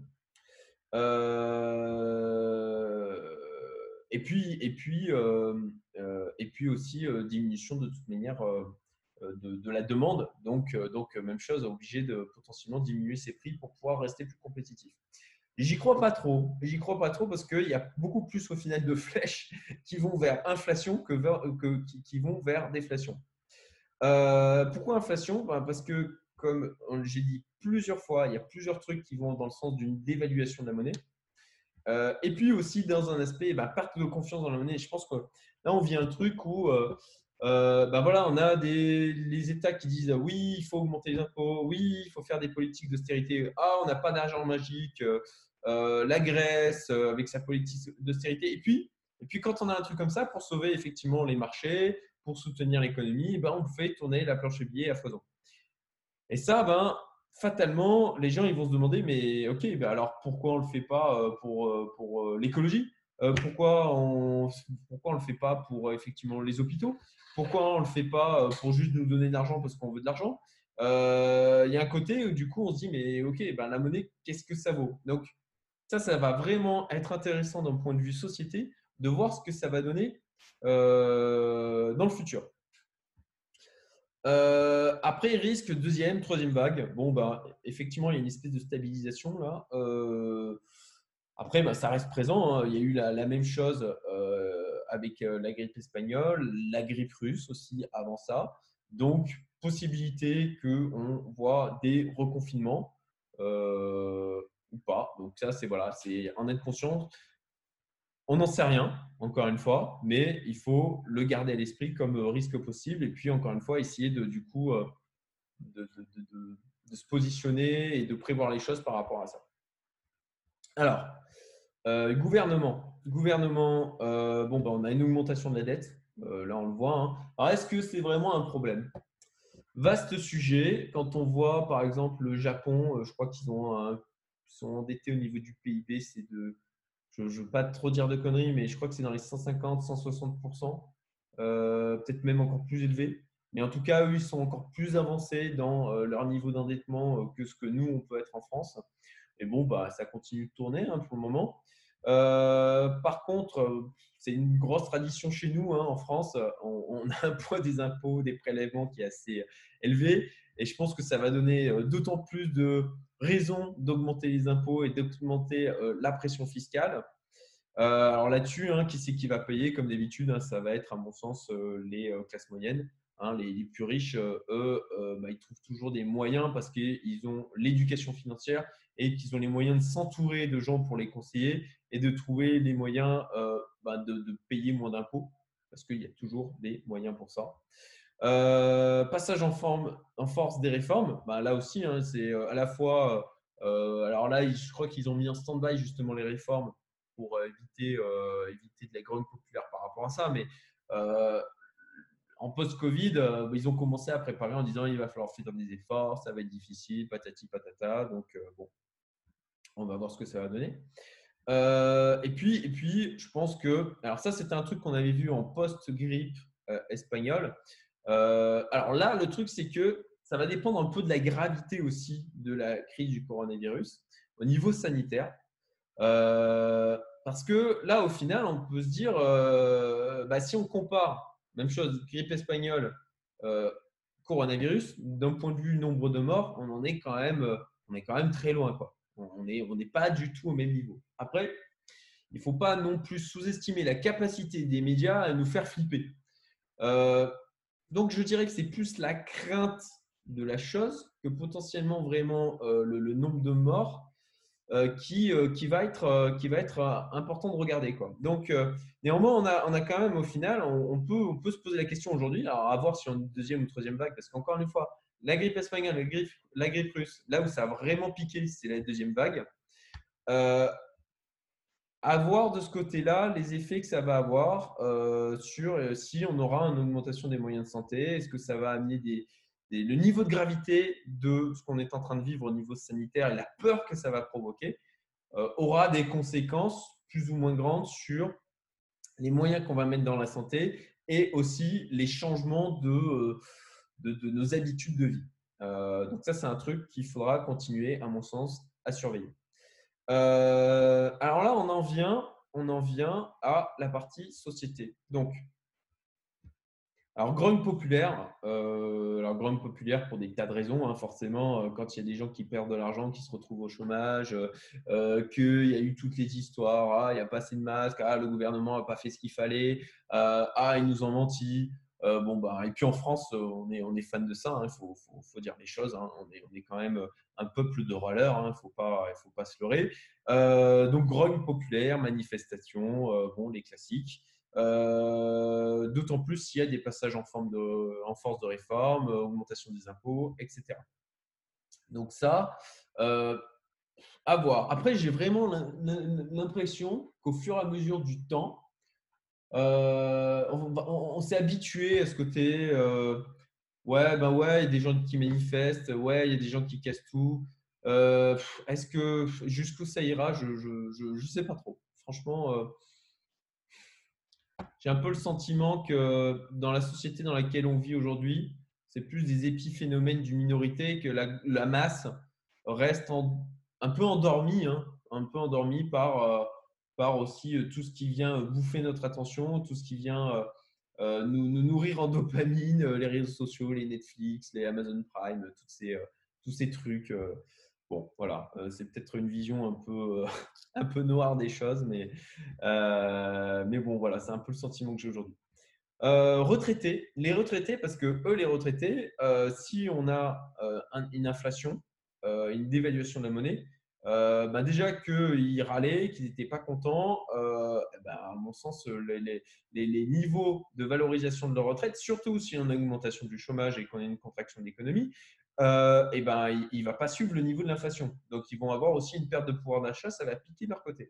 Euh, et puis, et puis, euh, euh, et puis aussi euh, diminution de toute manière euh, de, de la demande. Donc, euh, donc même chose, obligé de potentiellement diminuer ses prix pour pouvoir rester plus compétitif. J'y crois pas trop. J'y crois pas trop parce qu'il y a beaucoup plus au final de flèches qui vont vers inflation que, vers, que qui, qui vont vers déflation. Euh, pourquoi inflation? Ben parce que, comme j'ai dit plusieurs fois, il y a plusieurs trucs qui vont dans le sens d'une dévaluation de la monnaie. Euh, et puis aussi dans un aspect, bah, perte de confiance dans la monnaie. Je pense que là, on vit un truc où euh, euh, bah, voilà, on a des, les États qui disent euh, oui, il faut augmenter les impôts, oui, il faut faire des politiques d'austérité. Ah, on n'a pas d'argent magique. Euh, la Grèce euh, avec sa politique d'austérité. Et puis, et puis, quand on a un truc comme ça, pour sauver effectivement les marchés, pour soutenir l'économie, ben, on fait tourner la planche à billets à foison. Et ça, ben, fatalement, les gens ils vont se demander, mais ok, ben alors pourquoi on ne le fait pas pour, pour l'écologie? Pourquoi on pourquoi on le fait pas pour effectivement les hôpitaux? Pourquoi on ne le fait pas pour juste nous donner de l'argent parce qu'on veut de l'argent? Euh, Il y a un côté où du coup on se dit, mais ok, ben, la monnaie, qu'est-ce que ça vaut? Donc ça, ça va vraiment être intéressant d'un point de vue société de voir ce que ça va donner euh, dans le futur. Euh, après, risque deuxième, troisième vague. Bon, bah, effectivement, il y a une espèce de stabilisation là. Euh, après, bah, ça reste présent, hein. Il y a eu la, la même chose euh, avec euh, la grippe espagnole, la grippe russe aussi avant ça. Donc, possibilité qu'on voit des reconfinements euh, ou pas. Donc, ça, c'est voilà, c'est en être conscient. On n'en sait rien, encore une fois, mais il faut le garder à l'esprit comme risque possible. Et puis, encore une fois, essayer de, du coup, euh, de, de, de, de, de se positionner et de prévoir les choses par rapport à ça. Alors, euh, gouvernement. Gouvernement, euh, bon, bah, on a une augmentation de la dette. Euh, là, on le voit. Hein. Alors, est-ce que c'est vraiment un problème? Vaste sujet. Quand on voit, par exemple, le Japon, euh, je crois qu'ils ont un, ils sont endettés au niveau du P I B, c'est de je ne veux pas trop dire de conneries, mais je crois que c'est dans les cent cinquante à cent soixante pour cent, euh, peut-être même encore plus élevé. Mais en tout cas, eux, ils sont encore plus avancés dans euh, leur niveau d'endettement euh, que ce que nous, on peut être en France. Et bon, bah, ça continue de tourner hein, pour le moment. Euh, par contre, euh, c'est une grosse tradition chez nous hein, en France. On, on a un poids des impôts, des prélèvements qui est assez élevé. Et je pense que ça va donner euh, d'autant plus de raisons d'augmenter les impôts et d'augmenter euh, la pression fiscale. Euh, alors là-dessus, hein, qui c'est qui va payer? Comme d'habitude, hein, ça va être, à mon sens, euh, les euh, classes moyennes. Hein, les, les, plus riches, euh, eux, euh, bah, ils trouvent toujours des moyens parce qu'ils ont l'éducation financière et qu'ils ont les moyens de s'entourer de gens pour les conseiller et de trouver les moyens euh, bah, de, de payer moins d'impôts parce qu'il y a toujours des moyens pour ça. Euh, passage en, forme, en force des réformes, bah, là aussi, hein, c'est à la fois. Euh, alors là, je crois qu'ils ont mis en stand-by justement les réformes pour éviter, euh, éviter de la grogne populaire par rapport à ça. Mais euh, en post-Covid, euh, ils ont commencé à préparer en disant il va falloir faire des efforts, ça va être difficile, patati patata. Donc euh, bon, on va voir ce que ça va donner. Euh, et, puis, et puis, je pense que. Alors, ça, c'était un truc qu'on avait vu en post-grippe euh, espagnole. Euh, alors là, le truc, c'est que ça va dépendre un peu de la gravité aussi de la crise du coronavirus au niveau sanitaire. Euh, parce que là, au final, on peut se dire, euh, bah, si on compare, même chose, grippe espagnole, euh, coronavirus, d'un point de vue nombre de morts, on en est quand même, on est quand même très loin, quoi. On n'est on n'est pas du tout au même niveau. Après, il ne faut pas non plus sous-estimer la capacité des médias à nous faire flipper. Euh, donc, je dirais que c'est plus la crainte de la chose que potentiellement vraiment euh, le, le nombre de morts. euh, qui, euh, qui va être, euh, qui va être euh, important de regarder, quoi. Donc, euh, néanmoins, on a, on a quand même, au final, on, on peut, on peut se poser la question aujourd'hui, alors à voir si on a une deuxième ou troisième vague, parce qu'encore une fois, la grippe espagnole, la grippe, la grippe russe, là où ça a vraiment piqué, c'est la deuxième vague. Euh, à voir de ce côté-là les effets que ça va avoir euh, sur euh, si on aura une augmentation des moyens de santé. Est-ce que ça va amener des, des- le niveau de gravité de ce qu'on est en train de vivre au niveau sanitaire et la peur que ça va provoquer euh, aura des conséquences plus ou moins grandes sur les moyens qu'on va mettre dans la santé et aussi les changements de, euh, de, de nos habitudes de vie. Euh, donc ça, c'est un truc qu'il faudra continuer, à mon sens, à surveiller. Euh, alors là, on en vient, on en vient à la partie société. Donc, alors grogne populaire, euh, alors grogne populaire pour des tas de raisons, hein, forcément, euh, quand il y a des gens qui perdent de l'argent, qui se retrouvent au chômage, euh, euh, qu'il y a eu toutes les histoires, ah, il n'y a pas assez de masques, ah, le gouvernement n'a pas fait ce qu'il fallait, euh, ah, ils nous ont menti. Euh, bon, bah, et puis en France, euh, on est, on est fan de ça, il hein, faut, faut, faut dire les choses, hein, on, est, on est quand même un peuple de râleurs, il hein, ne faut pas, faut pas se leurrer. Euh, donc grogne populaire, manifestation, euh, bon, les classiques. Euh, d'autant plus s'il y a des passages en, forme de, en force de réforme, euh, augmentation des impôts, et cetera. Donc ça, euh, à voir. Après, j'ai vraiment l'impression qu'au fur et à mesure du temps, euh, on, on, on s'est habitué à ce côté, euh, ouais, ben ouais, il y a des gens qui manifestent, ouais, il y a des gens qui cassent tout. Euh, Est-ce que jusqu'où ça ira, je ne je, je, je sais pas trop. Franchement, euh, j'ai un peu le sentiment que dans la société dans laquelle on vit aujourd'hui, c'est plus des épiphénomènes d'une minorité que la, la masse reste en- un peu endormie, hein, un peu endormie par, euh, par aussi euh, tout ce qui vient euh, bouffer notre attention, tout ce qui vient euh, euh, nous, nous nourrir en dopamine, euh, les réseaux sociaux, les Netflix, les Amazon Prime, toutes ces, euh, tous ces trucs. euh. Bon, voilà, euh, c'est peut-être une vision un peu, euh, un peu noire des choses, mais, euh, mais bon, voilà, c'est un peu le sentiment que j'ai aujourd'hui. Euh, retraités, les retraités, parce que eux, les retraités, euh, si on a euh, un- une inflation, euh, une dévaluation de la monnaie, euh, bah déjà qu'ils râlaient, qu'ils n'étaient pas contents, euh, eh ben, à mon sens, les, les- les- les niveaux de valorisation de leur retraite, surtout si on a une augmentation du chômage et qu'on a une contraction de l'économie, euh, eh ben, il ne va pas suivre le niveau de l'inflation. Donc, ils vont avoir aussi une perte de pouvoir d'achat, ça va piquer de leur côté.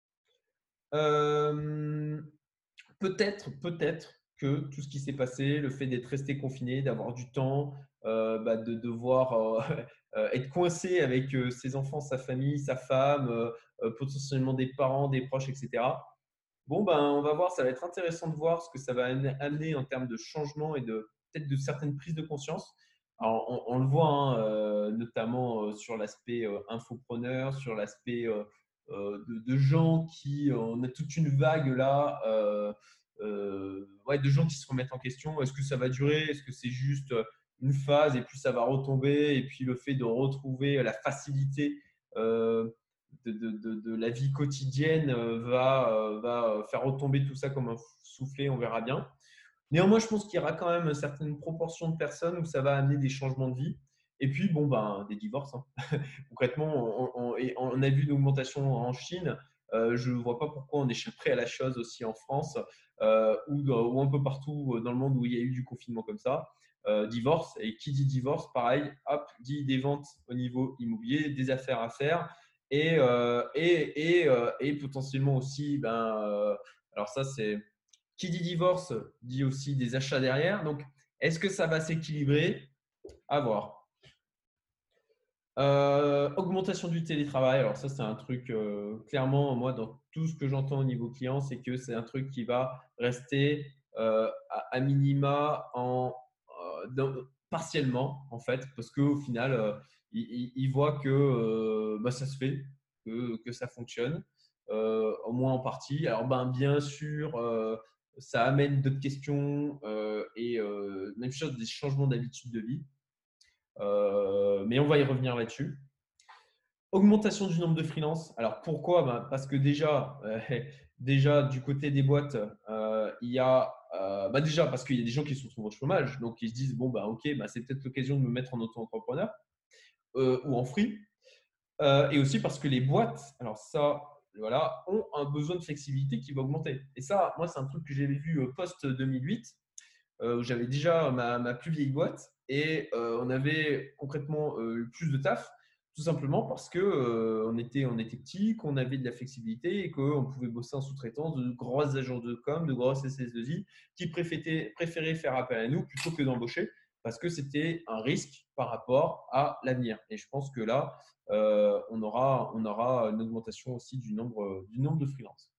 Euh, Peut-être, peut-être que tout ce qui s'est passé, le fait d'être resté confiné, d'avoir du temps, euh, bah, de devoir euh, euh, être coincé avec euh, ses enfants, sa famille, sa femme, euh, euh, potentiellement des parents, des proches, et cetera. Bon, ben, on va voir, ça va être intéressant de voir ce que ça va amener en termes de changement et de peut-être de certaines prises de conscience. Alors, on, on le voit, hein, euh, notamment euh, sur l'aspect euh, infopreneur, sur l'aspect euh, euh, de, de gens qui, euh, on a toute une vague là, euh, euh, ouais, de gens qui se remettent en question. Est-ce que ça va durer? Est-ce que c'est juste une phase et puis ça va retomber? Et puis le fait de retrouver la facilité euh, de, de, de, de la vie quotidienne euh, va, euh, va faire retomber tout ça comme un soufflet, on verra bien. Néanmoins, je pense qu'il y aura quand même une certaine proportion de personnes où ça va amener des changements de vie. Et puis, bon, ben, des divorces. Hein. Concrètement, on, on, on, a vu une augmentation en Chine. Euh, je ne vois pas pourquoi on échapperait à la chose aussi en France euh, ou, ou un peu partout dans le monde où il y a eu du confinement comme ça. Euh, divorce. Et qui dit divorce, pareil, hop, dit des ventes au niveau immobilier, des affaires à faire. Et, euh, et, et, euh, et potentiellement aussi, ben, euh, alors ça, c'est qui dit divorce dit aussi des achats derrière. Donc, est-ce que ça va s'équilibrer? À voir. Euh, augmentation du télétravail. Alors ça, c'est un truc, euh, clairement, moi, dans tout ce que j'entends au niveau client, c'est que c'est un truc qui va rester euh, à, à, minima en, euh, dans, partiellement, en fait, parce qu'au final, euh, ils, ils voient que euh, bah, ça se fait, que, que ça fonctionne, euh, au moins en partie. Alors, ben, bien sûr, euh, ça amène d'autres questions euh, et euh, même chose, des changements d'habitude de vie. Euh, mais on va y revenir là-dessus. Augmentation du nombre de freelance. Alors pourquoi? Ben, parce que déjà, euh, déjà du côté des boîtes, euh, il y a euh, bah déjà parce qu'il y a des gens qui se retrouvent au chômage, donc ils se disent bon bah ok, bah, c'est peut-être l'occasion de me mettre en auto-entrepreneur euh, ou en free. Euh, et aussi parce que les boîtes, alors ça, voilà, ont un besoin de flexibilité qui va augmenter. Et ça, moi, c'est un truc que j'avais vu euh, post deux mille huit, euh, où j'avais déjà ma, ma plus vieille boîte et euh, on avait concrètement euh, plus de taf, tout simplement parce que euh, on était, on était petits, qu'on avait de la flexibilité et qu'on pouvait bosser en sous-traitance de grosses agences de com, de grosses S S deux I qui préféraient, préféraient faire appel à nous plutôt que d'embaucher parce que c'était un risque par rapport à l'avenir. Et je pense que là, euh, on, aura, on aura une augmentation aussi du nombre, du nombre de freelances.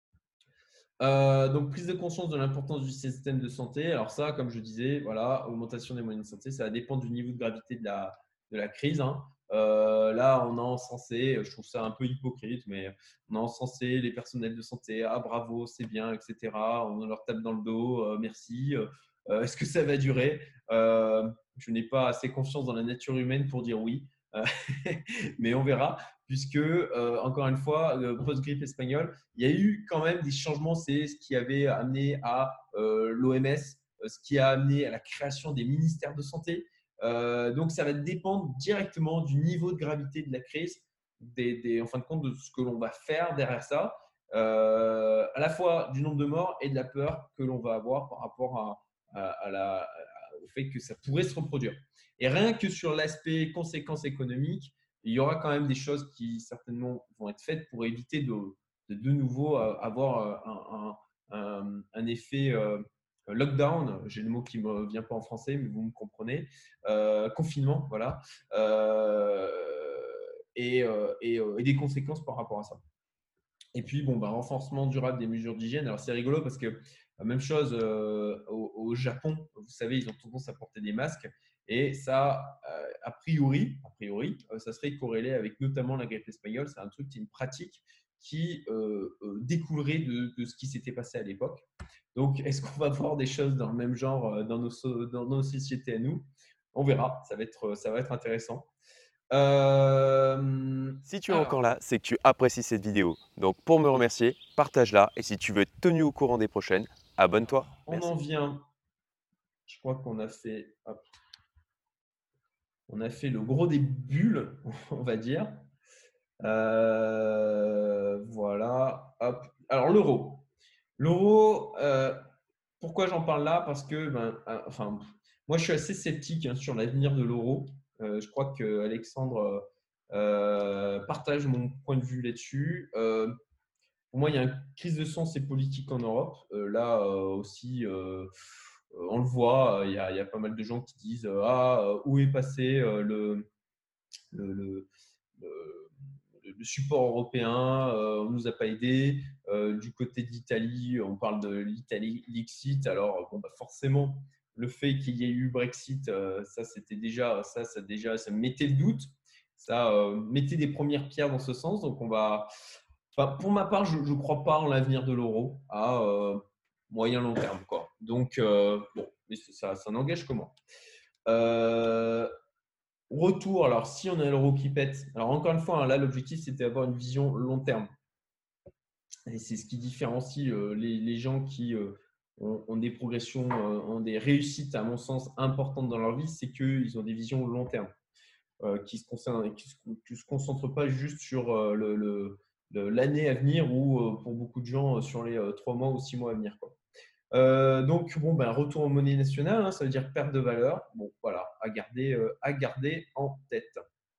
Euh, donc, prise de conscience de l'importance du système de santé. Alors ça, comme je disais, voilà, augmentation des moyens de santé, ça dépend du niveau de gravité de la, de la crise. Hein. Euh, là, on a encensé, je trouve ça un peu hypocrite, mais on a encensé les personnels de santé. Ah, bravo, c'est bien, et cetera. On leur tape dans le dos, euh, merci. Euh, Est-ce que ça va durer? euh, Je n'ai pas assez confiance dans la nature humaine pour dire oui, euh, mais on verra, puisque, euh, encore une fois, le post-grippe espagnole, il y a eu quand même des changements. C'est ce qui avait amené à euh, l'O M S, ce qui a amené à la création des ministères de santé. Euh, donc, ça va dépendre directement du niveau de gravité de la crise, des, des, en fin de compte, de ce que l'on va faire derrière ça, euh, à la fois du nombre de morts et de la peur que l'on va avoir par rapport à, à, à la, à, au fait que ça pourrait se reproduire. Et rien que sur l'aspect conséquences économiques, il y aura quand même des choses qui certainement vont être faites pour éviter de de, de nouveau avoir un, un, un, un effet euh, lockdown. J'ai le mot qui ne me vient pas en français, mais vous me comprenez. Euh, confinement, voilà. Euh, et, euh, et, euh, et des conséquences par rapport à ça. Et puis, bon, bah, renforcement durable des mesures d'hygiène. Alors, c'est rigolo parce que même chose euh, au, au Japon, vous savez, ils ont tendance à porter des masques. Et ça, euh, a priori, a priori euh, ça serait corrélé avec notamment la grippe espagnole. C'est un truc, c'est une pratique qui euh, euh, découlerait de, de ce qui s'était passé à l'époque. Donc, est-ce qu'on va voir des choses dans le même genre euh, dans nos, so- dans nos sociétés à nous? On verra, ça va être, ça va être intéressant. Euh, Si tu es alors, encore là, c'est que tu apprécies cette vidéo. Donc pour me remercier, partage-la et si tu veux être tenu au courant des prochaines, abonne-toi. on en Merci. vient. Je crois qu'on a fait, hop, on a fait le gros des bulles, on va dire. Euh, voilà. Hop. Alors l'euro. L'euro, euh, pourquoi j'en parle là? Parce que, ben, euh, enfin, moi je suis assez sceptique hein, sur l'avenir de l'euro. Euh, je crois que Alexandre euh, partage mon point de vue là-dessus. Euh, pour moi, il y a une crise de sens et politique en Europe. Euh, là euh, aussi, euh, on le voit, il y, a, il y, a pas mal de gens qui disent euh, ah, où est passé euh, le, le, le, le, le support européen, euh, on ne nous a pas aidés. Euh, du côté de l'Italie, on parle de l'Italie Lixit. Alors, bon, bah forcément, le fait qu'il y ait eu Brexit, euh, ça, c'était déjà, ça, ça déjà, ça mettait le doute. Ça euh, mettait des premières pierres dans ce sens. Donc, on va. Enfin, pour ma part, je ne crois pas en l'avenir de l'euro à euh, moyen long terme, quoi. Donc, euh, bon, mais ça, ça n'engage que moi. Euh, Retour, alors si on a l'euro qui pète, alors encore une fois, hein, là l'objectif c'était d'avoir une vision long terme. Et c'est ce qui différencie euh, les, les, gens qui euh, ont, ont, des progressions, euh, ont des réussites à mon sens importantes dans leur vie, c'est qu'ils ont des visions long terme, euh, qui ne se, qui se concentrent pas juste sur euh, le, le, le, l'année à venir ou euh, pour beaucoup de gens sur les euh, trois mois ou six mois à venir, quoi. Euh, donc, bon, ben, retour en monnaie nationale, hein, ça veut dire perte de valeur. Bon, voilà, à garder, euh, à garder en tête.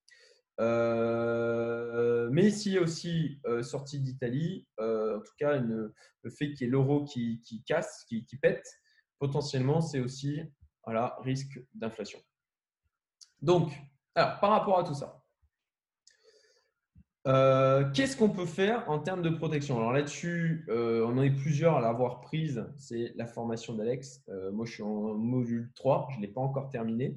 Euh, mais s'il y a aussi euh, sortie d'Italie, euh, en tout cas, une, le fait qu'il y ait l'euro qui, qui casse, qui, qui pète, potentiellement, c'est aussi voilà, risque d'inflation. Donc, alors, par rapport à tout ça, Euh, qu'est-ce qu'on peut faire en termes de protection? Alors là-dessus, euh, on en est plusieurs à l'avoir prise. C'est la formation d'Alex. Euh, moi, je suis en module trois. Je ne l'ai pas encore terminé.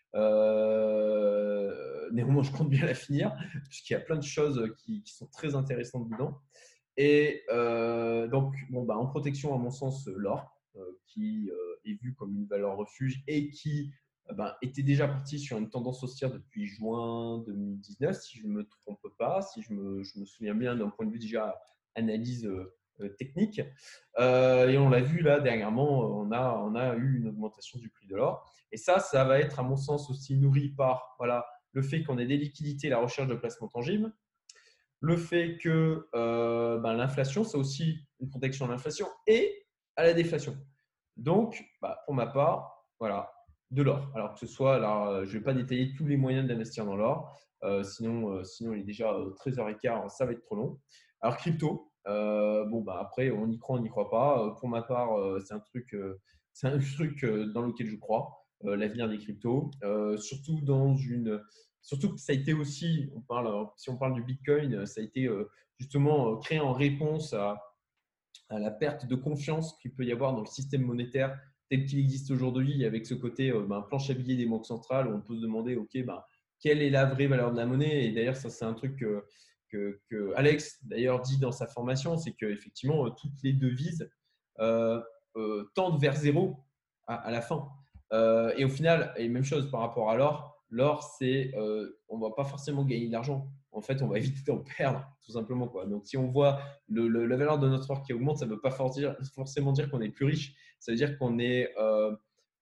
Euh, néanmoins, je compte bien la finir puisqu'il y a plein de choses qui, qui sont très intéressantes dedans. Et euh, donc, bon, bah, en protection, à mon sens, l'or, euh, qui euh, est vu comme une valeur refuge et qui ben, était déjà parti sur une tendance haussière depuis juin deux mille dix-neuf, si je ne me trompe pas, si je me, je me souviens bien d'un point de vue déjà analyse euh, technique. Euh, et on l'a vu là dernièrement, on a, on a eu une augmentation du prix de l'or. Et ça, ça va être à mon sens aussi nourri par voilà, le fait qu'on ait des liquidités et la recherche de placements tangibles, le fait que euh, ben, l'inflation, c'est aussi une protection à l'inflation et à la déflation. Donc, bah, pour ma part, voilà, de l'or. Alors que ce soit, alors, je ne vais pas détailler tous les moyens d'investir dans l'or, euh, sinon, euh, sinon il est déjà treize heures quinze, ça va être trop long. Alors, crypto, euh, bon, bah, après, on y croit, on n'y croit pas. Euh, pour ma part, euh, c'est un truc, euh, c'est un truc euh, dans lequel je crois, euh, l'avenir des cryptos, euh, surtout dans une. Surtout que ça a été aussi, on parle, si on parle du Bitcoin, ça a été euh, justement euh, créé en réponse à, à la perte de confiance qu'il peut y avoir dans le système monétaire tel qu'il existe aujourd'hui, avec ce côté euh, ben, planche à billets des banques centrales, où on peut se demander, OK, ben, quelle est la vraie valeur de la monnaie? Et d'ailleurs, ça, c'est un truc que, que, que Alex, d'ailleurs, dit dans sa formation, c'est qu'effectivement, euh, toutes les devises euh, euh, tendent vers zéro à, à la fin. Euh, et au final, et même chose par rapport à l'or, l'or, c'est, euh, on ne va pas forcément gagner de l'argent. En fait, on va éviter d'en perdre, tout simplement, quoi. Donc, si on voit le, le, la valeur de notre or qui augmente, ça ne veut pas forcément dire qu'on est plus riche. Ça veut dire qu'on est, euh,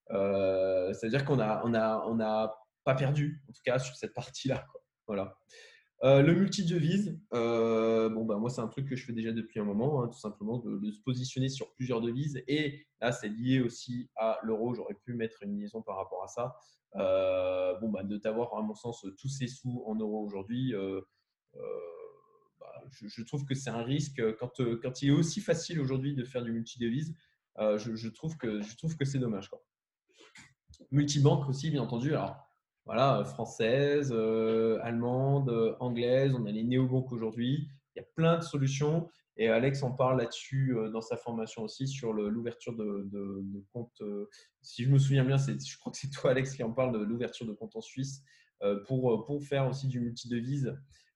euh, ça veut dire qu'on a, on a, on a pas perdu, en tout cas sur cette partie-là, quoi. Voilà. Euh, le multi-devise, euh, bon, bah, moi, c'est un truc que je fais déjà depuis un moment, hein, tout simplement, de, de se positionner sur plusieurs devises. Et là, c'est lié aussi à l'euro. J'aurais pu mettre une liaison par rapport à ça. Euh, bon, bah, de t'avoir, à mon sens, tous ces sous en euros aujourd'hui, euh, euh, bah, je, je trouve que c'est un risque. Quand, euh, quand il est aussi facile aujourd'hui de faire du multi-devise, euh, je, je trouve que, je trouve que c'est dommage, quoi. Multibanque aussi, bien entendu. Alors, voilà, française, euh, allemande, euh, anglaise, on a les néobanques aujourd'hui. Il y a plein de solutions. Et Alex en parle là-dessus euh, dans sa formation aussi sur le- l'ouverture de, de, de comptes. Euh, si je me souviens bien, c'est, je crois que c'est toi, Alex, qui en parle de l'ouverture de comptes en Suisse euh, pour, pour faire aussi du multidevise.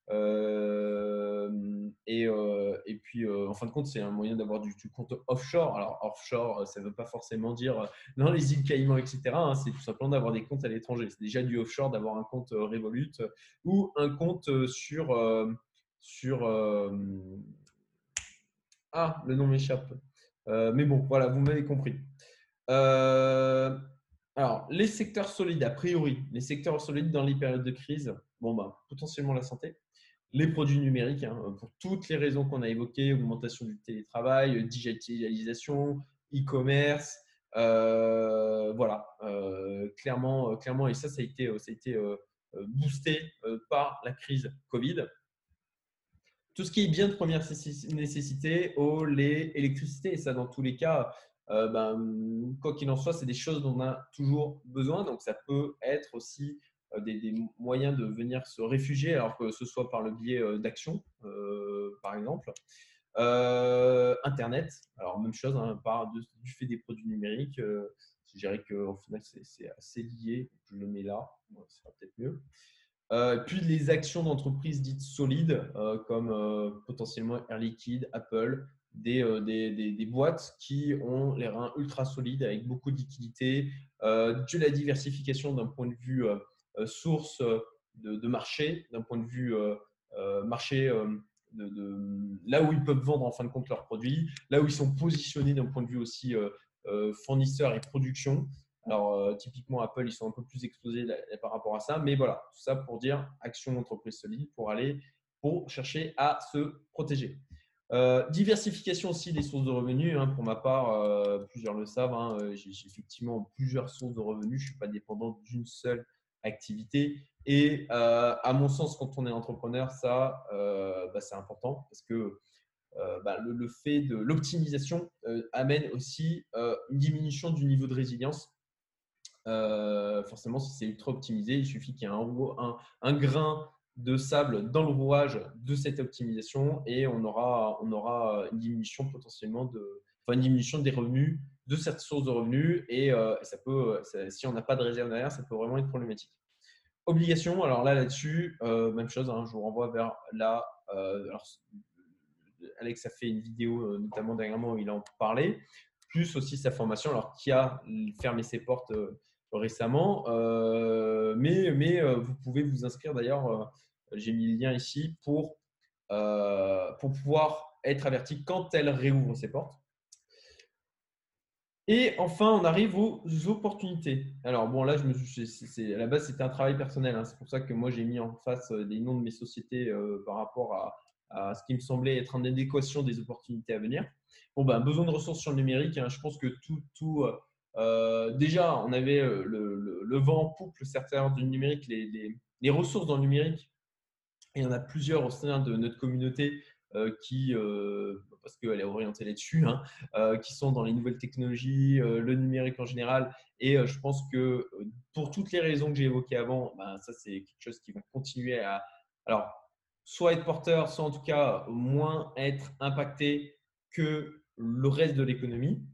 Euh, et, euh, et puis, euh, en fin de compte, c'est un moyen d'avoir du, du compte offshore. Alors, offshore, ça ne veut pas forcément dire dans les îles Caïmans, et cetera, hein, c'est tout simplement d'avoir des comptes à l'étranger. C'est déjà du offshore d'avoir un compte euh, Revolut euh, ou un compte euh, sur. Euh, sur euh, ah, le nom m'échappe. Euh, mais bon, voilà, vous m'avez compris. Euh, alors, les secteurs solides, a priori, les secteurs solides dans les périodes de crise, bon, ben, potentiellement la santé, les produits numériques, hein, pour toutes les raisons qu'on a évoquées, augmentation du télétravail, digitalisation, e-commerce, euh, voilà, euh, clairement, clairement, et ça, ça a été, ça a été euh, boosté euh, par la crise Covid. Tout ce qui est bien de première nécessité, eau, lait, électricité, et ça, dans tous les cas, euh, ben, quoi qu'il en soit, c'est des choses dont on a toujours besoin. Donc, ça peut être aussi euh, des, des moyens de venir se réfugier, alors que ce soit par le biais euh, d'actions, euh, par exemple. Euh, Internet, alors même chose, hein, par de, du fait des produits numériques, euh, je dirais qu'au final, c'est assez lié. Je le mets là, ça sera peut-être mieux. Euh, puis les actions d'entreprises dites solides, euh, comme euh, potentiellement Air Liquide, Apple, des, euh, des, des, des boîtes qui ont les reins ultra solides avec beaucoup de liquidités, euh, de la diversification d'un point de vue euh, euh, source de, de marché, d'un point de vue euh, euh, marché, euh, de, de, là où ils peuvent vendre en fin de compte leurs produits, là où ils sont positionnés d'un point de vue aussi euh, euh, fournisseur et production. Alors, euh, typiquement, Apple, ils sont un peu plus exposés là, là, par rapport à ça. Mais voilà, tout ça pour dire action d'entreprise solide pour aller, pour chercher à se protéger. Euh, diversification aussi des sources de revenus. Hein, pour ma part, euh, plusieurs le savent, hein, j'ai effectivement plusieurs sources de revenus. Je ne suis pas dépendant d'une seule activité. Et euh, à mon sens, quand on est entrepreneur, ça, euh, bah, c'est important parce que euh, bah, le, le, fait de l'optimisation euh, amène aussi euh, une diminution du niveau de résilience. Euh, forcément, si c'est ultra optimisé, il suffit qu'il y ait un, un, un, grain de sable dans le rouage de cette optimisation et on aura, on aura une diminution potentiellement de, enfin une diminution des revenus de cette source de revenus et euh, ça peut, ça, si on n'a pas de réserve derrière, ça peut vraiment être problématique. Obligation, alors là, là-dessus, euh, même chose, hein, je vous renvoie vers là. Euh, alors, Alex a fait une vidéo, notamment dernièrement, où il en parlait, plus aussi sa formation, alors qui a fermé ses portes euh, récemment. Euh, mais mais euh, vous pouvez vous inscrire d'ailleurs, euh, j'ai mis le lien ici, pour, euh, pour pouvoir être averti quand elle réouvre ses portes. Et enfin, on arrive aux opportunités. Alors bon, là, je me suis, c'est, c'est- à la base, c'était un travail personnel, hein. C'est pour ça que moi, j'ai mis en face euh, des noms de mes sociétés euh, par rapport à, à ce qui me semblait être en adéquation des opportunités à venir. Bon, ben, besoin de ressources sur le numérique, hein. Je pense que tout, tout euh, euh, déjà, on avait euh, le, le- le vent en poupe, le secteur du numérique, les, les- les ressources dans le numérique. Et il y en a plusieurs au sein de notre communauté euh, qui, euh, parce qu'elle est orientée là-dessus, hein, euh, qui sont dans les nouvelles technologies, euh, le numérique en général. Et euh, je pense que euh, pour toutes les raisons que j'ai évoquées avant, ben, ça c'est quelque chose qui va continuer à, alors, soit être porteur, soit en tout cas moins être impacté que le reste de l'économie.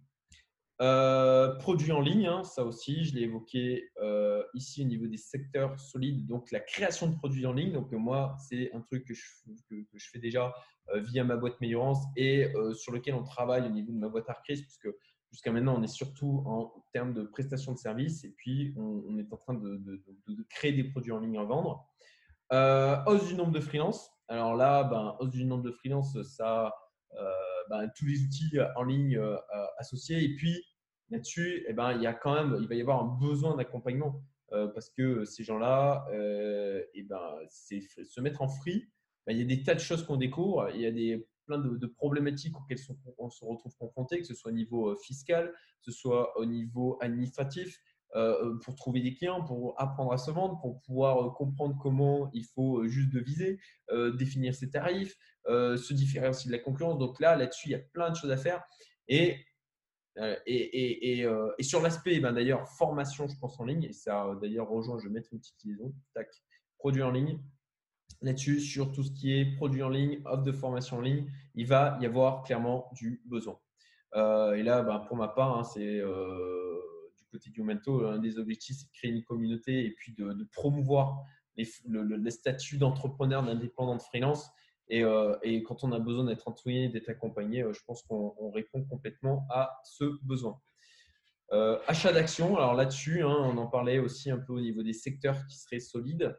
Euh, produits en ligne, hein, ça aussi, je l'ai évoqué euh, ici au niveau des secteurs solides, donc la création de produits en ligne. Donc, euh, moi, c'est un truc que je, que, que je fais déjà euh, via ma boîte Meilleurance et euh, sur lequel on travaille au niveau de ma boîte Arcris, puisque jusqu'à maintenant, on est surtout en termes de prestation de services et puis on, on est en train de, de, de, de, créer des produits en ligne à vendre. Euh, hausse du nombre de freelance. Alors là, ben, hausse du nombre de freelance, ça, euh, ben, tous les outils en ligne euh, associés. Et puis là-dessus, eh ben, il y a quand même, il va y avoir un besoin d'accompagnement euh, parce que ces gens-là, euh, eh ben, c'est se mettre en free. Ben, il y a des tas de choses qu'on découvre. Il y a des plein de, de problématiques auxquelles sont, on se retrouve confronté, que ce soit au niveau fiscal, que ce soit au niveau administratif. Euh, pour trouver des clients, pour apprendre à se vendre, pour pouvoir euh, comprendre comment il faut euh, juste deviser, euh, définir ses tarifs, euh, se différencier de la concurrence. Donc là, là-dessus, il y a plein de choses à faire. Et, euh, et, et, et, euh, et sur l'aspect, ben, d'ailleurs, formation, je pense en ligne, et ça d'ailleurs rejoint, je vais mettre une petite liaison, tac, produit en ligne. Là-dessus, sur tout ce qui est produit en ligne, offre de formation en ligne, il va y avoir clairement du besoin. Euh, et là, ben, pour ma part, hein, c'est euh, du côté du Youmento, un des objectifs, c'est de créer une communauté et puis de, de promouvoir les, le, le, les statuts d'entrepreneur, d'indépendant, de freelance. Et, euh, et quand on a besoin d'être entouré, d'être accompagné, euh, je pense qu'on on répond complètement à ce besoin. Euh, achat d'actions, alors là-dessus, hein, on en parlait aussi un peu au niveau des secteurs qui seraient solides.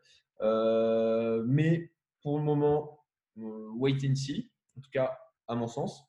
Euh, mais pour le moment, euh, wait and see, en tout cas à mon sens.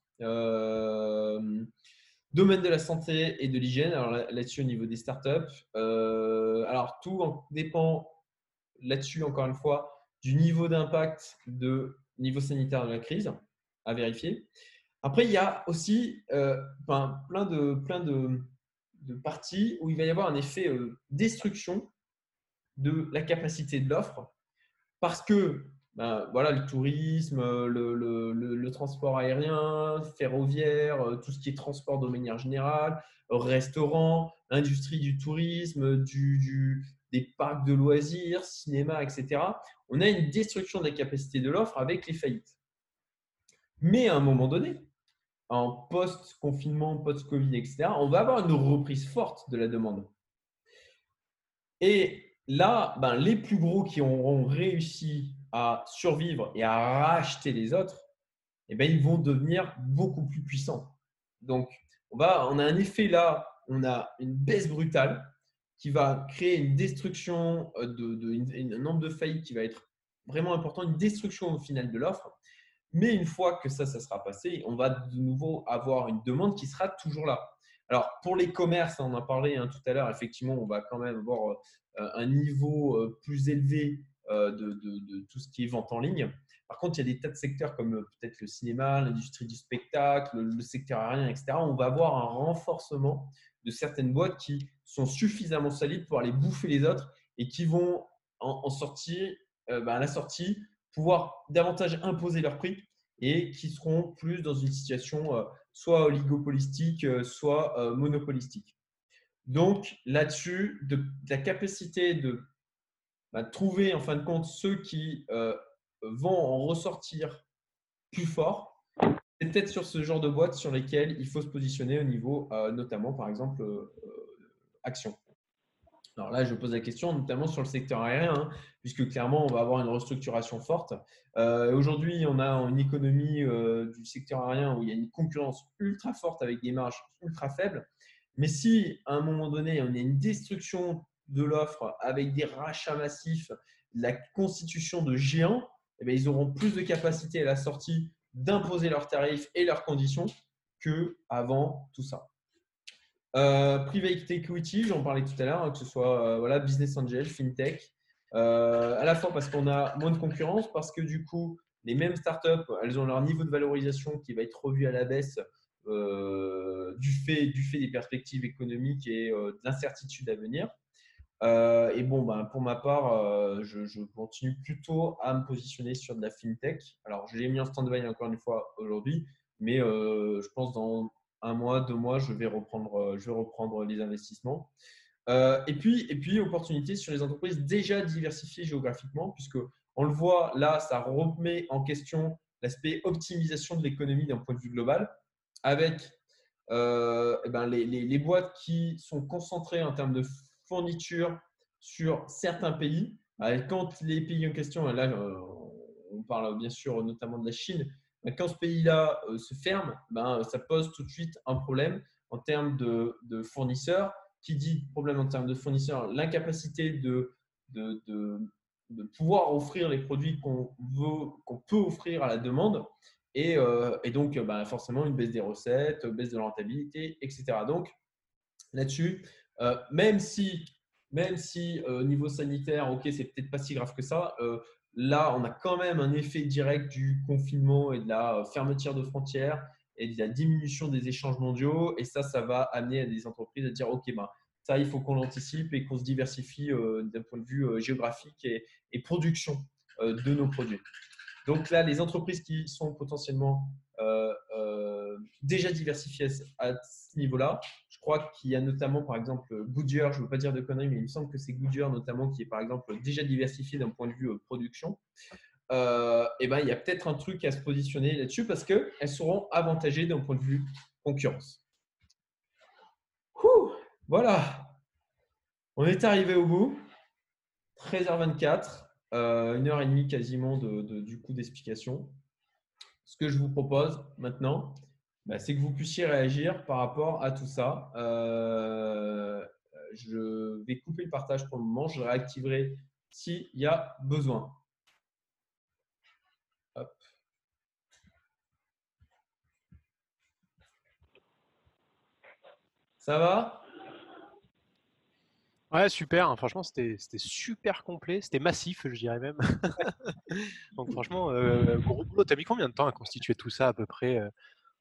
Euh, domaine de la santé et de l'hygiène, alors là- là-dessus au niveau des startups. Euh, alors tout en- dépend là-dessus, encore une fois, du niveau d'impact de niveau sanitaire de la crise à vérifier. Après, il y a aussi euh, ben, plein, de, plein de, de parties où il va y avoir un effet euh, destruction de la capacité de l'offre parce que ben, voilà, le tourisme, le, le, le, le transport aérien, ferroviaire, euh, tout ce qui est transport de manière générale, restaurant, industrie du tourisme, du, du, des parcs de loisirs, cinéma, et cetera. On a une destruction de la capacité de l'offre avec les faillites. Mais à un moment donné, en post-confinement, post-Covid, et cetera, on va avoir une reprise forte de la demande. Et là, ben, les plus gros qui auront réussi à survivre et à racheter les autres, eh ben, ils vont devenir beaucoup plus puissants. Donc, on, va, on a un effet là, on a une baisse brutale qui va créer une destruction, de, de, une, un nombre de faillites qui va être vraiment important, une destruction au final de l'offre. Mais une fois que ça, ça sera passé, on va de nouveau avoir une demande qui sera toujours là. Alors, pour les commerces, on en a parlé hein, tout à l'heure, effectivement, on va quand même avoir euh, un niveau euh, plus élevé euh, de, de, de tout ce qui est vente en ligne. Par contre, il y a des tas de secteurs comme euh, peut-être le cinéma, l'industrie du spectacle, le, le secteur aérien, et cetera. On va avoir un renforcement de certaines boîtes qui sont suffisamment solides pour aller bouffer les autres et qui vont en, en sortir, euh, bah, à la sortie, pouvoir davantage imposer leur prix et qui seront plus dans une situation euh, soit oligopolistique, euh, soit euh, monopolistique. Donc là-dessus, de, de la capacité de bah, trouver en fin de compte ceux qui euh, vont en ressortir plus forts, c'est peut-être sur ce genre de boîtes sur lesquelles il faut se positionner au niveau, euh, notamment par exemple, euh, action. Alors là, je pose la question notamment sur le secteur aérien, hein, puisque clairement, on va avoir une restructuration forte. Euh, aujourd'hui, on a une économie euh, du secteur aérien où il y a une concurrence ultra forte avec des marges ultra faibles. Mais si, à un moment donné, on a une destruction de l'offre avec des rachats massifs, la constitution de géants, eh bien, ils auront plus de capacité à la sortie d'imposer leurs tarifs et leurs conditions qu'avant tout ça. Euh, private equity, j'en parlais tout à l'heure, hein, que ce soit euh, voilà, business angel, fintech, euh, à la fois parce qu'on a moins de concurrence, parce que du coup, les mêmes startups, elles ont leur niveau de valorisation qui va être revu à la baisse euh, du, fait, du fait des perspectives économiques et euh, de l'incertitude à venir. Euh, et bon, ben, pour ma part, euh, je, je continue plutôt à me positionner sur de la fintech. Alors, je l'ai mis en stand-by encore une fois aujourd'hui, mais euh, je pense dans un mois, deux mois, je vais reprendre, euh, je vais reprendre les investissements. Euh, et puis, et puis, opportunité sur les entreprises déjà diversifiées géographiquement, puisque on le voit là, ça remet en question l'aspect optimisation de l'économie d'un point de vue global, avec euh, eh ben, les, les, les boîtes qui sont concentrées en termes de fourniture sur certains pays. Quand les pays en question, là, euh, on parle bien sûr notamment de la Chine, quand ce pays-là euh, se ferme, ben, ça pose tout de suite un problème en termes de, de fournisseurs. Qui dit problème en termes de fournisseurs, l'incapacité de, de, de, de pouvoir offrir les produits qu'on veut, qu'on peut offrir à la demande. Et, euh, et donc, bah, forcément, une baisse des recettes, baisse de la rentabilité, et cetera. Donc, là-dessus, euh, même si, même si euh, niveau sanitaire, ok, c'est peut-être pas si grave que ça, euh, là, on a quand même un effet direct du confinement et de la fermeture de frontières et de la diminution des échanges mondiaux. Et ça, ça va amener à des entreprises à dire, ok, bah, ça, il faut qu'on l'anticipe et qu'on se diversifie euh, d'un point de vue euh, géographique et, et production euh, de nos produits. Donc là, les entreprises qui sont potentiellement euh, euh, déjà diversifiées à ce niveau-là, je crois qu'il y a notamment, par exemple, Goodyear, je ne veux pas dire de conneries, mais il me semble que c'est Goodyear notamment qui est, par exemple, déjà diversifié d'un point de vue euh, production. Euh, et ben, il y a peut-être un truc à se positionner là-dessus parce qu'elles seront avantagées d'un point de vue concurrence. Ouh, voilà, on est arrivé au bout. treize heures vingt-quatre, euh, une heure et demie quasiment de, de, du coup d'explication. Ce que je vous propose maintenant, bah, c'est que vous puissiez réagir par rapport à tout ça. Euh, je vais couper le partage pour le moment. Je réactiverai s'il y a besoin. Hop. Ça va? Ouais, super. Franchement, c'était c'était super complet. C'était massif, je dirais même. Donc, franchement, euh, gros boulot. T'as mis combien de temps à constituer tout ça à peu près euh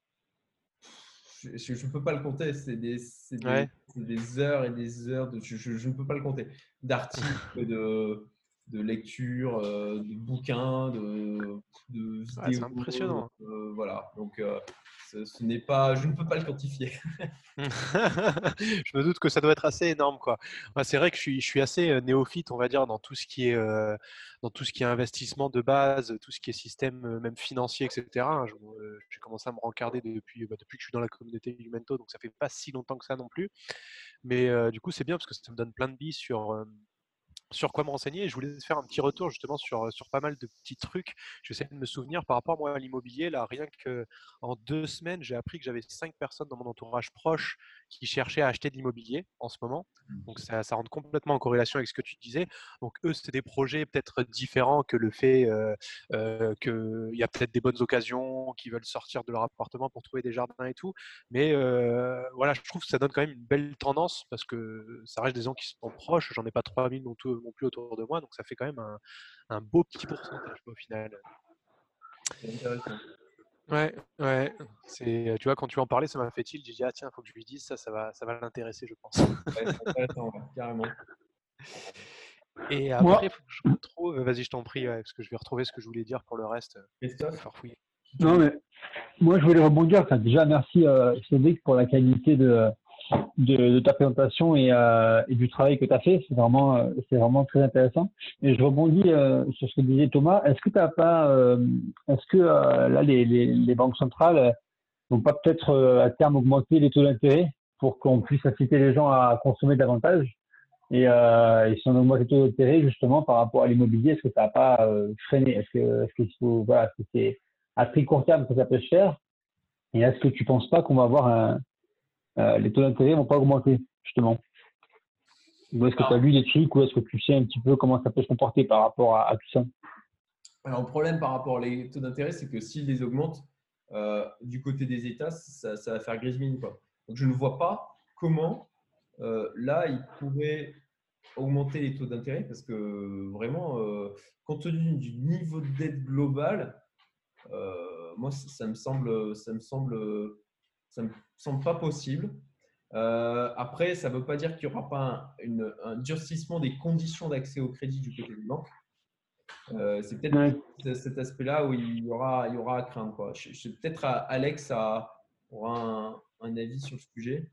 Je ne peux pas le compter. C'est des, c'est des, Ouais, c'est des heures et des heures. De, je, je- je ne peux pas le compter. D'articles, de, de lectures, euh, de bouquins, de, de ouais, c'est vidéos. impressionnant. euh, voilà. Donc, euh, ce, ce n'est pas, je ne peux pas le quantifier. Je me doute que ça doit être assez énorme, quoi. Ouais, c'est vrai que je suis, je suis assez euh, néophyte, on va dire, dans tout ce qui est, euh, dans tout ce qui est investissement de base, tout ce qui est système, euh, même financier, et cetera. hein. Je- euh, J'ai commencé à me rencarder depuis, bah, depuis que je suis dans la communauté Umento, donc ça fait pas si longtemps que ça non plus. Mais euh, du coup, c'est bien parce que ça me donne plein de billes sur, euh, sur quoi me renseigner. Et je voulais faire un petit retour justement sur, sur pas mal de petits trucs. J'essaie de me souvenir par rapport moi, à l'immobilier. Là, rien que en deux semaines, j'ai appris que j'avais cinq personnes dans mon entourage proche qui cherchaient à acheter de l'immobilier en ce moment. Donc ça, ça rentre complètement en corrélation avec ce que tu disais. Donc eux, c'est des projets peut-être différents que le fait euh, euh, qu'il y a peut-être des bonnes occasions, qui veulent sortir de leur appartement pour trouver des jardins et tout. Mais euh, voilà, je trouve que ça donne quand même une belle tendance parce que ça reste des gens qui sont proches. J'en ai pas trois mille non, tout- non plus autour de moi, donc ça fait quand même un, un beau petit pourcentage au final. C'est intéressant. Ouais, ouais. C'est, tu vois, quand tu en parlais, ça m'a fait tilt. J'ai dit, ah tiens, il faut que je lui dise ça, ça va, ça va l'intéresser, je pense. Ouais, c'est intéressant, ouais, carrément. Et Moi, après, il faut que je retrouve. Vas-y, je t'en prie, ouais, parce que je vais retrouver ce que je voulais dire pour le reste. Je vais Christophe, farfouiller. tu non, veux- mais moi, je voulais rebondir. Enfin, déjà, merci euh, Cédric pour la qualité de, de, de ta présentation et, euh, et du travail que tu as fait. C'est vraiment, euh, c'est vraiment très intéressant. Et je rebondis euh, sur ce que disait Thomas. Est-ce que tu pas, euh, est-ce que euh, là, les, les, les banques centrales vont pas peut-être euh, à terme augmenter les taux d'intérêt pour qu'on puisse inciter les gens à consommer davantage? Et, euh, et si on augmente les taux d'intérêt justement par rapport à l'immobilier, est-ce que ça n'a pas euh, freiné? Est-ce que, est-ce qu'il faut, voilà, est-ce que c'est à très court terme que ça peut se faire? Et est-ce que tu ne penses pas qu'on va avoir un, euh, les taux d'intérêt vont pas augmenter justement? Ou est-ce que tu as Alors, lu des trucs ou est-ce que tu sais un petit peu comment ça peut se comporter par rapport à, à tout ça? alors, le problème par rapport aux taux d'intérêt, c'est que s'ils les augmentent, euh, du côté des États, ça, ça va faire grise mine, quoi. Donc, je ne vois pas comment euh, là, ils pourraient augmenter les taux d'intérêt parce que vraiment, euh, compte tenu du niveau de dette globale, euh, moi, ça, ça me semble, ça me semble, ça me semble pas possible. Euh, après, ça ne veut pas dire qu'il n'y aura pas un, une, un durcissement des conditions d'accès au crédit du côté des banques. Euh, c'est peut-être Ouais. cet aspect-là où il y aura, il y aura à craindre, quoi. Je, je, peut-être à Alex a, aura un, un avis sur le sujet.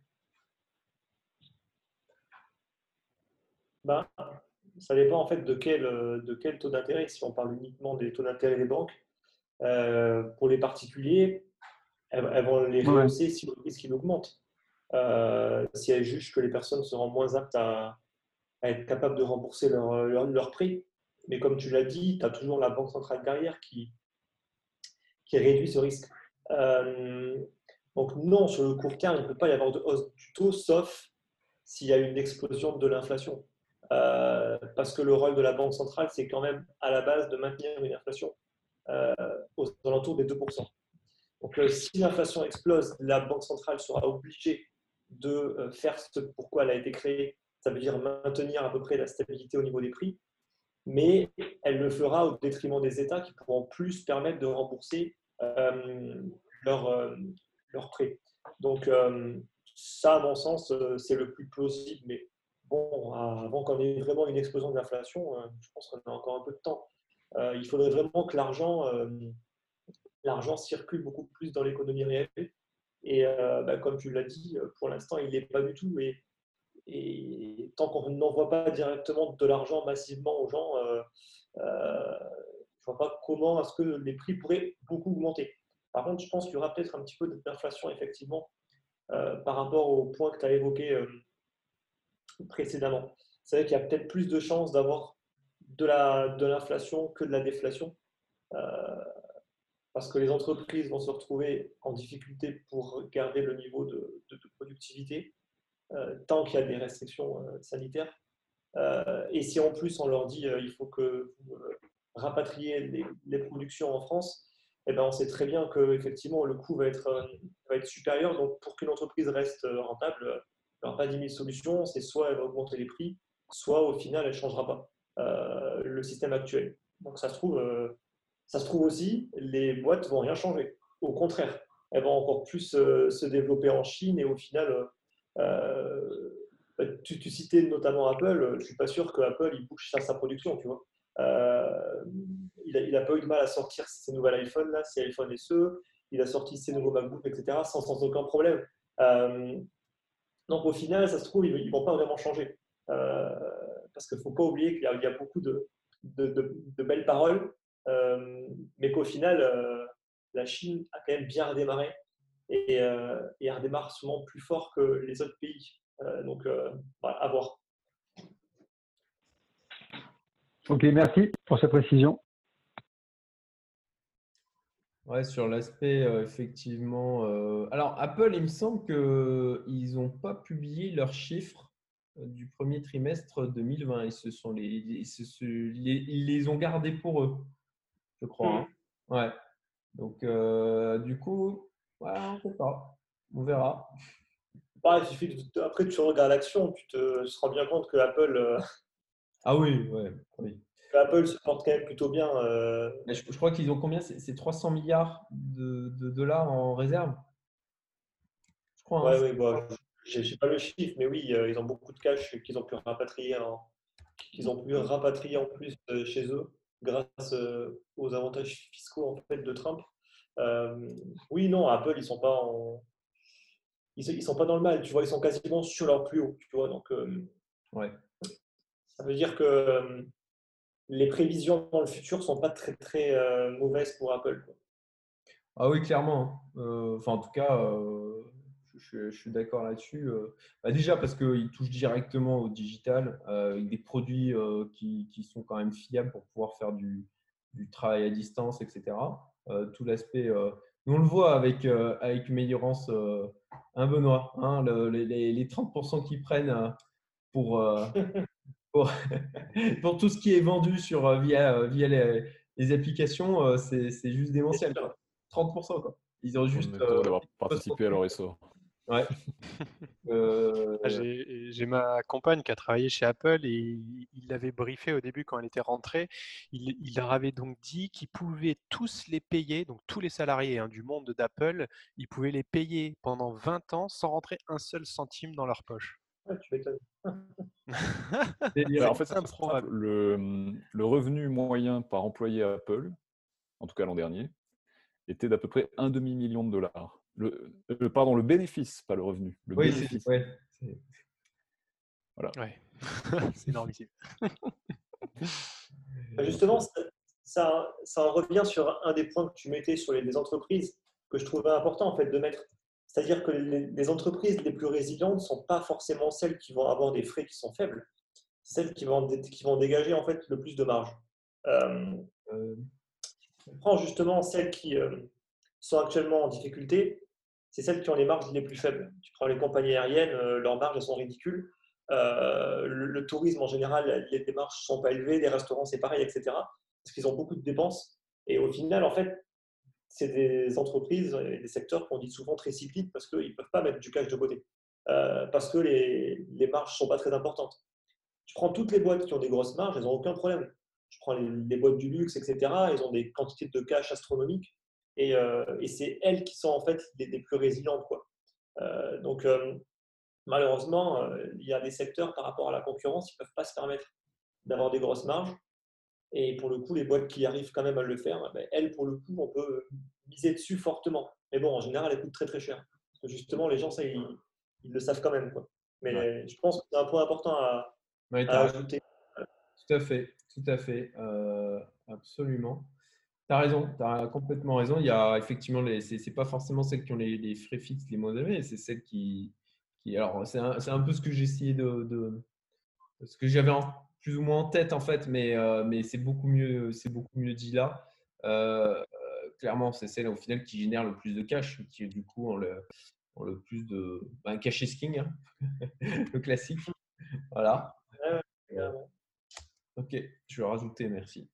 Ben, ça dépend en fait de quel, de quel taux d'intérêt. Si on parle uniquement des taux d'intérêt des banques, euh, pour les particuliers, elles, elles vont les Ouais. rehausser si le risque il augmente. Euh, si elles jugent que les personnes seront moins aptes à, à être capables de rembourser leur, leur, leur prêt. Mais comme tu l'as dit, tu as toujours la Banque centrale derrière qui, qui réduit ce risque. Euh, donc non, sur le court terme, il ne peut pas y avoir de hausse du taux, sauf s'il y a une explosion de l'inflation. Euh, parce que le rôle de la Banque centrale, c'est quand même à la base de maintenir une inflation euh, aux alentours des deux pour cent. Donc euh, si l'inflation explose, la Banque centrale sera obligée de euh, faire ce pourquoi elle a été créée, ça veut dire maintenir à peu près la stabilité au niveau des prix, mais elle le fera au détriment des États qui pourront plus permettre de rembourser euh, leurs euh, leur prêts. Donc euh, ça, à mon sens, euh, c'est le plus plausible, mais bon, avant qu'on ait vraiment une explosion de l'inflation, euh, je pense qu'on a encore un peu de temps. Euh, il faudrait vraiment que l'argent euh, l'argent circule beaucoup plus dans l'économie réelle. Et euh, bah, comme tu l'as dit, pour l'instant, il n'est pas du tout. Et, et tant qu'on n'envoie pas directement de l'argent massivement aux gens, euh, euh, je ne vois pas comment est-ce que les prix pourraient beaucoup augmenter. Par contre, je pense qu'il y aura peut-être un petit peu d'inflation, effectivement, euh, par rapport au point que tu as évoqué euh, précédemment. C'est vrai qu'il y a peut-être plus de chances d'avoir de, la, de l'inflation que de la déflation. Euh, parce que les entreprises vont se retrouver en difficulté pour garder le niveau de, de, de productivité euh, tant qu'il y a des restrictions euh, sanitaires. Euh, et si en plus on leur dit euh, il faut que vous euh, rapatriez les, les, productions en France, eh ben on sait très bien que effectivement le coût va être, euh, va être supérieur. Donc pour qu'une entreprise reste rentable, il n'y aura pas dix mille solutions. C'est soit elle va augmenter les prix, soit au final elle ne changera pas euh, le système actuel. Donc ça se trouve, euh, ça se trouve aussi, les boîtes vont rien changer. Au contraire, elles vont encore plus euh, se développer en Chine et au final, euh, bah, tu, tu citais notamment Apple. Je ne suis pas sûr que Apple il bouge sa, sa production, tu vois. Euh, il n'a il a pas eu de mal à sortir ses nouveaux iPhones, là, ses iPhone S E. Il a sorti ses nouveaux MacBooks, et cetera, sans, sans aucun problème. Euh, donc au final, ça se trouve, ils ne vont pas vraiment changer. Euh, parce qu'il ne faut pas oublier qu'il y a, il y a beaucoup de, de, de, de belles paroles, euh, mais qu'au final, euh, la Chine a quand même bien redémarré et, euh, et elle redémarre souvent plus fort que les autres pays. Euh, donc, euh, voilà, à voir. Ok, merci pour cette précision. Ouais, sur l'aspect, euh, effectivement. Euh... Alors, Apple, il me semble qu'ils n'ont pas publié leurs chiffres du premier trimestre deux mille vingt. Ils, se sont les, ils, se, les, ils les ont gardés pour eux, je crois. Hein. Ouais. Donc, euh, du coup, ouais, on ne sait pas. On verra. Bah, il suffit de, après, tu regardes l'action, tu te, tu te rends bien compte que Apple, euh, Ah oui, ouais, oui. que Apple se porte quand même plutôt bien. Euh... Je, je crois qu'ils ont combien? C'est trois cents milliards de, de dollars en réserve? Je crois. Hein. Ouais, oui, bah, je n'ai pas le chiffre, mais oui, euh, ils ont beaucoup de cash qu'ils ont pu rapatrier, en, qu'ils ont pu rapatrier en plus euh, chez eux grâce euh, aux avantages fiscaux en fait de Trump. Euh, oui, non, Apple, ils sont pas en, ils, ils sont pas dans le mal, tu vois, ils sont quasiment sur leur plus haut, tu vois, donc euh, Ouais. ça veut dire que euh, les prévisions dans le futur sont pas très très euh, mauvaises pour Apple, quoi. Ah oui, clairement. Euh, enfin, en tout cas, euh, je, je- je suis d'accord là-dessus. Euh. Bah, déjà parce qu'ils touchent directement au digital euh, avec des produits euh, qui, qui sont quand même fiables pour pouvoir faire du, du travail à distance, et cetera. Euh, tout l'aspect, euh, nous on le voit avec, euh, avec Meillurance, euh, hein, Benoît, hein, le- les, les- les trente pour cent qu'ils prennent euh, pour, euh, pour, pour tout ce qui est vendu sur, euh, via, euh, via les, les applications, euh, c'est c'est juste démentiel, quoi. trente pour cent, quoi. Ils ont On juste. est euh, content d'avoir participé à leur essor. ouais. Euh, Ah, J'ai j'ai ma compagne qui a travaillé chez Apple et il il l'avait briefé au début quand elle était rentrée. Il, il leur avait donc dit qu'ils pouvaient tous les payer, donc tous les salariés hein, du monde d'Apple, ils pouvaient les payer pendant vingt ans sans rentrer un seul centime dans leur poche. Ouais, tu m'étonnes. délire. Bah, en C'est fait, c'est très simple. improbable. Le, le revenu moyen par employé à Apple, en tout cas l'an dernier, était d'à peu près un demi-million de dollars. Le, euh, pardon, le bénéfice, pas le revenu. Le Oui, c'est bénéfice. ouais, c'est- Ouais, c'est énormissime. Bah, Justement, ça, ça, ça en revient sur un des points que tu mettais sur les, les entreprises que je trouvais important en fait de mettre. C'est-à-dire que les, les entreprises les plus résilientes ne sont pas forcément celles qui vont avoir des frais qui sont faibles, celles qui vont, dé- qui vont dégager en fait le plus de marge. Euh, euh, prends justement celles qui euh, sont actuellement en difficulté, c'est celles qui ont les marges les plus faibles. Tu prends les compagnies aériennes, euh, leurs marges elles sont ridicules. Euh, le, le tourisme en général, les, les marges ne sont pas élevées, les restaurants c'est pareil, et cetera. Parce qu'ils ont beaucoup de dépenses. Et au final, en fait, c'est des entreprises et des secteurs qu'on dit souvent très cycliques parce qu'ils ne peuvent pas mettre du cash de côté. Euh, parce que les, les marges ne sont pas très importantes. Tu prends toutes les boîtes qui ont des grosses marges, elles n'ont aucun problème. Je prends les, les boîtes du luxe, et cetera. Elles ont des quantités de cash astronomiques et, euh, et c'est elles qui sont en fait les, les plus résilientes, quoi. Euh, donc euh, malheureusement, euh, il y a des secteurs par rapport à la concurrence, ils ne peuvent pas se permettre d'avoir des grosses marges. Et pour le coup, les boîtes qui arrivent quand même à le faire, ben, elles, pour le coup, on peut miser dessus fortement. Mais bon, en général, elles coûtent très très cher. Parce que justement, les gens, ça, ils, ils le savent quand même, quoi. Mais Ouais. je pense que c'est un point important à, ouais, à t'as raison. ajouter. Tout à fait, tout à fait, euh, absolument. Tu as raison, tu as complètement raison. Il y a effectivement, les, c'est, c'est pas forcément celles qui ont les, les frais fixes les moins élevés, c'est celles qui, qui alors c'est un, c'est un peu ce que j'ai essayé de, de ce que j'avais en- plus ou moins en tête en fait, mais, euh, mais c'est beaucoup mieux, c'est beaucoup mieux dit là. Euh, euh, clairement, c'est celles au final qui génèrent le plus de cash, qui du coup ont le, ont le plus de, ben, cash is king, hein, le classique. Voilà. Ouais, ouais, Euh, carrément. ok, je vais rajouter, merci.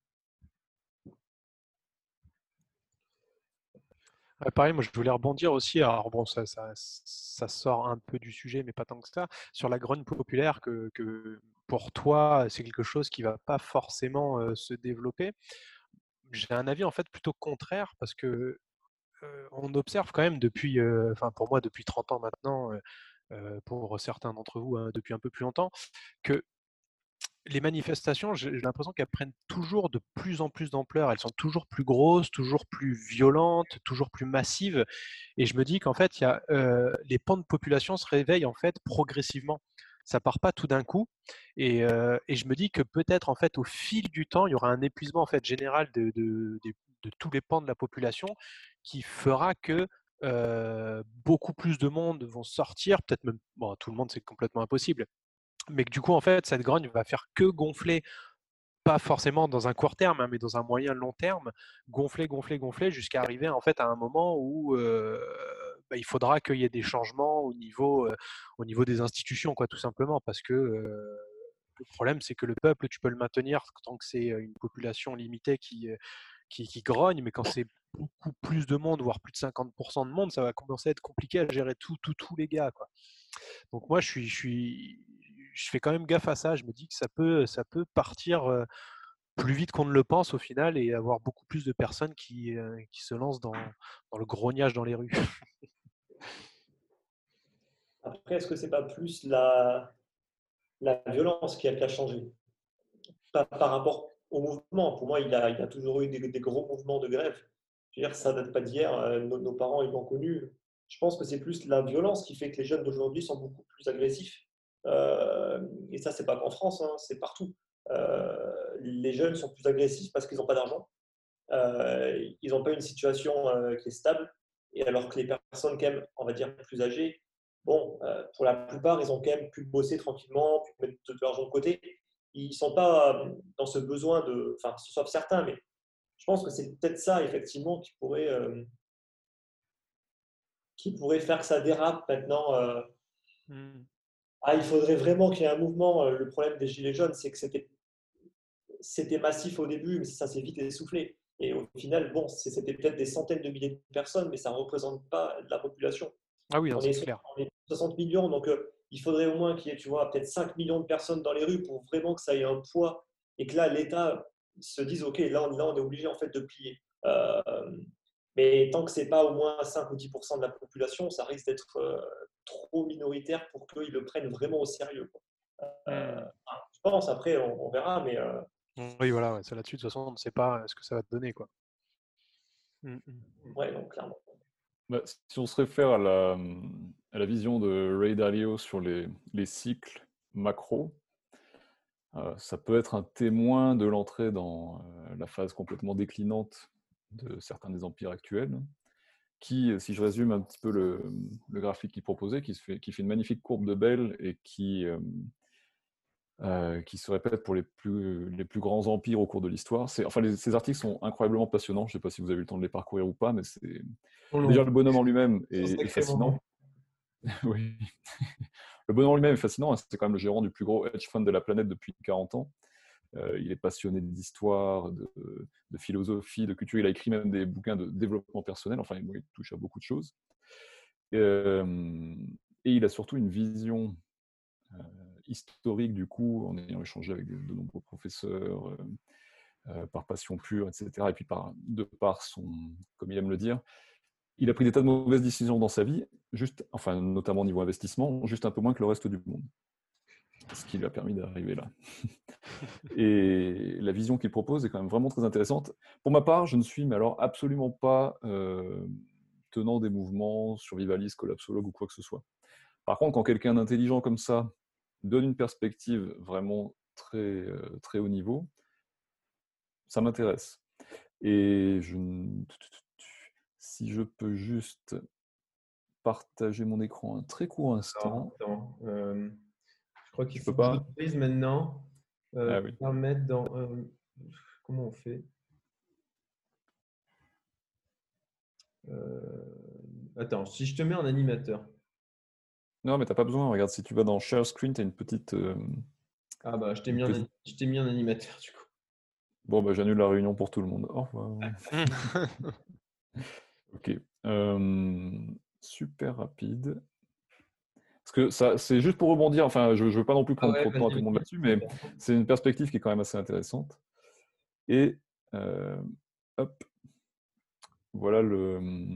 Ouais, pareil, moi je voulais rebondir aussi, alors bon, ça, ça, ça sort un peu du sujet, mais pas tant que ça, sur la grogne populaire que, que pour toi, c'est quelque chose qui va pas forcément euh, se développer. J'ai un avis en fait plutôt contraire parce que euh, on observe quand même depuis, euh, enfin pour moi depuis trente ans maintenant, euh, euh, pour certains d'entre vous hein, depuis un peu plus longtemps, que les manifestations, j'ai j'ai l'impression qu'elles prennent toujours de plus en plus d'ampleur. Elles sont toujours plus grosses, toujours plus violentes, toujours plus massives. Et je me dis qu'en fait, il y a, euh, les pans de population se réveillent en fait progressivement. Ça part pas tout d'un coup. Et, euh, et je me dis que peut-être en fait au fil du temps, il y aura un épuisement en fait général de, de, de, de tous les pans de la population qui fera que euh, beaucoup plus de monde vont sortir. Peut-être même, bon, tout le monde, c'est complètement impossible, mais que du coup, en fait, cette grogne va faire que gonfler, pas forcément dans un court terme, hein, mais dans un moyen long terme, gonfler, gonfler, gonfler, jusqu'à arriver en fait à un moment où euh, bah, il faudra qu'il y ait des changements au niveau, euh, au niveau des institutions, quoi, tout simplement, parce que euh, le problème, c'est que le peuple, tu peux le maintenir tant que c'est une population limitée qui, qui, qui grogne, mais quand c'est beaucoup plus de monde, voire plus de cinquante pour cent de monde, ça va commencer à être compliqué à gérer tout, tout, tous les gars, quoi. Donc moi, je suis, je suis, je fais quand même gaffe à ça. Je me dis que ça peut, ça peut partir euh, plus vite qu'on ne le pense au final et avoir beaucoup plus de personnes qui, euh, qui se lancent dans, dans le grognage dans les rues. Après, est-ce que c'est pas plus la, la violence qui a, qui a changé par, par rapport au mouvement? Pour moi, il y a, il y a toujours eu des, des gros mouvements de grève. Je veux dire, ça date pas d'hier. euh, Nos, nos parents, ils l'ont connu. Je pense que c'est plus la violence qui fait que les jeunes d'aujourd'hui sont beaucoup plus agressifs. Euh, et ça, c'est pas qu'en France, hein, c'est partout. Euh, les jeunes sont plus agressifs parce qu'ils n'ont pas d'argent. Euh, ils n'ont pas une situation euh, qui est stable. Et alors que les personnes, quand même, on va dire, plus âgées, bon, euh, pour la plupart, ils ont quand même pu bosser tranquillement, pu mettre de l'argent de côté. Ils ne sont pas euh, dans ce besoin de. Enfin, sauf certains, mais je pense que c'est peut-être ça, effectivement, qui pourrait, euh, qui pourrait faire que ça dérape maintenant. Euh, Mm. ah, il faudrait vraiment qu'il y ait un mouvement. Le problème des Gilets jaunes, c'est que c'était c'était massif au début, mais ça s'est vite essoufflé. Et au final, bon, c'était peut-être des centaines de milliers de personnes, mais ça ne représente pas la population. Ah oui, non, On c'est est, clair. on est soixante millions, donc euh, il faudrait au moins qu'il y ait, tu vois, peut-être cinq millions de personnes dans les rues pour vraiment que ça ait un poids et que là, l'État se dise, OK, là, on, là, on est obligé en fait de plier. Euh, mais tant que ce n'est pas au moins cinq ou dix pour cent de la population, ça risque d'être euh, trop minoritaire pour qu'ils le prennent vraiment au sérieux, quoi. Euh, Hmm. je pense, après, on, on verra, mais euh, Oui, voilà, ouais, ça là-dessus, de toute façon, on ne sait pas ce que ça va te donner, quoi. Hmm, hmm. ouais, donc clairement. Bah, si on se réfère à la, à la vision de Ray Dalio sur les, les cycles macro, euh, ça peut être un témoin de l'entrée dans euh, la phase complètement déclinante de certains des empires actuels, qui, si je résume un petit peu le, le graphique qu'il proposait, qui, se fait, qui fait une magnifique courbe de Bell et qui, euh, euh, qui se répète pour les plus, les plus grands empires au cours de l'histoire. Enfin, les, ces articles sont incroyablement passionnants. Je ne sais pas si vous avez eu le temps de les parcourir ou pas, mais c'est déjà le bonhomme en lui-même est, est fascinant. Oui. Le bonhomme en lui-même est fascinant. C'est quand même le gérant du plus gros hedge fund de la planète depuis quarante ans. Euh, il est passionné d'histoire, de, de philosophie, de culture. Il a écrit même des bouquins de développement personnel. Enfin, il touche à beaucoup de choses. Et, euh, et il a surtout une vision euh, historique, du coup, en ayant échangé avec de, de nombreux professeurs, euh, euh, par passion pure, et cetera. Et puis par, de par son, comme il aime le dire, il a pris des tas de mauvaises décisions dans sa vie, juste, enfin, notamment au niveau investissement, juste un peu moins que le reste du monde. Ce qui lui a permis d'arriver là. Et la vision qu'il propose est quand même vraiment très intéressante. Pour ma part, je ne suis mais alors absolument pas euh, tenant des mouvements survivalistes, collapsologues ou quoi que ce soit. Par contre, quand quelqu'un d'intelligent comme ça donne une perspective vraiment très, euh, très haut niveau, ça m'intéresse. Et je... si je peux juste partager mon écran un très court instant. Alors, attends, euh, je crois qu'il Tu faut peux que pas j'autorise maintenant. Euh, Ah oui. permettre dans. Euh, comment on fait euh, Attends, si je te mets en animateur. Non, mais t'as pas besoin. Regarde, si tu vas dans Share Screen, tu as une petite. Euh, Ah bah, je t'ai une mis, en petite... ani- je t'ai mis en animateur du coup. Bon, bah, j'annule la réunion pour tout le monde. Au revoir. Ok. Euh, super rapide. Parce que ça, c'est juste pour rebondir. Enfin, je ne veux pas non plus Ah prendre ouais, trop de temps à vas-y, tout le monde vas-y. là-dessus, mais c'est une perspective qui est quand même assez intéressante. Et euh, hop, voilà le,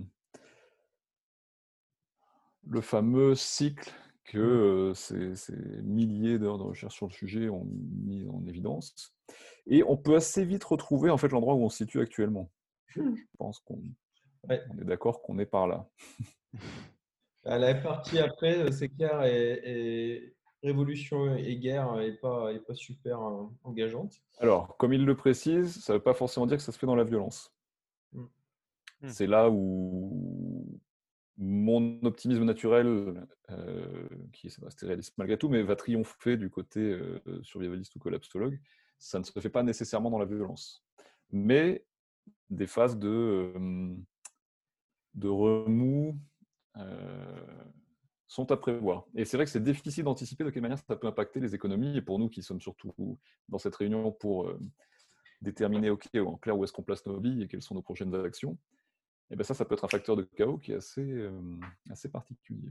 le fameux cycle que Mm. euh, ces, ces milliers d'heures de recherche sur le sujet ont mis en évidence. Et on peut assez vite retrouver en fait l'endroit où on se situe actuellement. Je pense qu'on Ouais. on est d'accord qu'on est par là. Ah, la partie après, euh, c'est clair, et, et révolution et guerre est pas, est pas super euh, engageante. Alors, comme il le précise, ça ne veut pas forcément dire que ça se fait dans la violence. Mm. C'est là où mon optimisme naturel, euh, qui est resté réaliste malgré tout, mais va triompher du côté euh, survivaliste ou collapsologue. Ça ne se fait pas nécessairement dans la violence. Mais des phases de, euh, de remous euh, sont à prévoir. Et c'est vrai que c'est difficile d'anticiper de quelle manière ça peut impacter les économies. Et pour nous qui sommes surtout dans cette réunion pour euh, déterminer, OK, en clair, où est-ce qu'on place nos billes et quelles sont nos prochaines actions, et bien ça, ça peut être un facteur de chaos qui est assez, euh, assez particulier.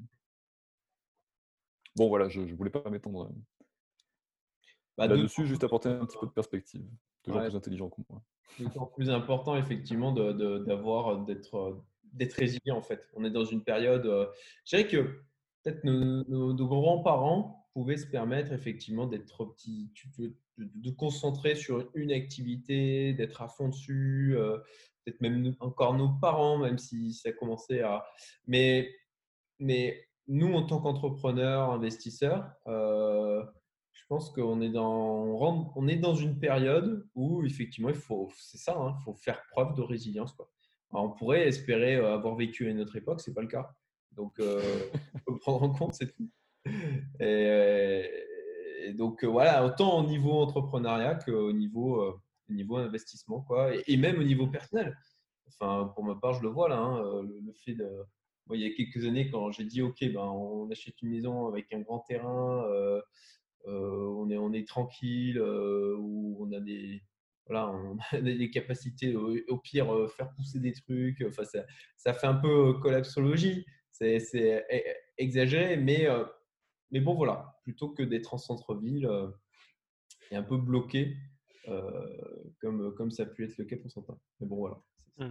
Bon, voilà, je ne voulais pas m'étendre Bah, là-dessus, d'autant juste apporter un petit peu de perspective. De gens ouais, plus intelligents que moi. d'autant plus important, effectivement, de, de- d'avoir, d'être, euh, d'être résilient, en fait. On est dans une période. euh, je dirais que peut-être nos, nos- nos grands-parents pouvaient se permettre, effectivement, d'être petit, tu- tu- de, de concentrer sur une activité, d'être à fond dessus. euh, peut-être même nous- encore nos parents, même si ça commençait à. Mais, mais nous, en tant qu'entrepreneurs, investisseurs, euh, je pense qu'on est dans, on rentre- on est dans une période où effectivement, il faut, c'est ça, hein, il faut faire preuve de résilience, quoi. Alors, on pourrait espérer euh, avoir vécu à une autre époque, c'est pas le cas. Donc, euh, il faut le prendre en compte, c'est tout. Et, et donc, euh, voilà, autant au niveau entrepreneuriat qu'au niveau, euh, au niveau investissement, quoi, et, et même au niveau personnel. Enfin, pour ma part, je le vois là, hein, euh, le, le fait de. Moi, il y a quelques années, quand j'ai dit, OK, ben, on achète une maison avec un grand terrain, euh, euh, on est, on est tranquille, euh, où on a des, voilà, on a des capacités, au, au pire, euh, faire pousser des trucs. Enfin, ça, ça fait un peu euh, collapsologie. c'est, c'est exagéré, mais, euh, mais bon, voilà. Plutôt que d'être en centre-ville euh, et un peu bloqué, euh, comme, comme ça a pu être le cas pour certains. Mais bon, voilà. Mm.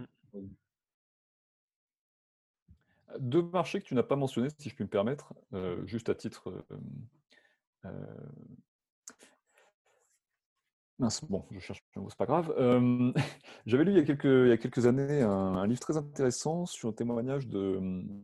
Deux marchés que tu n'as pas mentionnés, si je puis me permettre, euh, juste à titre. Euh, euh, mince, bon, je cherche, c'est pas grave. Euh, J'avais lu il y a quelques, il y a quelques années un, un livre très intéressant sur un témoignage de,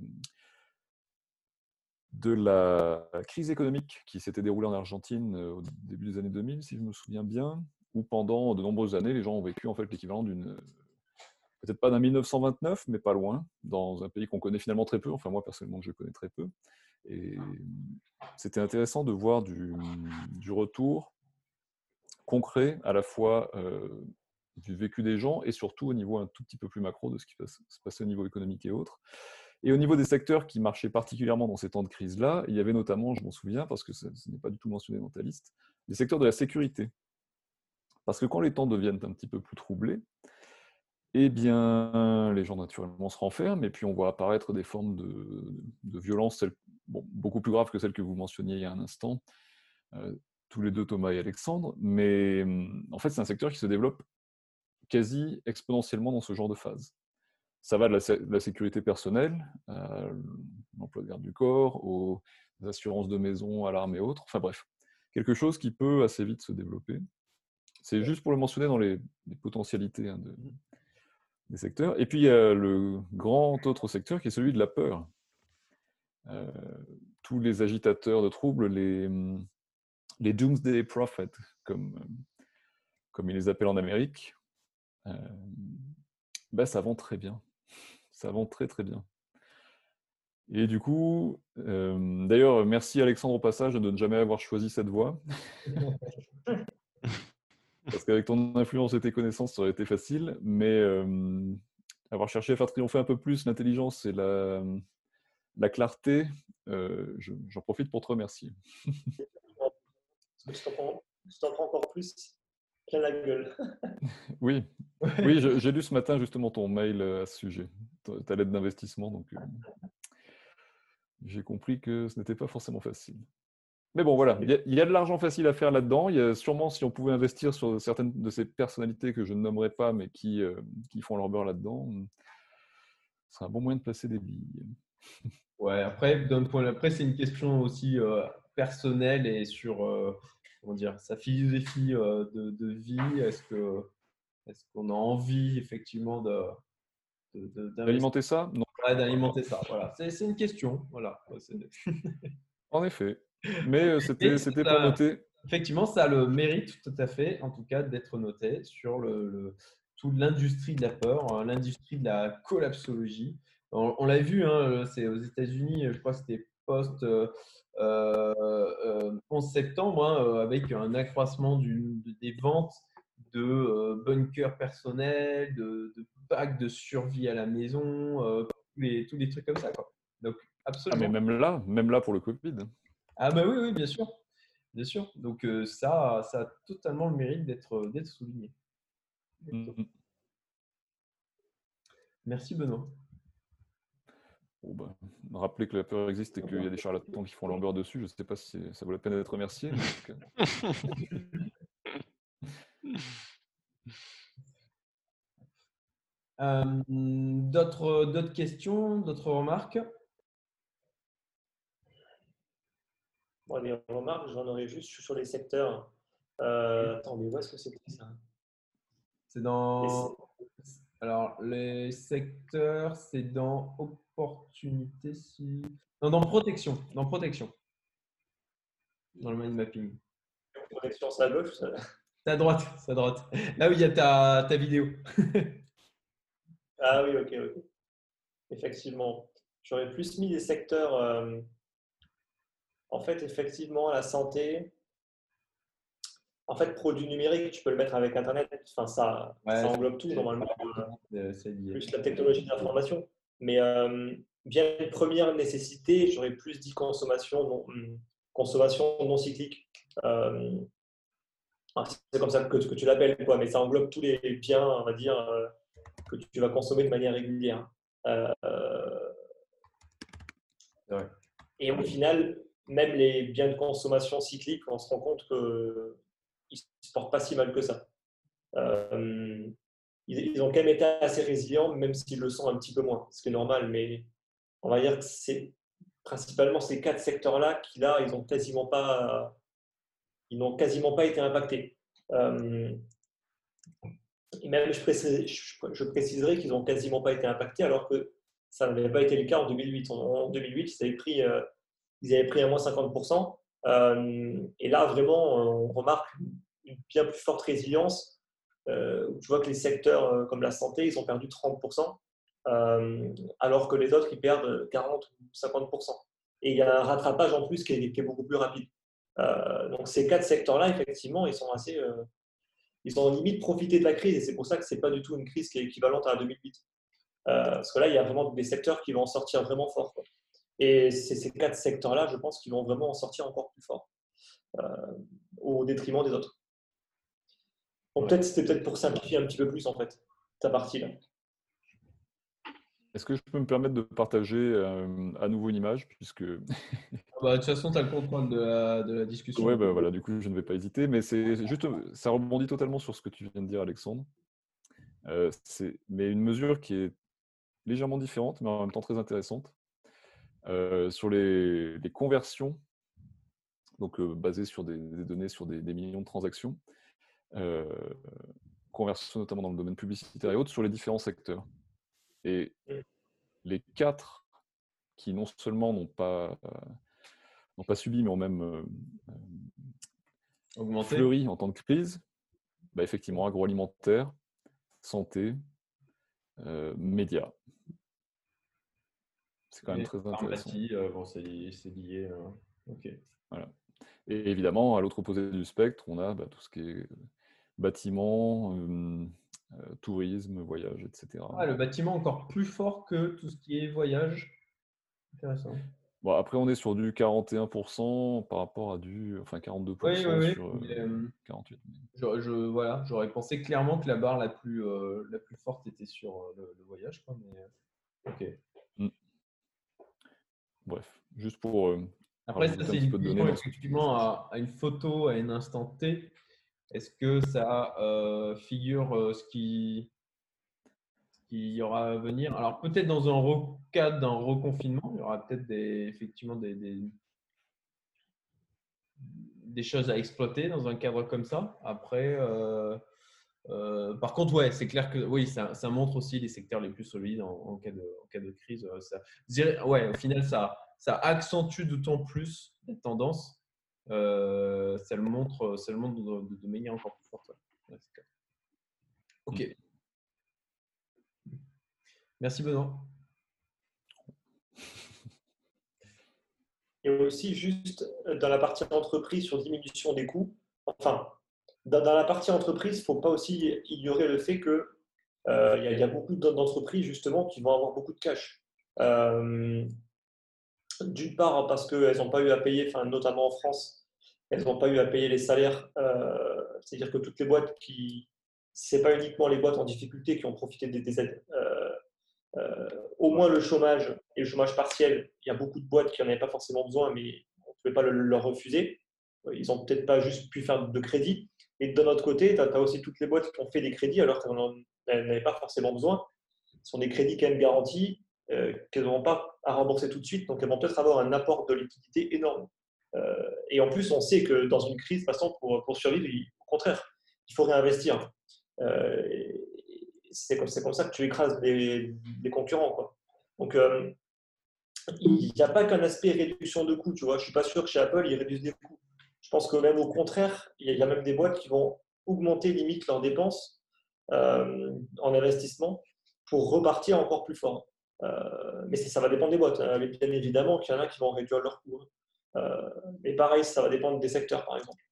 de la crise économique qui s'était déroulée en Argentine au début des années deux mille, si je me souviens bien, où pendant de nombreuses années, les gens ont vécu en fait l'équivalent d'une, peut-être pas d'un mille neuf cent vingt-neuf, mais pas loin, dans un pays qu'on connaît finalement très peu. Enfin, moi, personnellement, je connais très peu. Et c'était intéressant de voir du, du retour concret, à la fois euh, du vécu des gens et surtout au niveau un tout petit peu plus macro de ce qui se passait au niveau économique et autres. Et au niveau des secteurs qui marchaient particulièrement dans ces temps de crise-là, il y avait notamment, je m'en souviens, parce que ce n'est pas du tout mentionné dans ta liste, les secteurs de la sécurité. Parce que quand les temps deviennent un petit peu plus troublés, eh bien, les gens naturellement se renferment, et puis on voit apparaître des formes de, de violence, celles, bon, beaucoup plus graves que celles que vous mentionniez il y a un instant, euh, tous les deux, Thomas et Alexandre, mais en fait, c'est un secteur qui se développe quasi exponentiellement dans ce genre de phase. Ça va de la, de la sécurité personnelle, à l'emploi de garde du corps, aux assurances de maison, alarmes et autres, enfin bref, quelque chose qui peut assez vite se développer. C'est juste pour le mentionner dans les, les potentialités hein, de, des secteurs. Et puis il y a le grand autre secteur qui est celui de la peur. Euh, tous les agitateurs de troubles, les, les Doomsday Prophets, comme, comme ils les appellent en Amérique, euh, ben, ça vend très bien. Ça vend très très bien. Et du coup, euh, d'ailleurs, merci Alexandre au passage de ne jamais avoir choisi cette voie. Parce qu'avec ton influence et tes connaissances, ça aurait été facile, mais euh, avoir cherché à faire triompher un peu plus l'intelligence et la, la clarté, euh, je, j'en profite pour te remercier. Parce que tu t'en prends, tu t'en prends encore plus plein la gueule. Oui, oui je, j'ai lu ce matin justement ton mail à ce sujet, ta lettre d'investissement, donc euh, j'ai compris que ce n'était pas forcément facile. Mais bon, voilà, il y, a, il y a de l'argent facile à faire là-dedans. Il y a sûrement, si on pouvait investir sur certaines de ces personnalités que je ne nommerai pas, mais qui, euh, qui font leur beurre là-dedans, ce serait un bon moyen de placer des billes. Ouais, après, d'un point, après c'est une question aussi euh, personnelle et sur euh, comment dire, sa philosophie euh, de, de vie. Est-ce que, est-ce qu'on a envie effectivement de, de, de- d'investir, D'alimenter ça? Non. ouais, d'alimenter ça? Voilà, c'est, c'est une question. Voilà. C'est- En effet. Mais euh, Et c'était, c'était pour ça- noter. effectivement, ça a le mérite tout à fait, en tout cas, d'être noté sur le, le- toute l'industrie de la peur, hein, l'industrie de la collapsologie. On, on l'a vu, hein, c'est aux États-Unis, je crois que c'était post euh, euh, euh, onze septembre, hein, euh, avec un accroissement du- de- des ventes de euh, bunkers personnels, de, de packs de survie à la maison, euh, tous, les, tous les trucs comme ça, quoi. Donc, Ah, absolument. mais même là, même là pour le Covid. Ah bah oui, oui, bien sûr. Bien sûr. Donc euh, ça, ça a totalement le mérite d'être, d'être souligné. Mm. Merci Benoît. Bon, bah, rappeler que la peur existe et qu'il y a des charlatans qui font leur beurre dessus, je ne sais pas si ça vaut la peine d'être remercié. Mais en tout cas. Euh, d'autres, d'autres questions, d'autres remarques? Bon, les remarques, j'en aurais juste sur les secteurs. Euh, attends, mais où est-ce que c'était ça? C'est Et dans. c'est- Alors, les secteurs, c'est dans opportunité. Si... Non, dans protection. Dans protection. Dans le mind mapping. Protection, c'est à gauche, ça. C'est à droite. C'est à droite. Là où il y a ta, ta vidéo. Ah oui, ok, ok. Effectivement. J'aurais plus mis des secteurs. euh, En fait, effectivement, la santé. En fait, produits numériques, tu peux le mettre avec Internet. Enfin, ça, Ouais, ça englobe tout normalement. c'est, c'est lié. Plus la technologie de l'information. Mais euh, bien une première nécessité, j'aurais plus dit consommation non, hum, consommation non cyclique. Euh, ah, c'est comme ça que, que tu l'appelles, quoi, mais ça englobe tous les biens, on va dire, euh, que tu vas consommer de manière régulière. Euh, C'est vrai. Et au final, même les biens de consommation cycliques, on se rend compte qu'ils ne se portent pas si mal que ça. Euh, ils, ils ont quand même été assez résilients, même s'ils le sont un petit peu moins, ce qui est normal. Mais on va dire que c'est principalement ces quatre secteurs-là qui, là, ils n'ont quasiment pas, ils n'ont quasiment pas été impactés. Euh, et même, je, précise, je, je préciserai qu'ils n'ont quasiment pas été impactés, alors que ça n'avait pas été le cas en deux mille huit. En, en deux mille huit, ils avaient pris, euh, ils avaient pris à moins cinquante pour cent. Euh, et là, vraiment, on remarque une bien plus forte résilience. Euh, où tu vois que les secteurs euh, comme la santé, ils ont perdu trente pour cent, euh, alors que les autres, ils perdent quarante ou cinquante pour cent. Et il y a un rattrapage en plus qui est, qui est beaucoup plus rapide. Euh, donc ces quatre secteurs-là, effectivement, ils sont assez, euh, ils ont limite profité de la crise, et c'est pour ça que c'est pas du tout une crise qui est équivalente à deux mille huit. Euh, parce que là, il y a vraiment des secteurs qui vont en sortir vraiment fort, quoi. Et c'est ces quatre secteurs-là, je pense, qui vont vraiment en sortir encore plus fort, euh, au détriment des autres. Donc peut-être c'était peut-être pour simplifier un petit peu plus en fait ta partie là. Est-ce que je peux me permettre de partager euh, à nouveau une image puisque Bah, de toute façon, tu as le contrôle de la, de la discussion. ouais, bah, voilà, du coup, je ne vais pas hésiter, mais c'est c'est juste, ça rebondit totalement sur ce que tu viens de dire, Alexandre. Euh, c'est, mais une mesure qui est légèrement différente, mais en même temps très intéressante, euh, sur les, les conversions, donc euh, basées sur des, des données sur des, des millions de transactions, euh, conversions notamment dans le domaine publicitaire et autres, sur les différents secteurs. Et les quatre qui non seulement n'ont pas, euh, n'ont pas subi, mais ont même euh, Augmenter. fleuri en temps de crise, bah, effectivement, agroalimentaire, santé, euh, médias. C'est quand même Et très intéressant. pharmacie, euh, bon, c'est lié. Euh, ok. Voilà. Et évidemment, à l'autre opposé du spectre, on a bah, tout ce qui est bâtiment, euh, euh, tourisme, voyage, et cetera. Ah, le bâtiment encore plus fort que tout ce qui est voyage. Intéressant. Bon, après, on est sur du quarante et un pour cent par rapport à du, enfin quarante-deux pour cent oui, oui, oui. sur Mais, euh, euh, quarante-huit. je, je, voilà, j'aurais pensé clairement que la barre la plus, euh, la plus forte était sur euh, le, le voyage, quoi, mais euh, ok. Mm. Bref, juste pour euh, Après, ça, rajouter un c'est petit une peu de données vision dans ce que tu disais. effectivement à, à une photo, à un instant T. Est-ce que ça euh, figure euh, ce qui, ce qui y aura à venir? Alors, peut-être dans un re- cadre d'un reconfinement, il y aura peut-être des, effectivement des, des, des choses à exploiter dans un cadre comme ça. Après, euh, euh, par contre, ouais, c'est clair que oui, ça, ça montre aussi les secteurs les plus solides en, en cas, de, en cas de crise. Ça, je dirais, ouais, au final, ça, ça accentue d'autant plus les tendances. Euh, ça le montre, ça le montre de, de, de manière encore plus forte. Ouais, c'est clair. Ok. Mm. Merci Benoît. Et aussi juste dans la partie entreprise sur diminution des coûts. Enfin, dans, dans la partie entreprise, il ne faut pas aussi ignorer le fait que euh, il y, a- il y a beaucoup d'entreprises justement qui vont avoir beaucoup de cash. Euh, D'une part parce qu'elles n'ont pas eu à payer, enfin, notamment en France, elles n'ont pas eu à payer les salaires. Euh, c'est-à-dire que toutes les boîtes qui, c'est pas uniquement les boîtes en difficulté qui ont profité des, des aides. Euh, euh, au moins le chômage et le chômage partiel, il y a beaucoup de boîtes qui n'en avaient pas forcément besoin, mais on ne pouvait pas le, leur refuser. Ils n'ont peut-être pas juste pu faire de crédit. Et de notre côté, tu as, as aussi toutes les boîtes qui ont fait des crédits alors qu'elles n'avaient pas forcément besoin. Ce sont des crédits quand même garantis, euh, qu'elles n'auront pas à rembourser tout de suite, donc elles vont peut-être avoir un apport de liquidité énorme. Euh, et en plus, on sait que dans une crise, de toute façon, pour, pour survivre, il, au contraire, il faut réinvestir. Euh, c'est comme, comme ça que tu écrases les, les concurrents, quoi. Donc, euh, il n'y a pas qu'un aspect réduction de coûts, tu vois. Je ne suis pas sûr que chez Apple, ils réduisent les coûts. Je pense que même au contraire, il y a même des boîtes qui vont augmenter limite leurs dépenses euh, en investissement pour repartir encore plus fort. Euh, mais ça va dépendre des boîtes. Hein. Bien évidemment qu'il y en a qui vont réduire leurs coûts. Hein. Euh, mais pareil, ça va dépendre des secteurs, par exemple.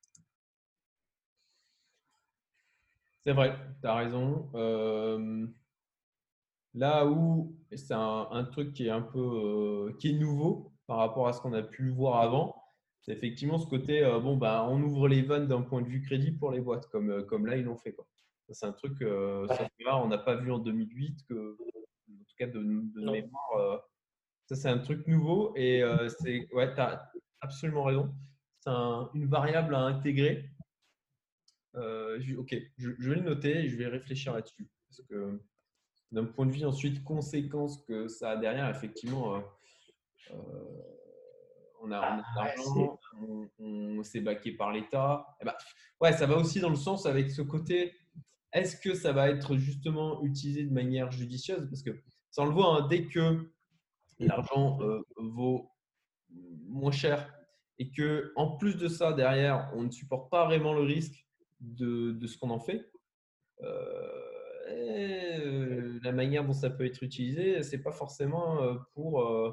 C'est vrai, tu as raison. Euh, là où c'est un, un truc qui est un peu euh, qui est nouveau par rapport à ce qu'on a pu voir avant, c'est effectivement ce côté euh, bon bah on ouvre les vannes d'un point de vue crédit pour les boîtes comme, euh, comme là ils l'ont fait quoi. C'est un truc euh, ça, là on n'a pas vu en deux mille huit que en tout cas de, de Non. mémoire euh, Ça, c'est un truc nouveau et euh, c'est, ouais, tu as absolument raison. C'est un- une variable à intégrer. Euh, je- ok, je, je vais le noter et je vais réfléchir là-dessus. Parce que d'un point de vue ensuite conséquence que ça a derrière, effectivement, euh, euh, on a, on a de Ah, ouais, c'est- l'argent, on, on s'est baqué par l'État. Eh ben, ouais, ça va aussi dans le sens avec ce côté. Est-ce que ça va être justement utilisé de manière judicieuse? Parce que ça, on le voit, hein, dès que l'argent euh, vaut moins cher et que en plus de ça, derrière, on ne supporte pas vraiment le risque de, de ce qu'on en fait, euh, et, euh, la manière dont ça peut être utilisé, c'est pas forcément euh, pour euh,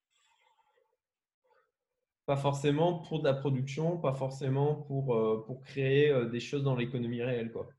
pas forcément pour de la production, pas forcément pour, euh, pour créer euh, des choses dans l'économie réelle, quoi.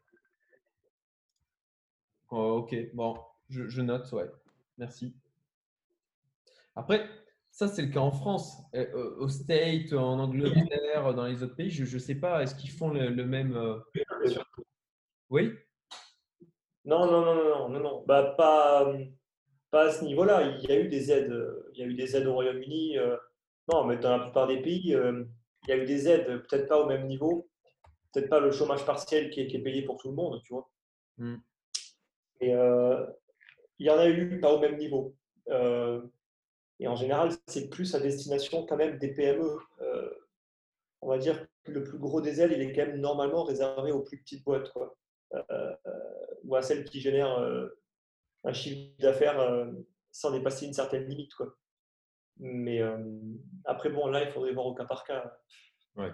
Oh, ok, bon, je, je note, ouais. Merci. Après, ça, c'est le cas en France. Euh, euh, Au State, en Angleterre, dans les autres pays, je ne sais pas, est-ce qu'ils font le, le même. euh, Oui? Non, non, non, non, non, non, non. Bah, pas, pas à ce niveau-là. Il y a eu des aides. euh, Il y a eu des aides au Royaume-Uni. euh, Non, mais dans la plupart des pays, euh, il y a eu des aides, peut-être pas au même niveau, peut-être pas le chômage partiel qui est, qui est payé pour tout le monde, tu vois. Hmm. Et euh, il y en a eu pas au même niveau. Euh, et en général, c'est plus à destination quand même des P M E. Euh, on va dire que le plus gros des aides, il est quand même normalement réservé aux plus petites boîtes, quoi. Euh, ou à celles qui génèrent euh, un chiffre d'affaires euh, sans dépasser une certaine limite, quoi. Mais euh, après, bon, là, il faudrait voir au cas par cas. Ouais.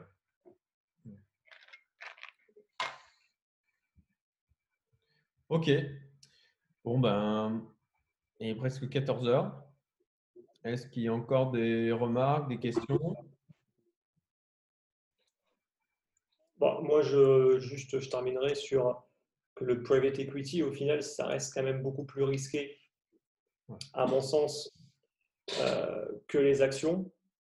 Ok. Bon, ben, il est presque quatorze heures. Est-ce qu'il y a encore des remarques, des questions? Bon, moi, je, juste, je terminerai sur que le private equity, au final, ça reste quand même beaucoup plus risqué, à mon sens, euh, que les actions.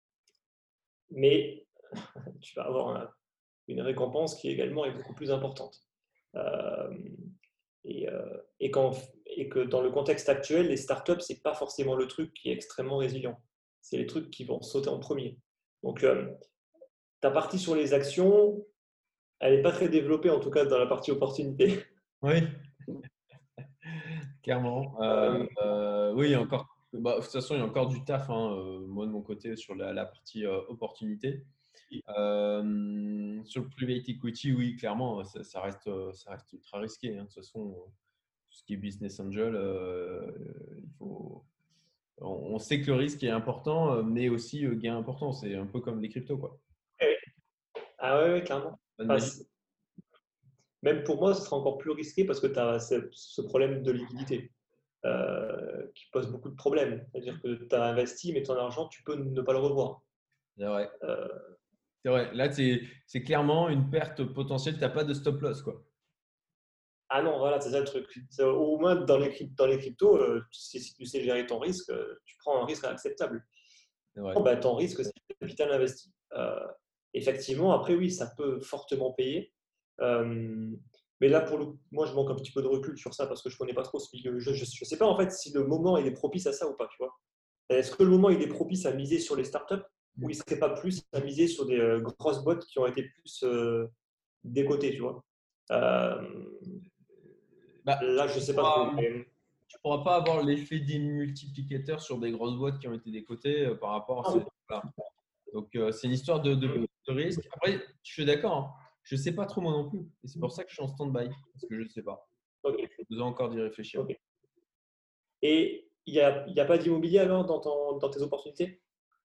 Mais tu vas avoir un- une récompense qui également est beaucoup plus importante. Euh, et, euh, et, quand, et que dans le contexte actuel, les startups, ce n'est pas forcément le truc qui est extrêmement résilient. C'est les trucs qui vont sauter en premier. Donc, euh, ta partie sur les actions, elle n'est pas très développée, en tout cas dans la partie opportunité. Oui, clairement. Euh, euh, oui, il y a encore. Bah, de toute façon, il y a encore du taf, hein, euh, moi de mon côté, sur la, la partie euh, opportunité. Euh, sur le private equity, oui, clairement, ça, ça reste, euh, ça reste ultra risqué, hein. De toute façon, euh, tout ce qui est business angel, euh, il faut. On, on sait que le risque est important, euh, mais aussi euh, gain important. C'est un peu comme les cryptos, quoi. Ah ouais, ouais, clairement. Pas de Enfin, magie. même pour moi, ce sera encore plus risqué parce que tu as ce problème de liquidité euh, qui pose beaucoup de problèmes. C'est-à-dire que tu as investi, mais ton argent, tu peux ne pas le revoir. C'est vrai. Euh, C'est vrai. Là, c'est c'est clairement une perte potentielle. Tu n'as pas de stop loss, quoi. ah non, voilà, c'est ça le truc. C'est- Au moins, dans les, cryp- dans les cryptos, euh, si, si tu sais gérer ton risque, euh, tu prends un risque acceptable. C'est vrai. Bon, bah, ton risque, c'est le capital investi. Euh, effectivement, après, oui, ça peut fortement payer. Euh, mais là, pour le coup, moi, je manque un petit peu de recul sur ça parce que je ne connais pas trop ce milieu. Je ne sais pas en fait si le moment il est propice à ça ou pas, tu vois. Est-ce que le moment il est propice à miser sur les startups ou il ne serait pas plus à miser sur des euh, grosses boîtes qui ont été plus euh, décotées, tu vois. Euh, Bah, là, je tu ne sais pas trop. pourras, mais- tu pourras pas avoir l'effet des multiplicateurs sur des grosses boîtes qui ont été décotées euh, par rapport à Ah ces oui. trucs-là. Donc, euh, c'est une histoire de, de, de risque. Après, je suis d'accord, hein. Je ne sais pas trop moi non plus. Et c'est pour ça que je suis en stand-by, parce que je ne sais pas. Ok, J'ai besoin encore d'y réfléchir. ok. Et il n'y a, il y a pas d'immobilier alors dans, ton- dans tes opportunités?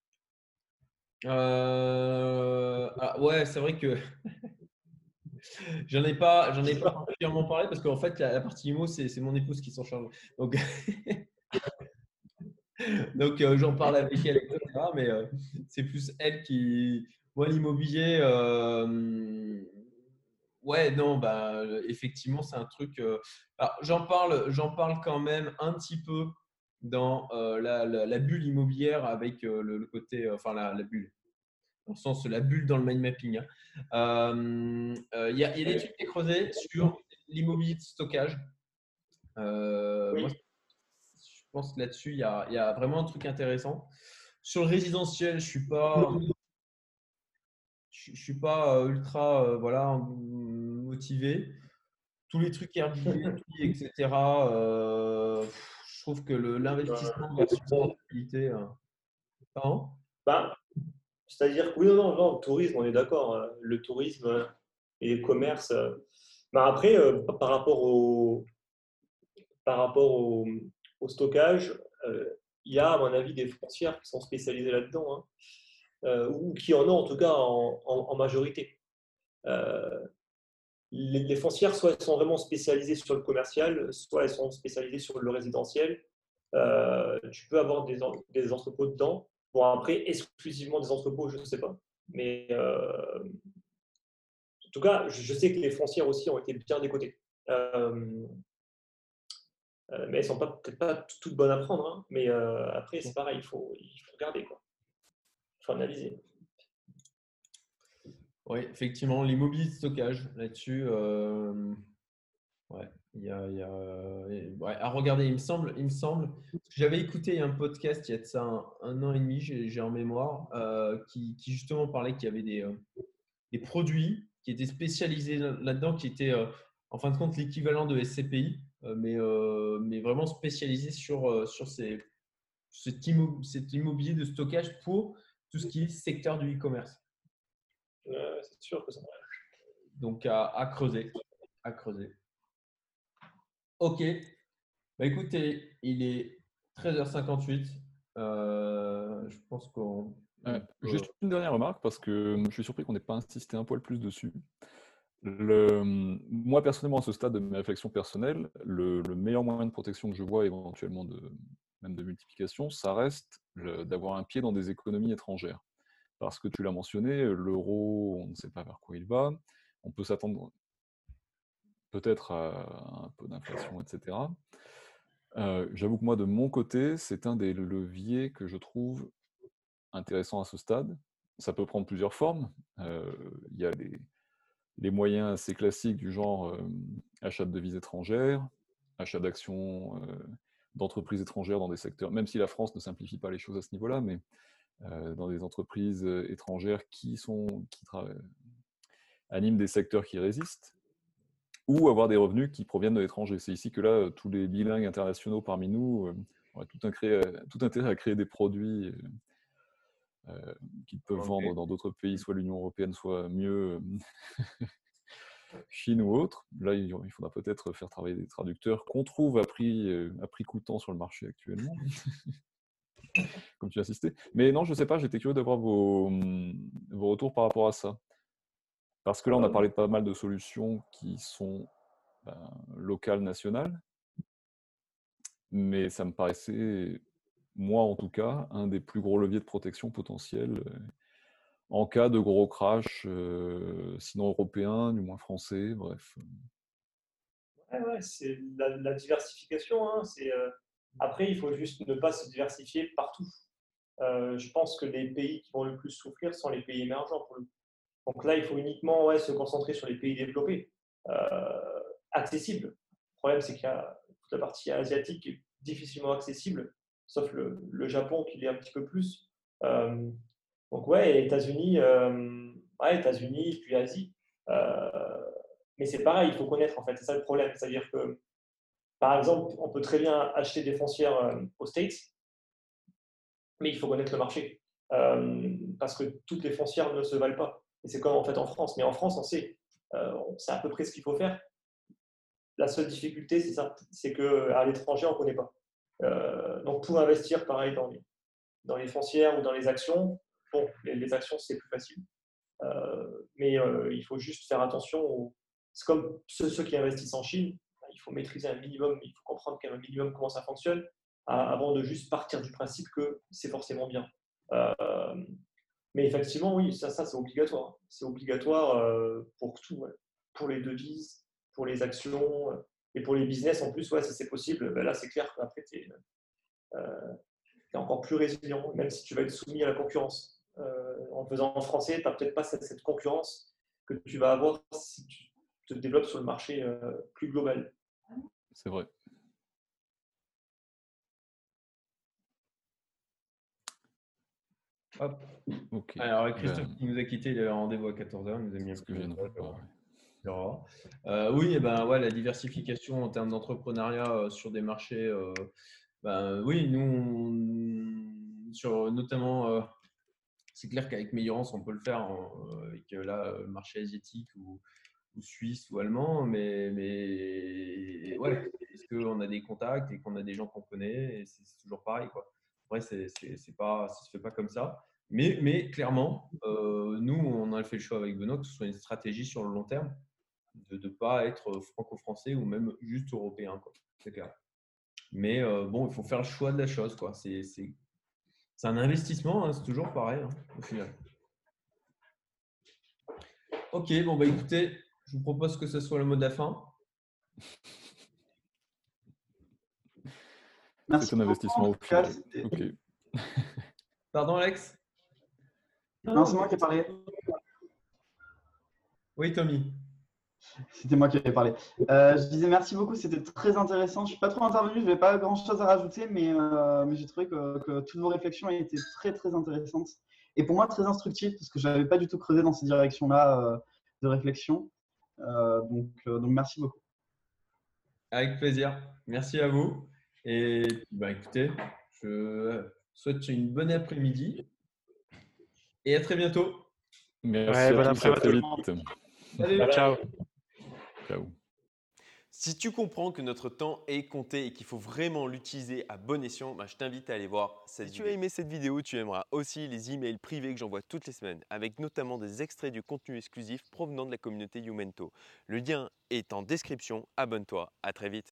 Euh, ah, ouais, c'est vrai que j'en ai pas, j'en ai pas particulièrement parlé parce qu'en fait, la, la partie immo, c'est c'est mon épouse qui s'en charge. Donc, donc euh, j'en parle avec elle, et cetera. Mais euh, c'est plus elle qui. Moi, l'immobilier, euh, ouais, non, bah, effectivement, c'est un truc. euh, alors, j'en parle, j'en parle quand même un petit peu dans euh, la, la- la bulle immobilière avec euh, le, le côté, euh, enfin, la, la bulle, dans le sens la bulle dans le mind mapping, hein. Euh, euh, Il y, a, il y a des trucs à creuser sur l'immobilier de stockage. Euh, moi, Oui. je pense que là-dessus, il y a, il y a vraiment un truc intéressant. Sur le résidentiel, je suis pas, je, je suis pas euh, ultra euh, voilà, motivé. Tous les trucs Airbnb, et cetera euh, pff, je trouve que le- l'investissement versus la Bon, rentabilité. euh, pardon. bah, c'est-à-dire que oui, non, non, non, le tourisme, on est d'accord. euh, Le tourisme euh, et les commerces. euh, bah, après, euh, par rapport au, par rapport au, au stockage, euh, il y a, à mon avis, des foncières qui sont spécialisées là-dedans, hein, euh, ou qui en ont en tout cas en, en- en majorité. Euh, les, les foncières, soit elles sont vraiment spécialisées sur le commercial, soit elles sont spécialisées sur le résidentiel. Euh, tu peux avoir des, en- des entrepôts dedans. Bon, après, exclusivement des entrepôts, je ne sais pas. Mais euh, en tout cas, je, je sais que les foncières aussi ont été bien décotées. Euh, euh, mais elles ne sont pas- peut-être pas t- toutes bonnes à prendre, hein. Mais euh, après, c'est pareil, il faut, il faut regarder, quoi. Il faut analyser. Oui, effectivement, l'immobilier de stockage là-dessus. euh, Ouais, il y a, il y a, euh, ouais, à regarder, il me semble, il me semble, parce que j'avais écouté un podcast il y a de ça un, un an et demi, j'ai j'ai en mémoire, euh, qui, qui justement parlait qu'il y avait des, euh, des produits qui étaient spécialisés là- là-dedans, qui étaient euh, en fin de compte l'équivalent de S C P I, euh, mais, euh, mais vraiment spécialisés sur, euh, sur ces, cet, immo- cet immobilier de stockage pour tout ce qui est secteur du e-commerce. Euh, c'est sûr que ça. Donc à, à creuser, à creuser. Ok. Bah, écoutez, il est treize heures cinquante-huit. Euh, je pense qu'on Ouais, on peut. juste une dernière remarque, parce que je suis surpris qu'on n'ait pas insisté un poil plus dessus. Le, moi, personnellement, à ce stade de mes réflexions personnelles, le, le meilleur moyen de protection que je vois, éventuellement de, même de multiplication, ça reste le- d'avoir un pied dans des économies étrangères. Parce que tu l'as mentionné, l'euro, on ne sait pas vers quoi il va. On peut s'attendre peut-être à un peu d'inflation, et cetera. Euh, j'avoue que moi, de mon côté, c'est un des leviers que je trouve intéressant à ce stade. Ça peut prendre plusieurs formes. Euh, Il y a les, les moyens assez classiques du genre euh, achat de devises étrangères, achat d'actions euh, d'entreprises étrangères dans des secteurs, même si la France ne simplifie pas les choses à ce niveau-là, mais euh, dans des entreprises euh, étrangères qui, sont, qui animent des secteurs qui résistent, ou avoir des revenus qui proviennent de l'étranger. C'est ici que là, euh, tous les bilingues internationaux parmi nous euh, ont tout, un créé, tout intérêt à créer des produits euh, qu'ils peuvent Ok. vendre dans d'autres pays, soit l'Union européenne, soit mieux Chine ou autre. Là, il il faudra peut-être faire travailler des traducteurs qu'on trouve à prix, euh, à prix coûtant sur le marché actuellement, comme tu as insisté. Mais non, je ne sais pas, j'étais curieux d'avoir vos, hum, vos retours par rapport à ça. Parce que là, on a Euh, parlé de pas mal de solutions qui sont ben, locales, nationales, mais ça me paraissait, moi en tout cas, un des plus gros leviers de protection potentiels euh, en cas de gros crash, euh, sinon européen, du moins français, bref. ouais, ouais, c'est la, la diversification, hein, c'est, euh, après, il faut juste ne pas se diversifier partout. Euh, je pense que les pays qui vont le plus souffrir sont les pays émergents pour le coup. Donc là, il faut uniquement ouais, se concentrer sur les pays développés, euh, accessibles. Le problème, c'est qu'il y a toute la partie asiatique qui est difficilement accessible, sauf le, le Japon qui l'est un petit peu plus. Euh, donc ouais, États-Unis, euh, ouais, États-Unis, puis Asie. Euh, mais c'est pareil, il faut connaître en fait, c'est ça le problème. C'est-à-dire que, par exemple, on peut très bien acheter des foncières euh, aux States, mais il faut connaître le marché. Euh, parce que toutes les foncières ne se valent pas. Et c'est comme en fait en France. Mais en France, on sait, euh, on sait à peu près ce qu'il faut faire. La seule difficulté, c'est ça, c'est qu'à l'étranger, on ne connaît pas. Euh, donc pour investir, pareil, dans les, dans les foncières ou dans les actions, bon, les, les actions, c'est plus facile. Euh, mais euh, il faut juste faire attention. Aux... C'est comme ceux, ceux qui investissent en Chine, il faut maîtriser un minimum, il faut comprendre qu'un minimum comment ça fonctionne avant de juste partir du principe que c'est forcément bien. Euh, mais effectivement, oui, ça, ça c'est obligatoire. C'est obligatoire euh, pour tout, ouais. Pour les devises, pour les actions euh, et pour les business en plus, ouais, si c'est possible. Ben là, c'est clair qu'après, tu es, euh, es encore plus résilient, même si tu vas être soumis à la concurrence. Euh, en faisant en français, tu n'as peut-être pas cette, cette, concurrence que tu vas avoir si tu te développes sur le marché euh, plus global. C'est vrai. Hop. Ok. Alors, Christophe Ben, qui nous a quitté, il avait rendez-vous à quatorze heures, il nous a mis un ce petit que je viens de message. voir, ouais. On verra. Euh, oui, eh ben, ouais, la diversification en termes d'entrepreneuriat euh, sur des marchés, euh, ben, oui, nous, on- sur, notamment, euh, c'est clair qu'avec Meillorance, on peut le faire hein, euh, avec euh, là, le marché asiatique ou, ou suisse ou allemand, mais, mais ouais, parce qu'on a des contacts et qu'on a des gens qu'on connaît, et c'est c'est toujours pareil, quoi. Après, c'est, c'est, c'est pas, ça se fait pas comme ça. Mais, mais clairement, euh, nous, on a fait le choix avec Benoît que ce soit une stratégie sur le long terme, de ne pas être franco-français ou même juste européen, quoi. C'est clair. Mais euh, bon, il faut faire le choix de la chose, quoi. C'est, c'est, c'est un investissement, hein, c'est toujours pareil, hein, au final. Ok, bon, bah écoutez, je vous propose que ce soit le mot de la fin. C'est un investissement au final. Ok. Pardon, Alex? Non, c'est moi qui ai parlé. Oui, Tommy. C'était moi qui avais parlé. Euh, je disais merci beaucoup, c'était très intéressant. Je ne suis pas trop intervenu, je n'avais pas grand-chose à rajouter, mais, euh, mais j'ai trouvé que, que toutes vos réflexions étaient très très intéressantes. Et pour moi, très instructives, parce que je n'avais pas du tout creusé dans ces directions-là euh, de réflexion. Euh, donc, euh, donc, merci beaucoup. Avec plaisir. Merci à vous. Et bah, écoutez, je souhaite une bonne après-midi et à très bientôt. Merci Ouais, à bon tous, à très après-midi. vite. Salut. Bye bye. Ciao. Ciao. Si tu comprends que notre temps est compté et qu'il faut vraiment l'utiliser à bon escient, bah, je t'invite à aller voir cette vidéo. Si tu as aimé cette vidéo, tu aimeras aussi les emails privés que j'envoie toutes les semaines, avec notamment des extraits du contenu exclusif provenant de la communauté Youmento. Le lien est en description, abonne-toi, à très vite.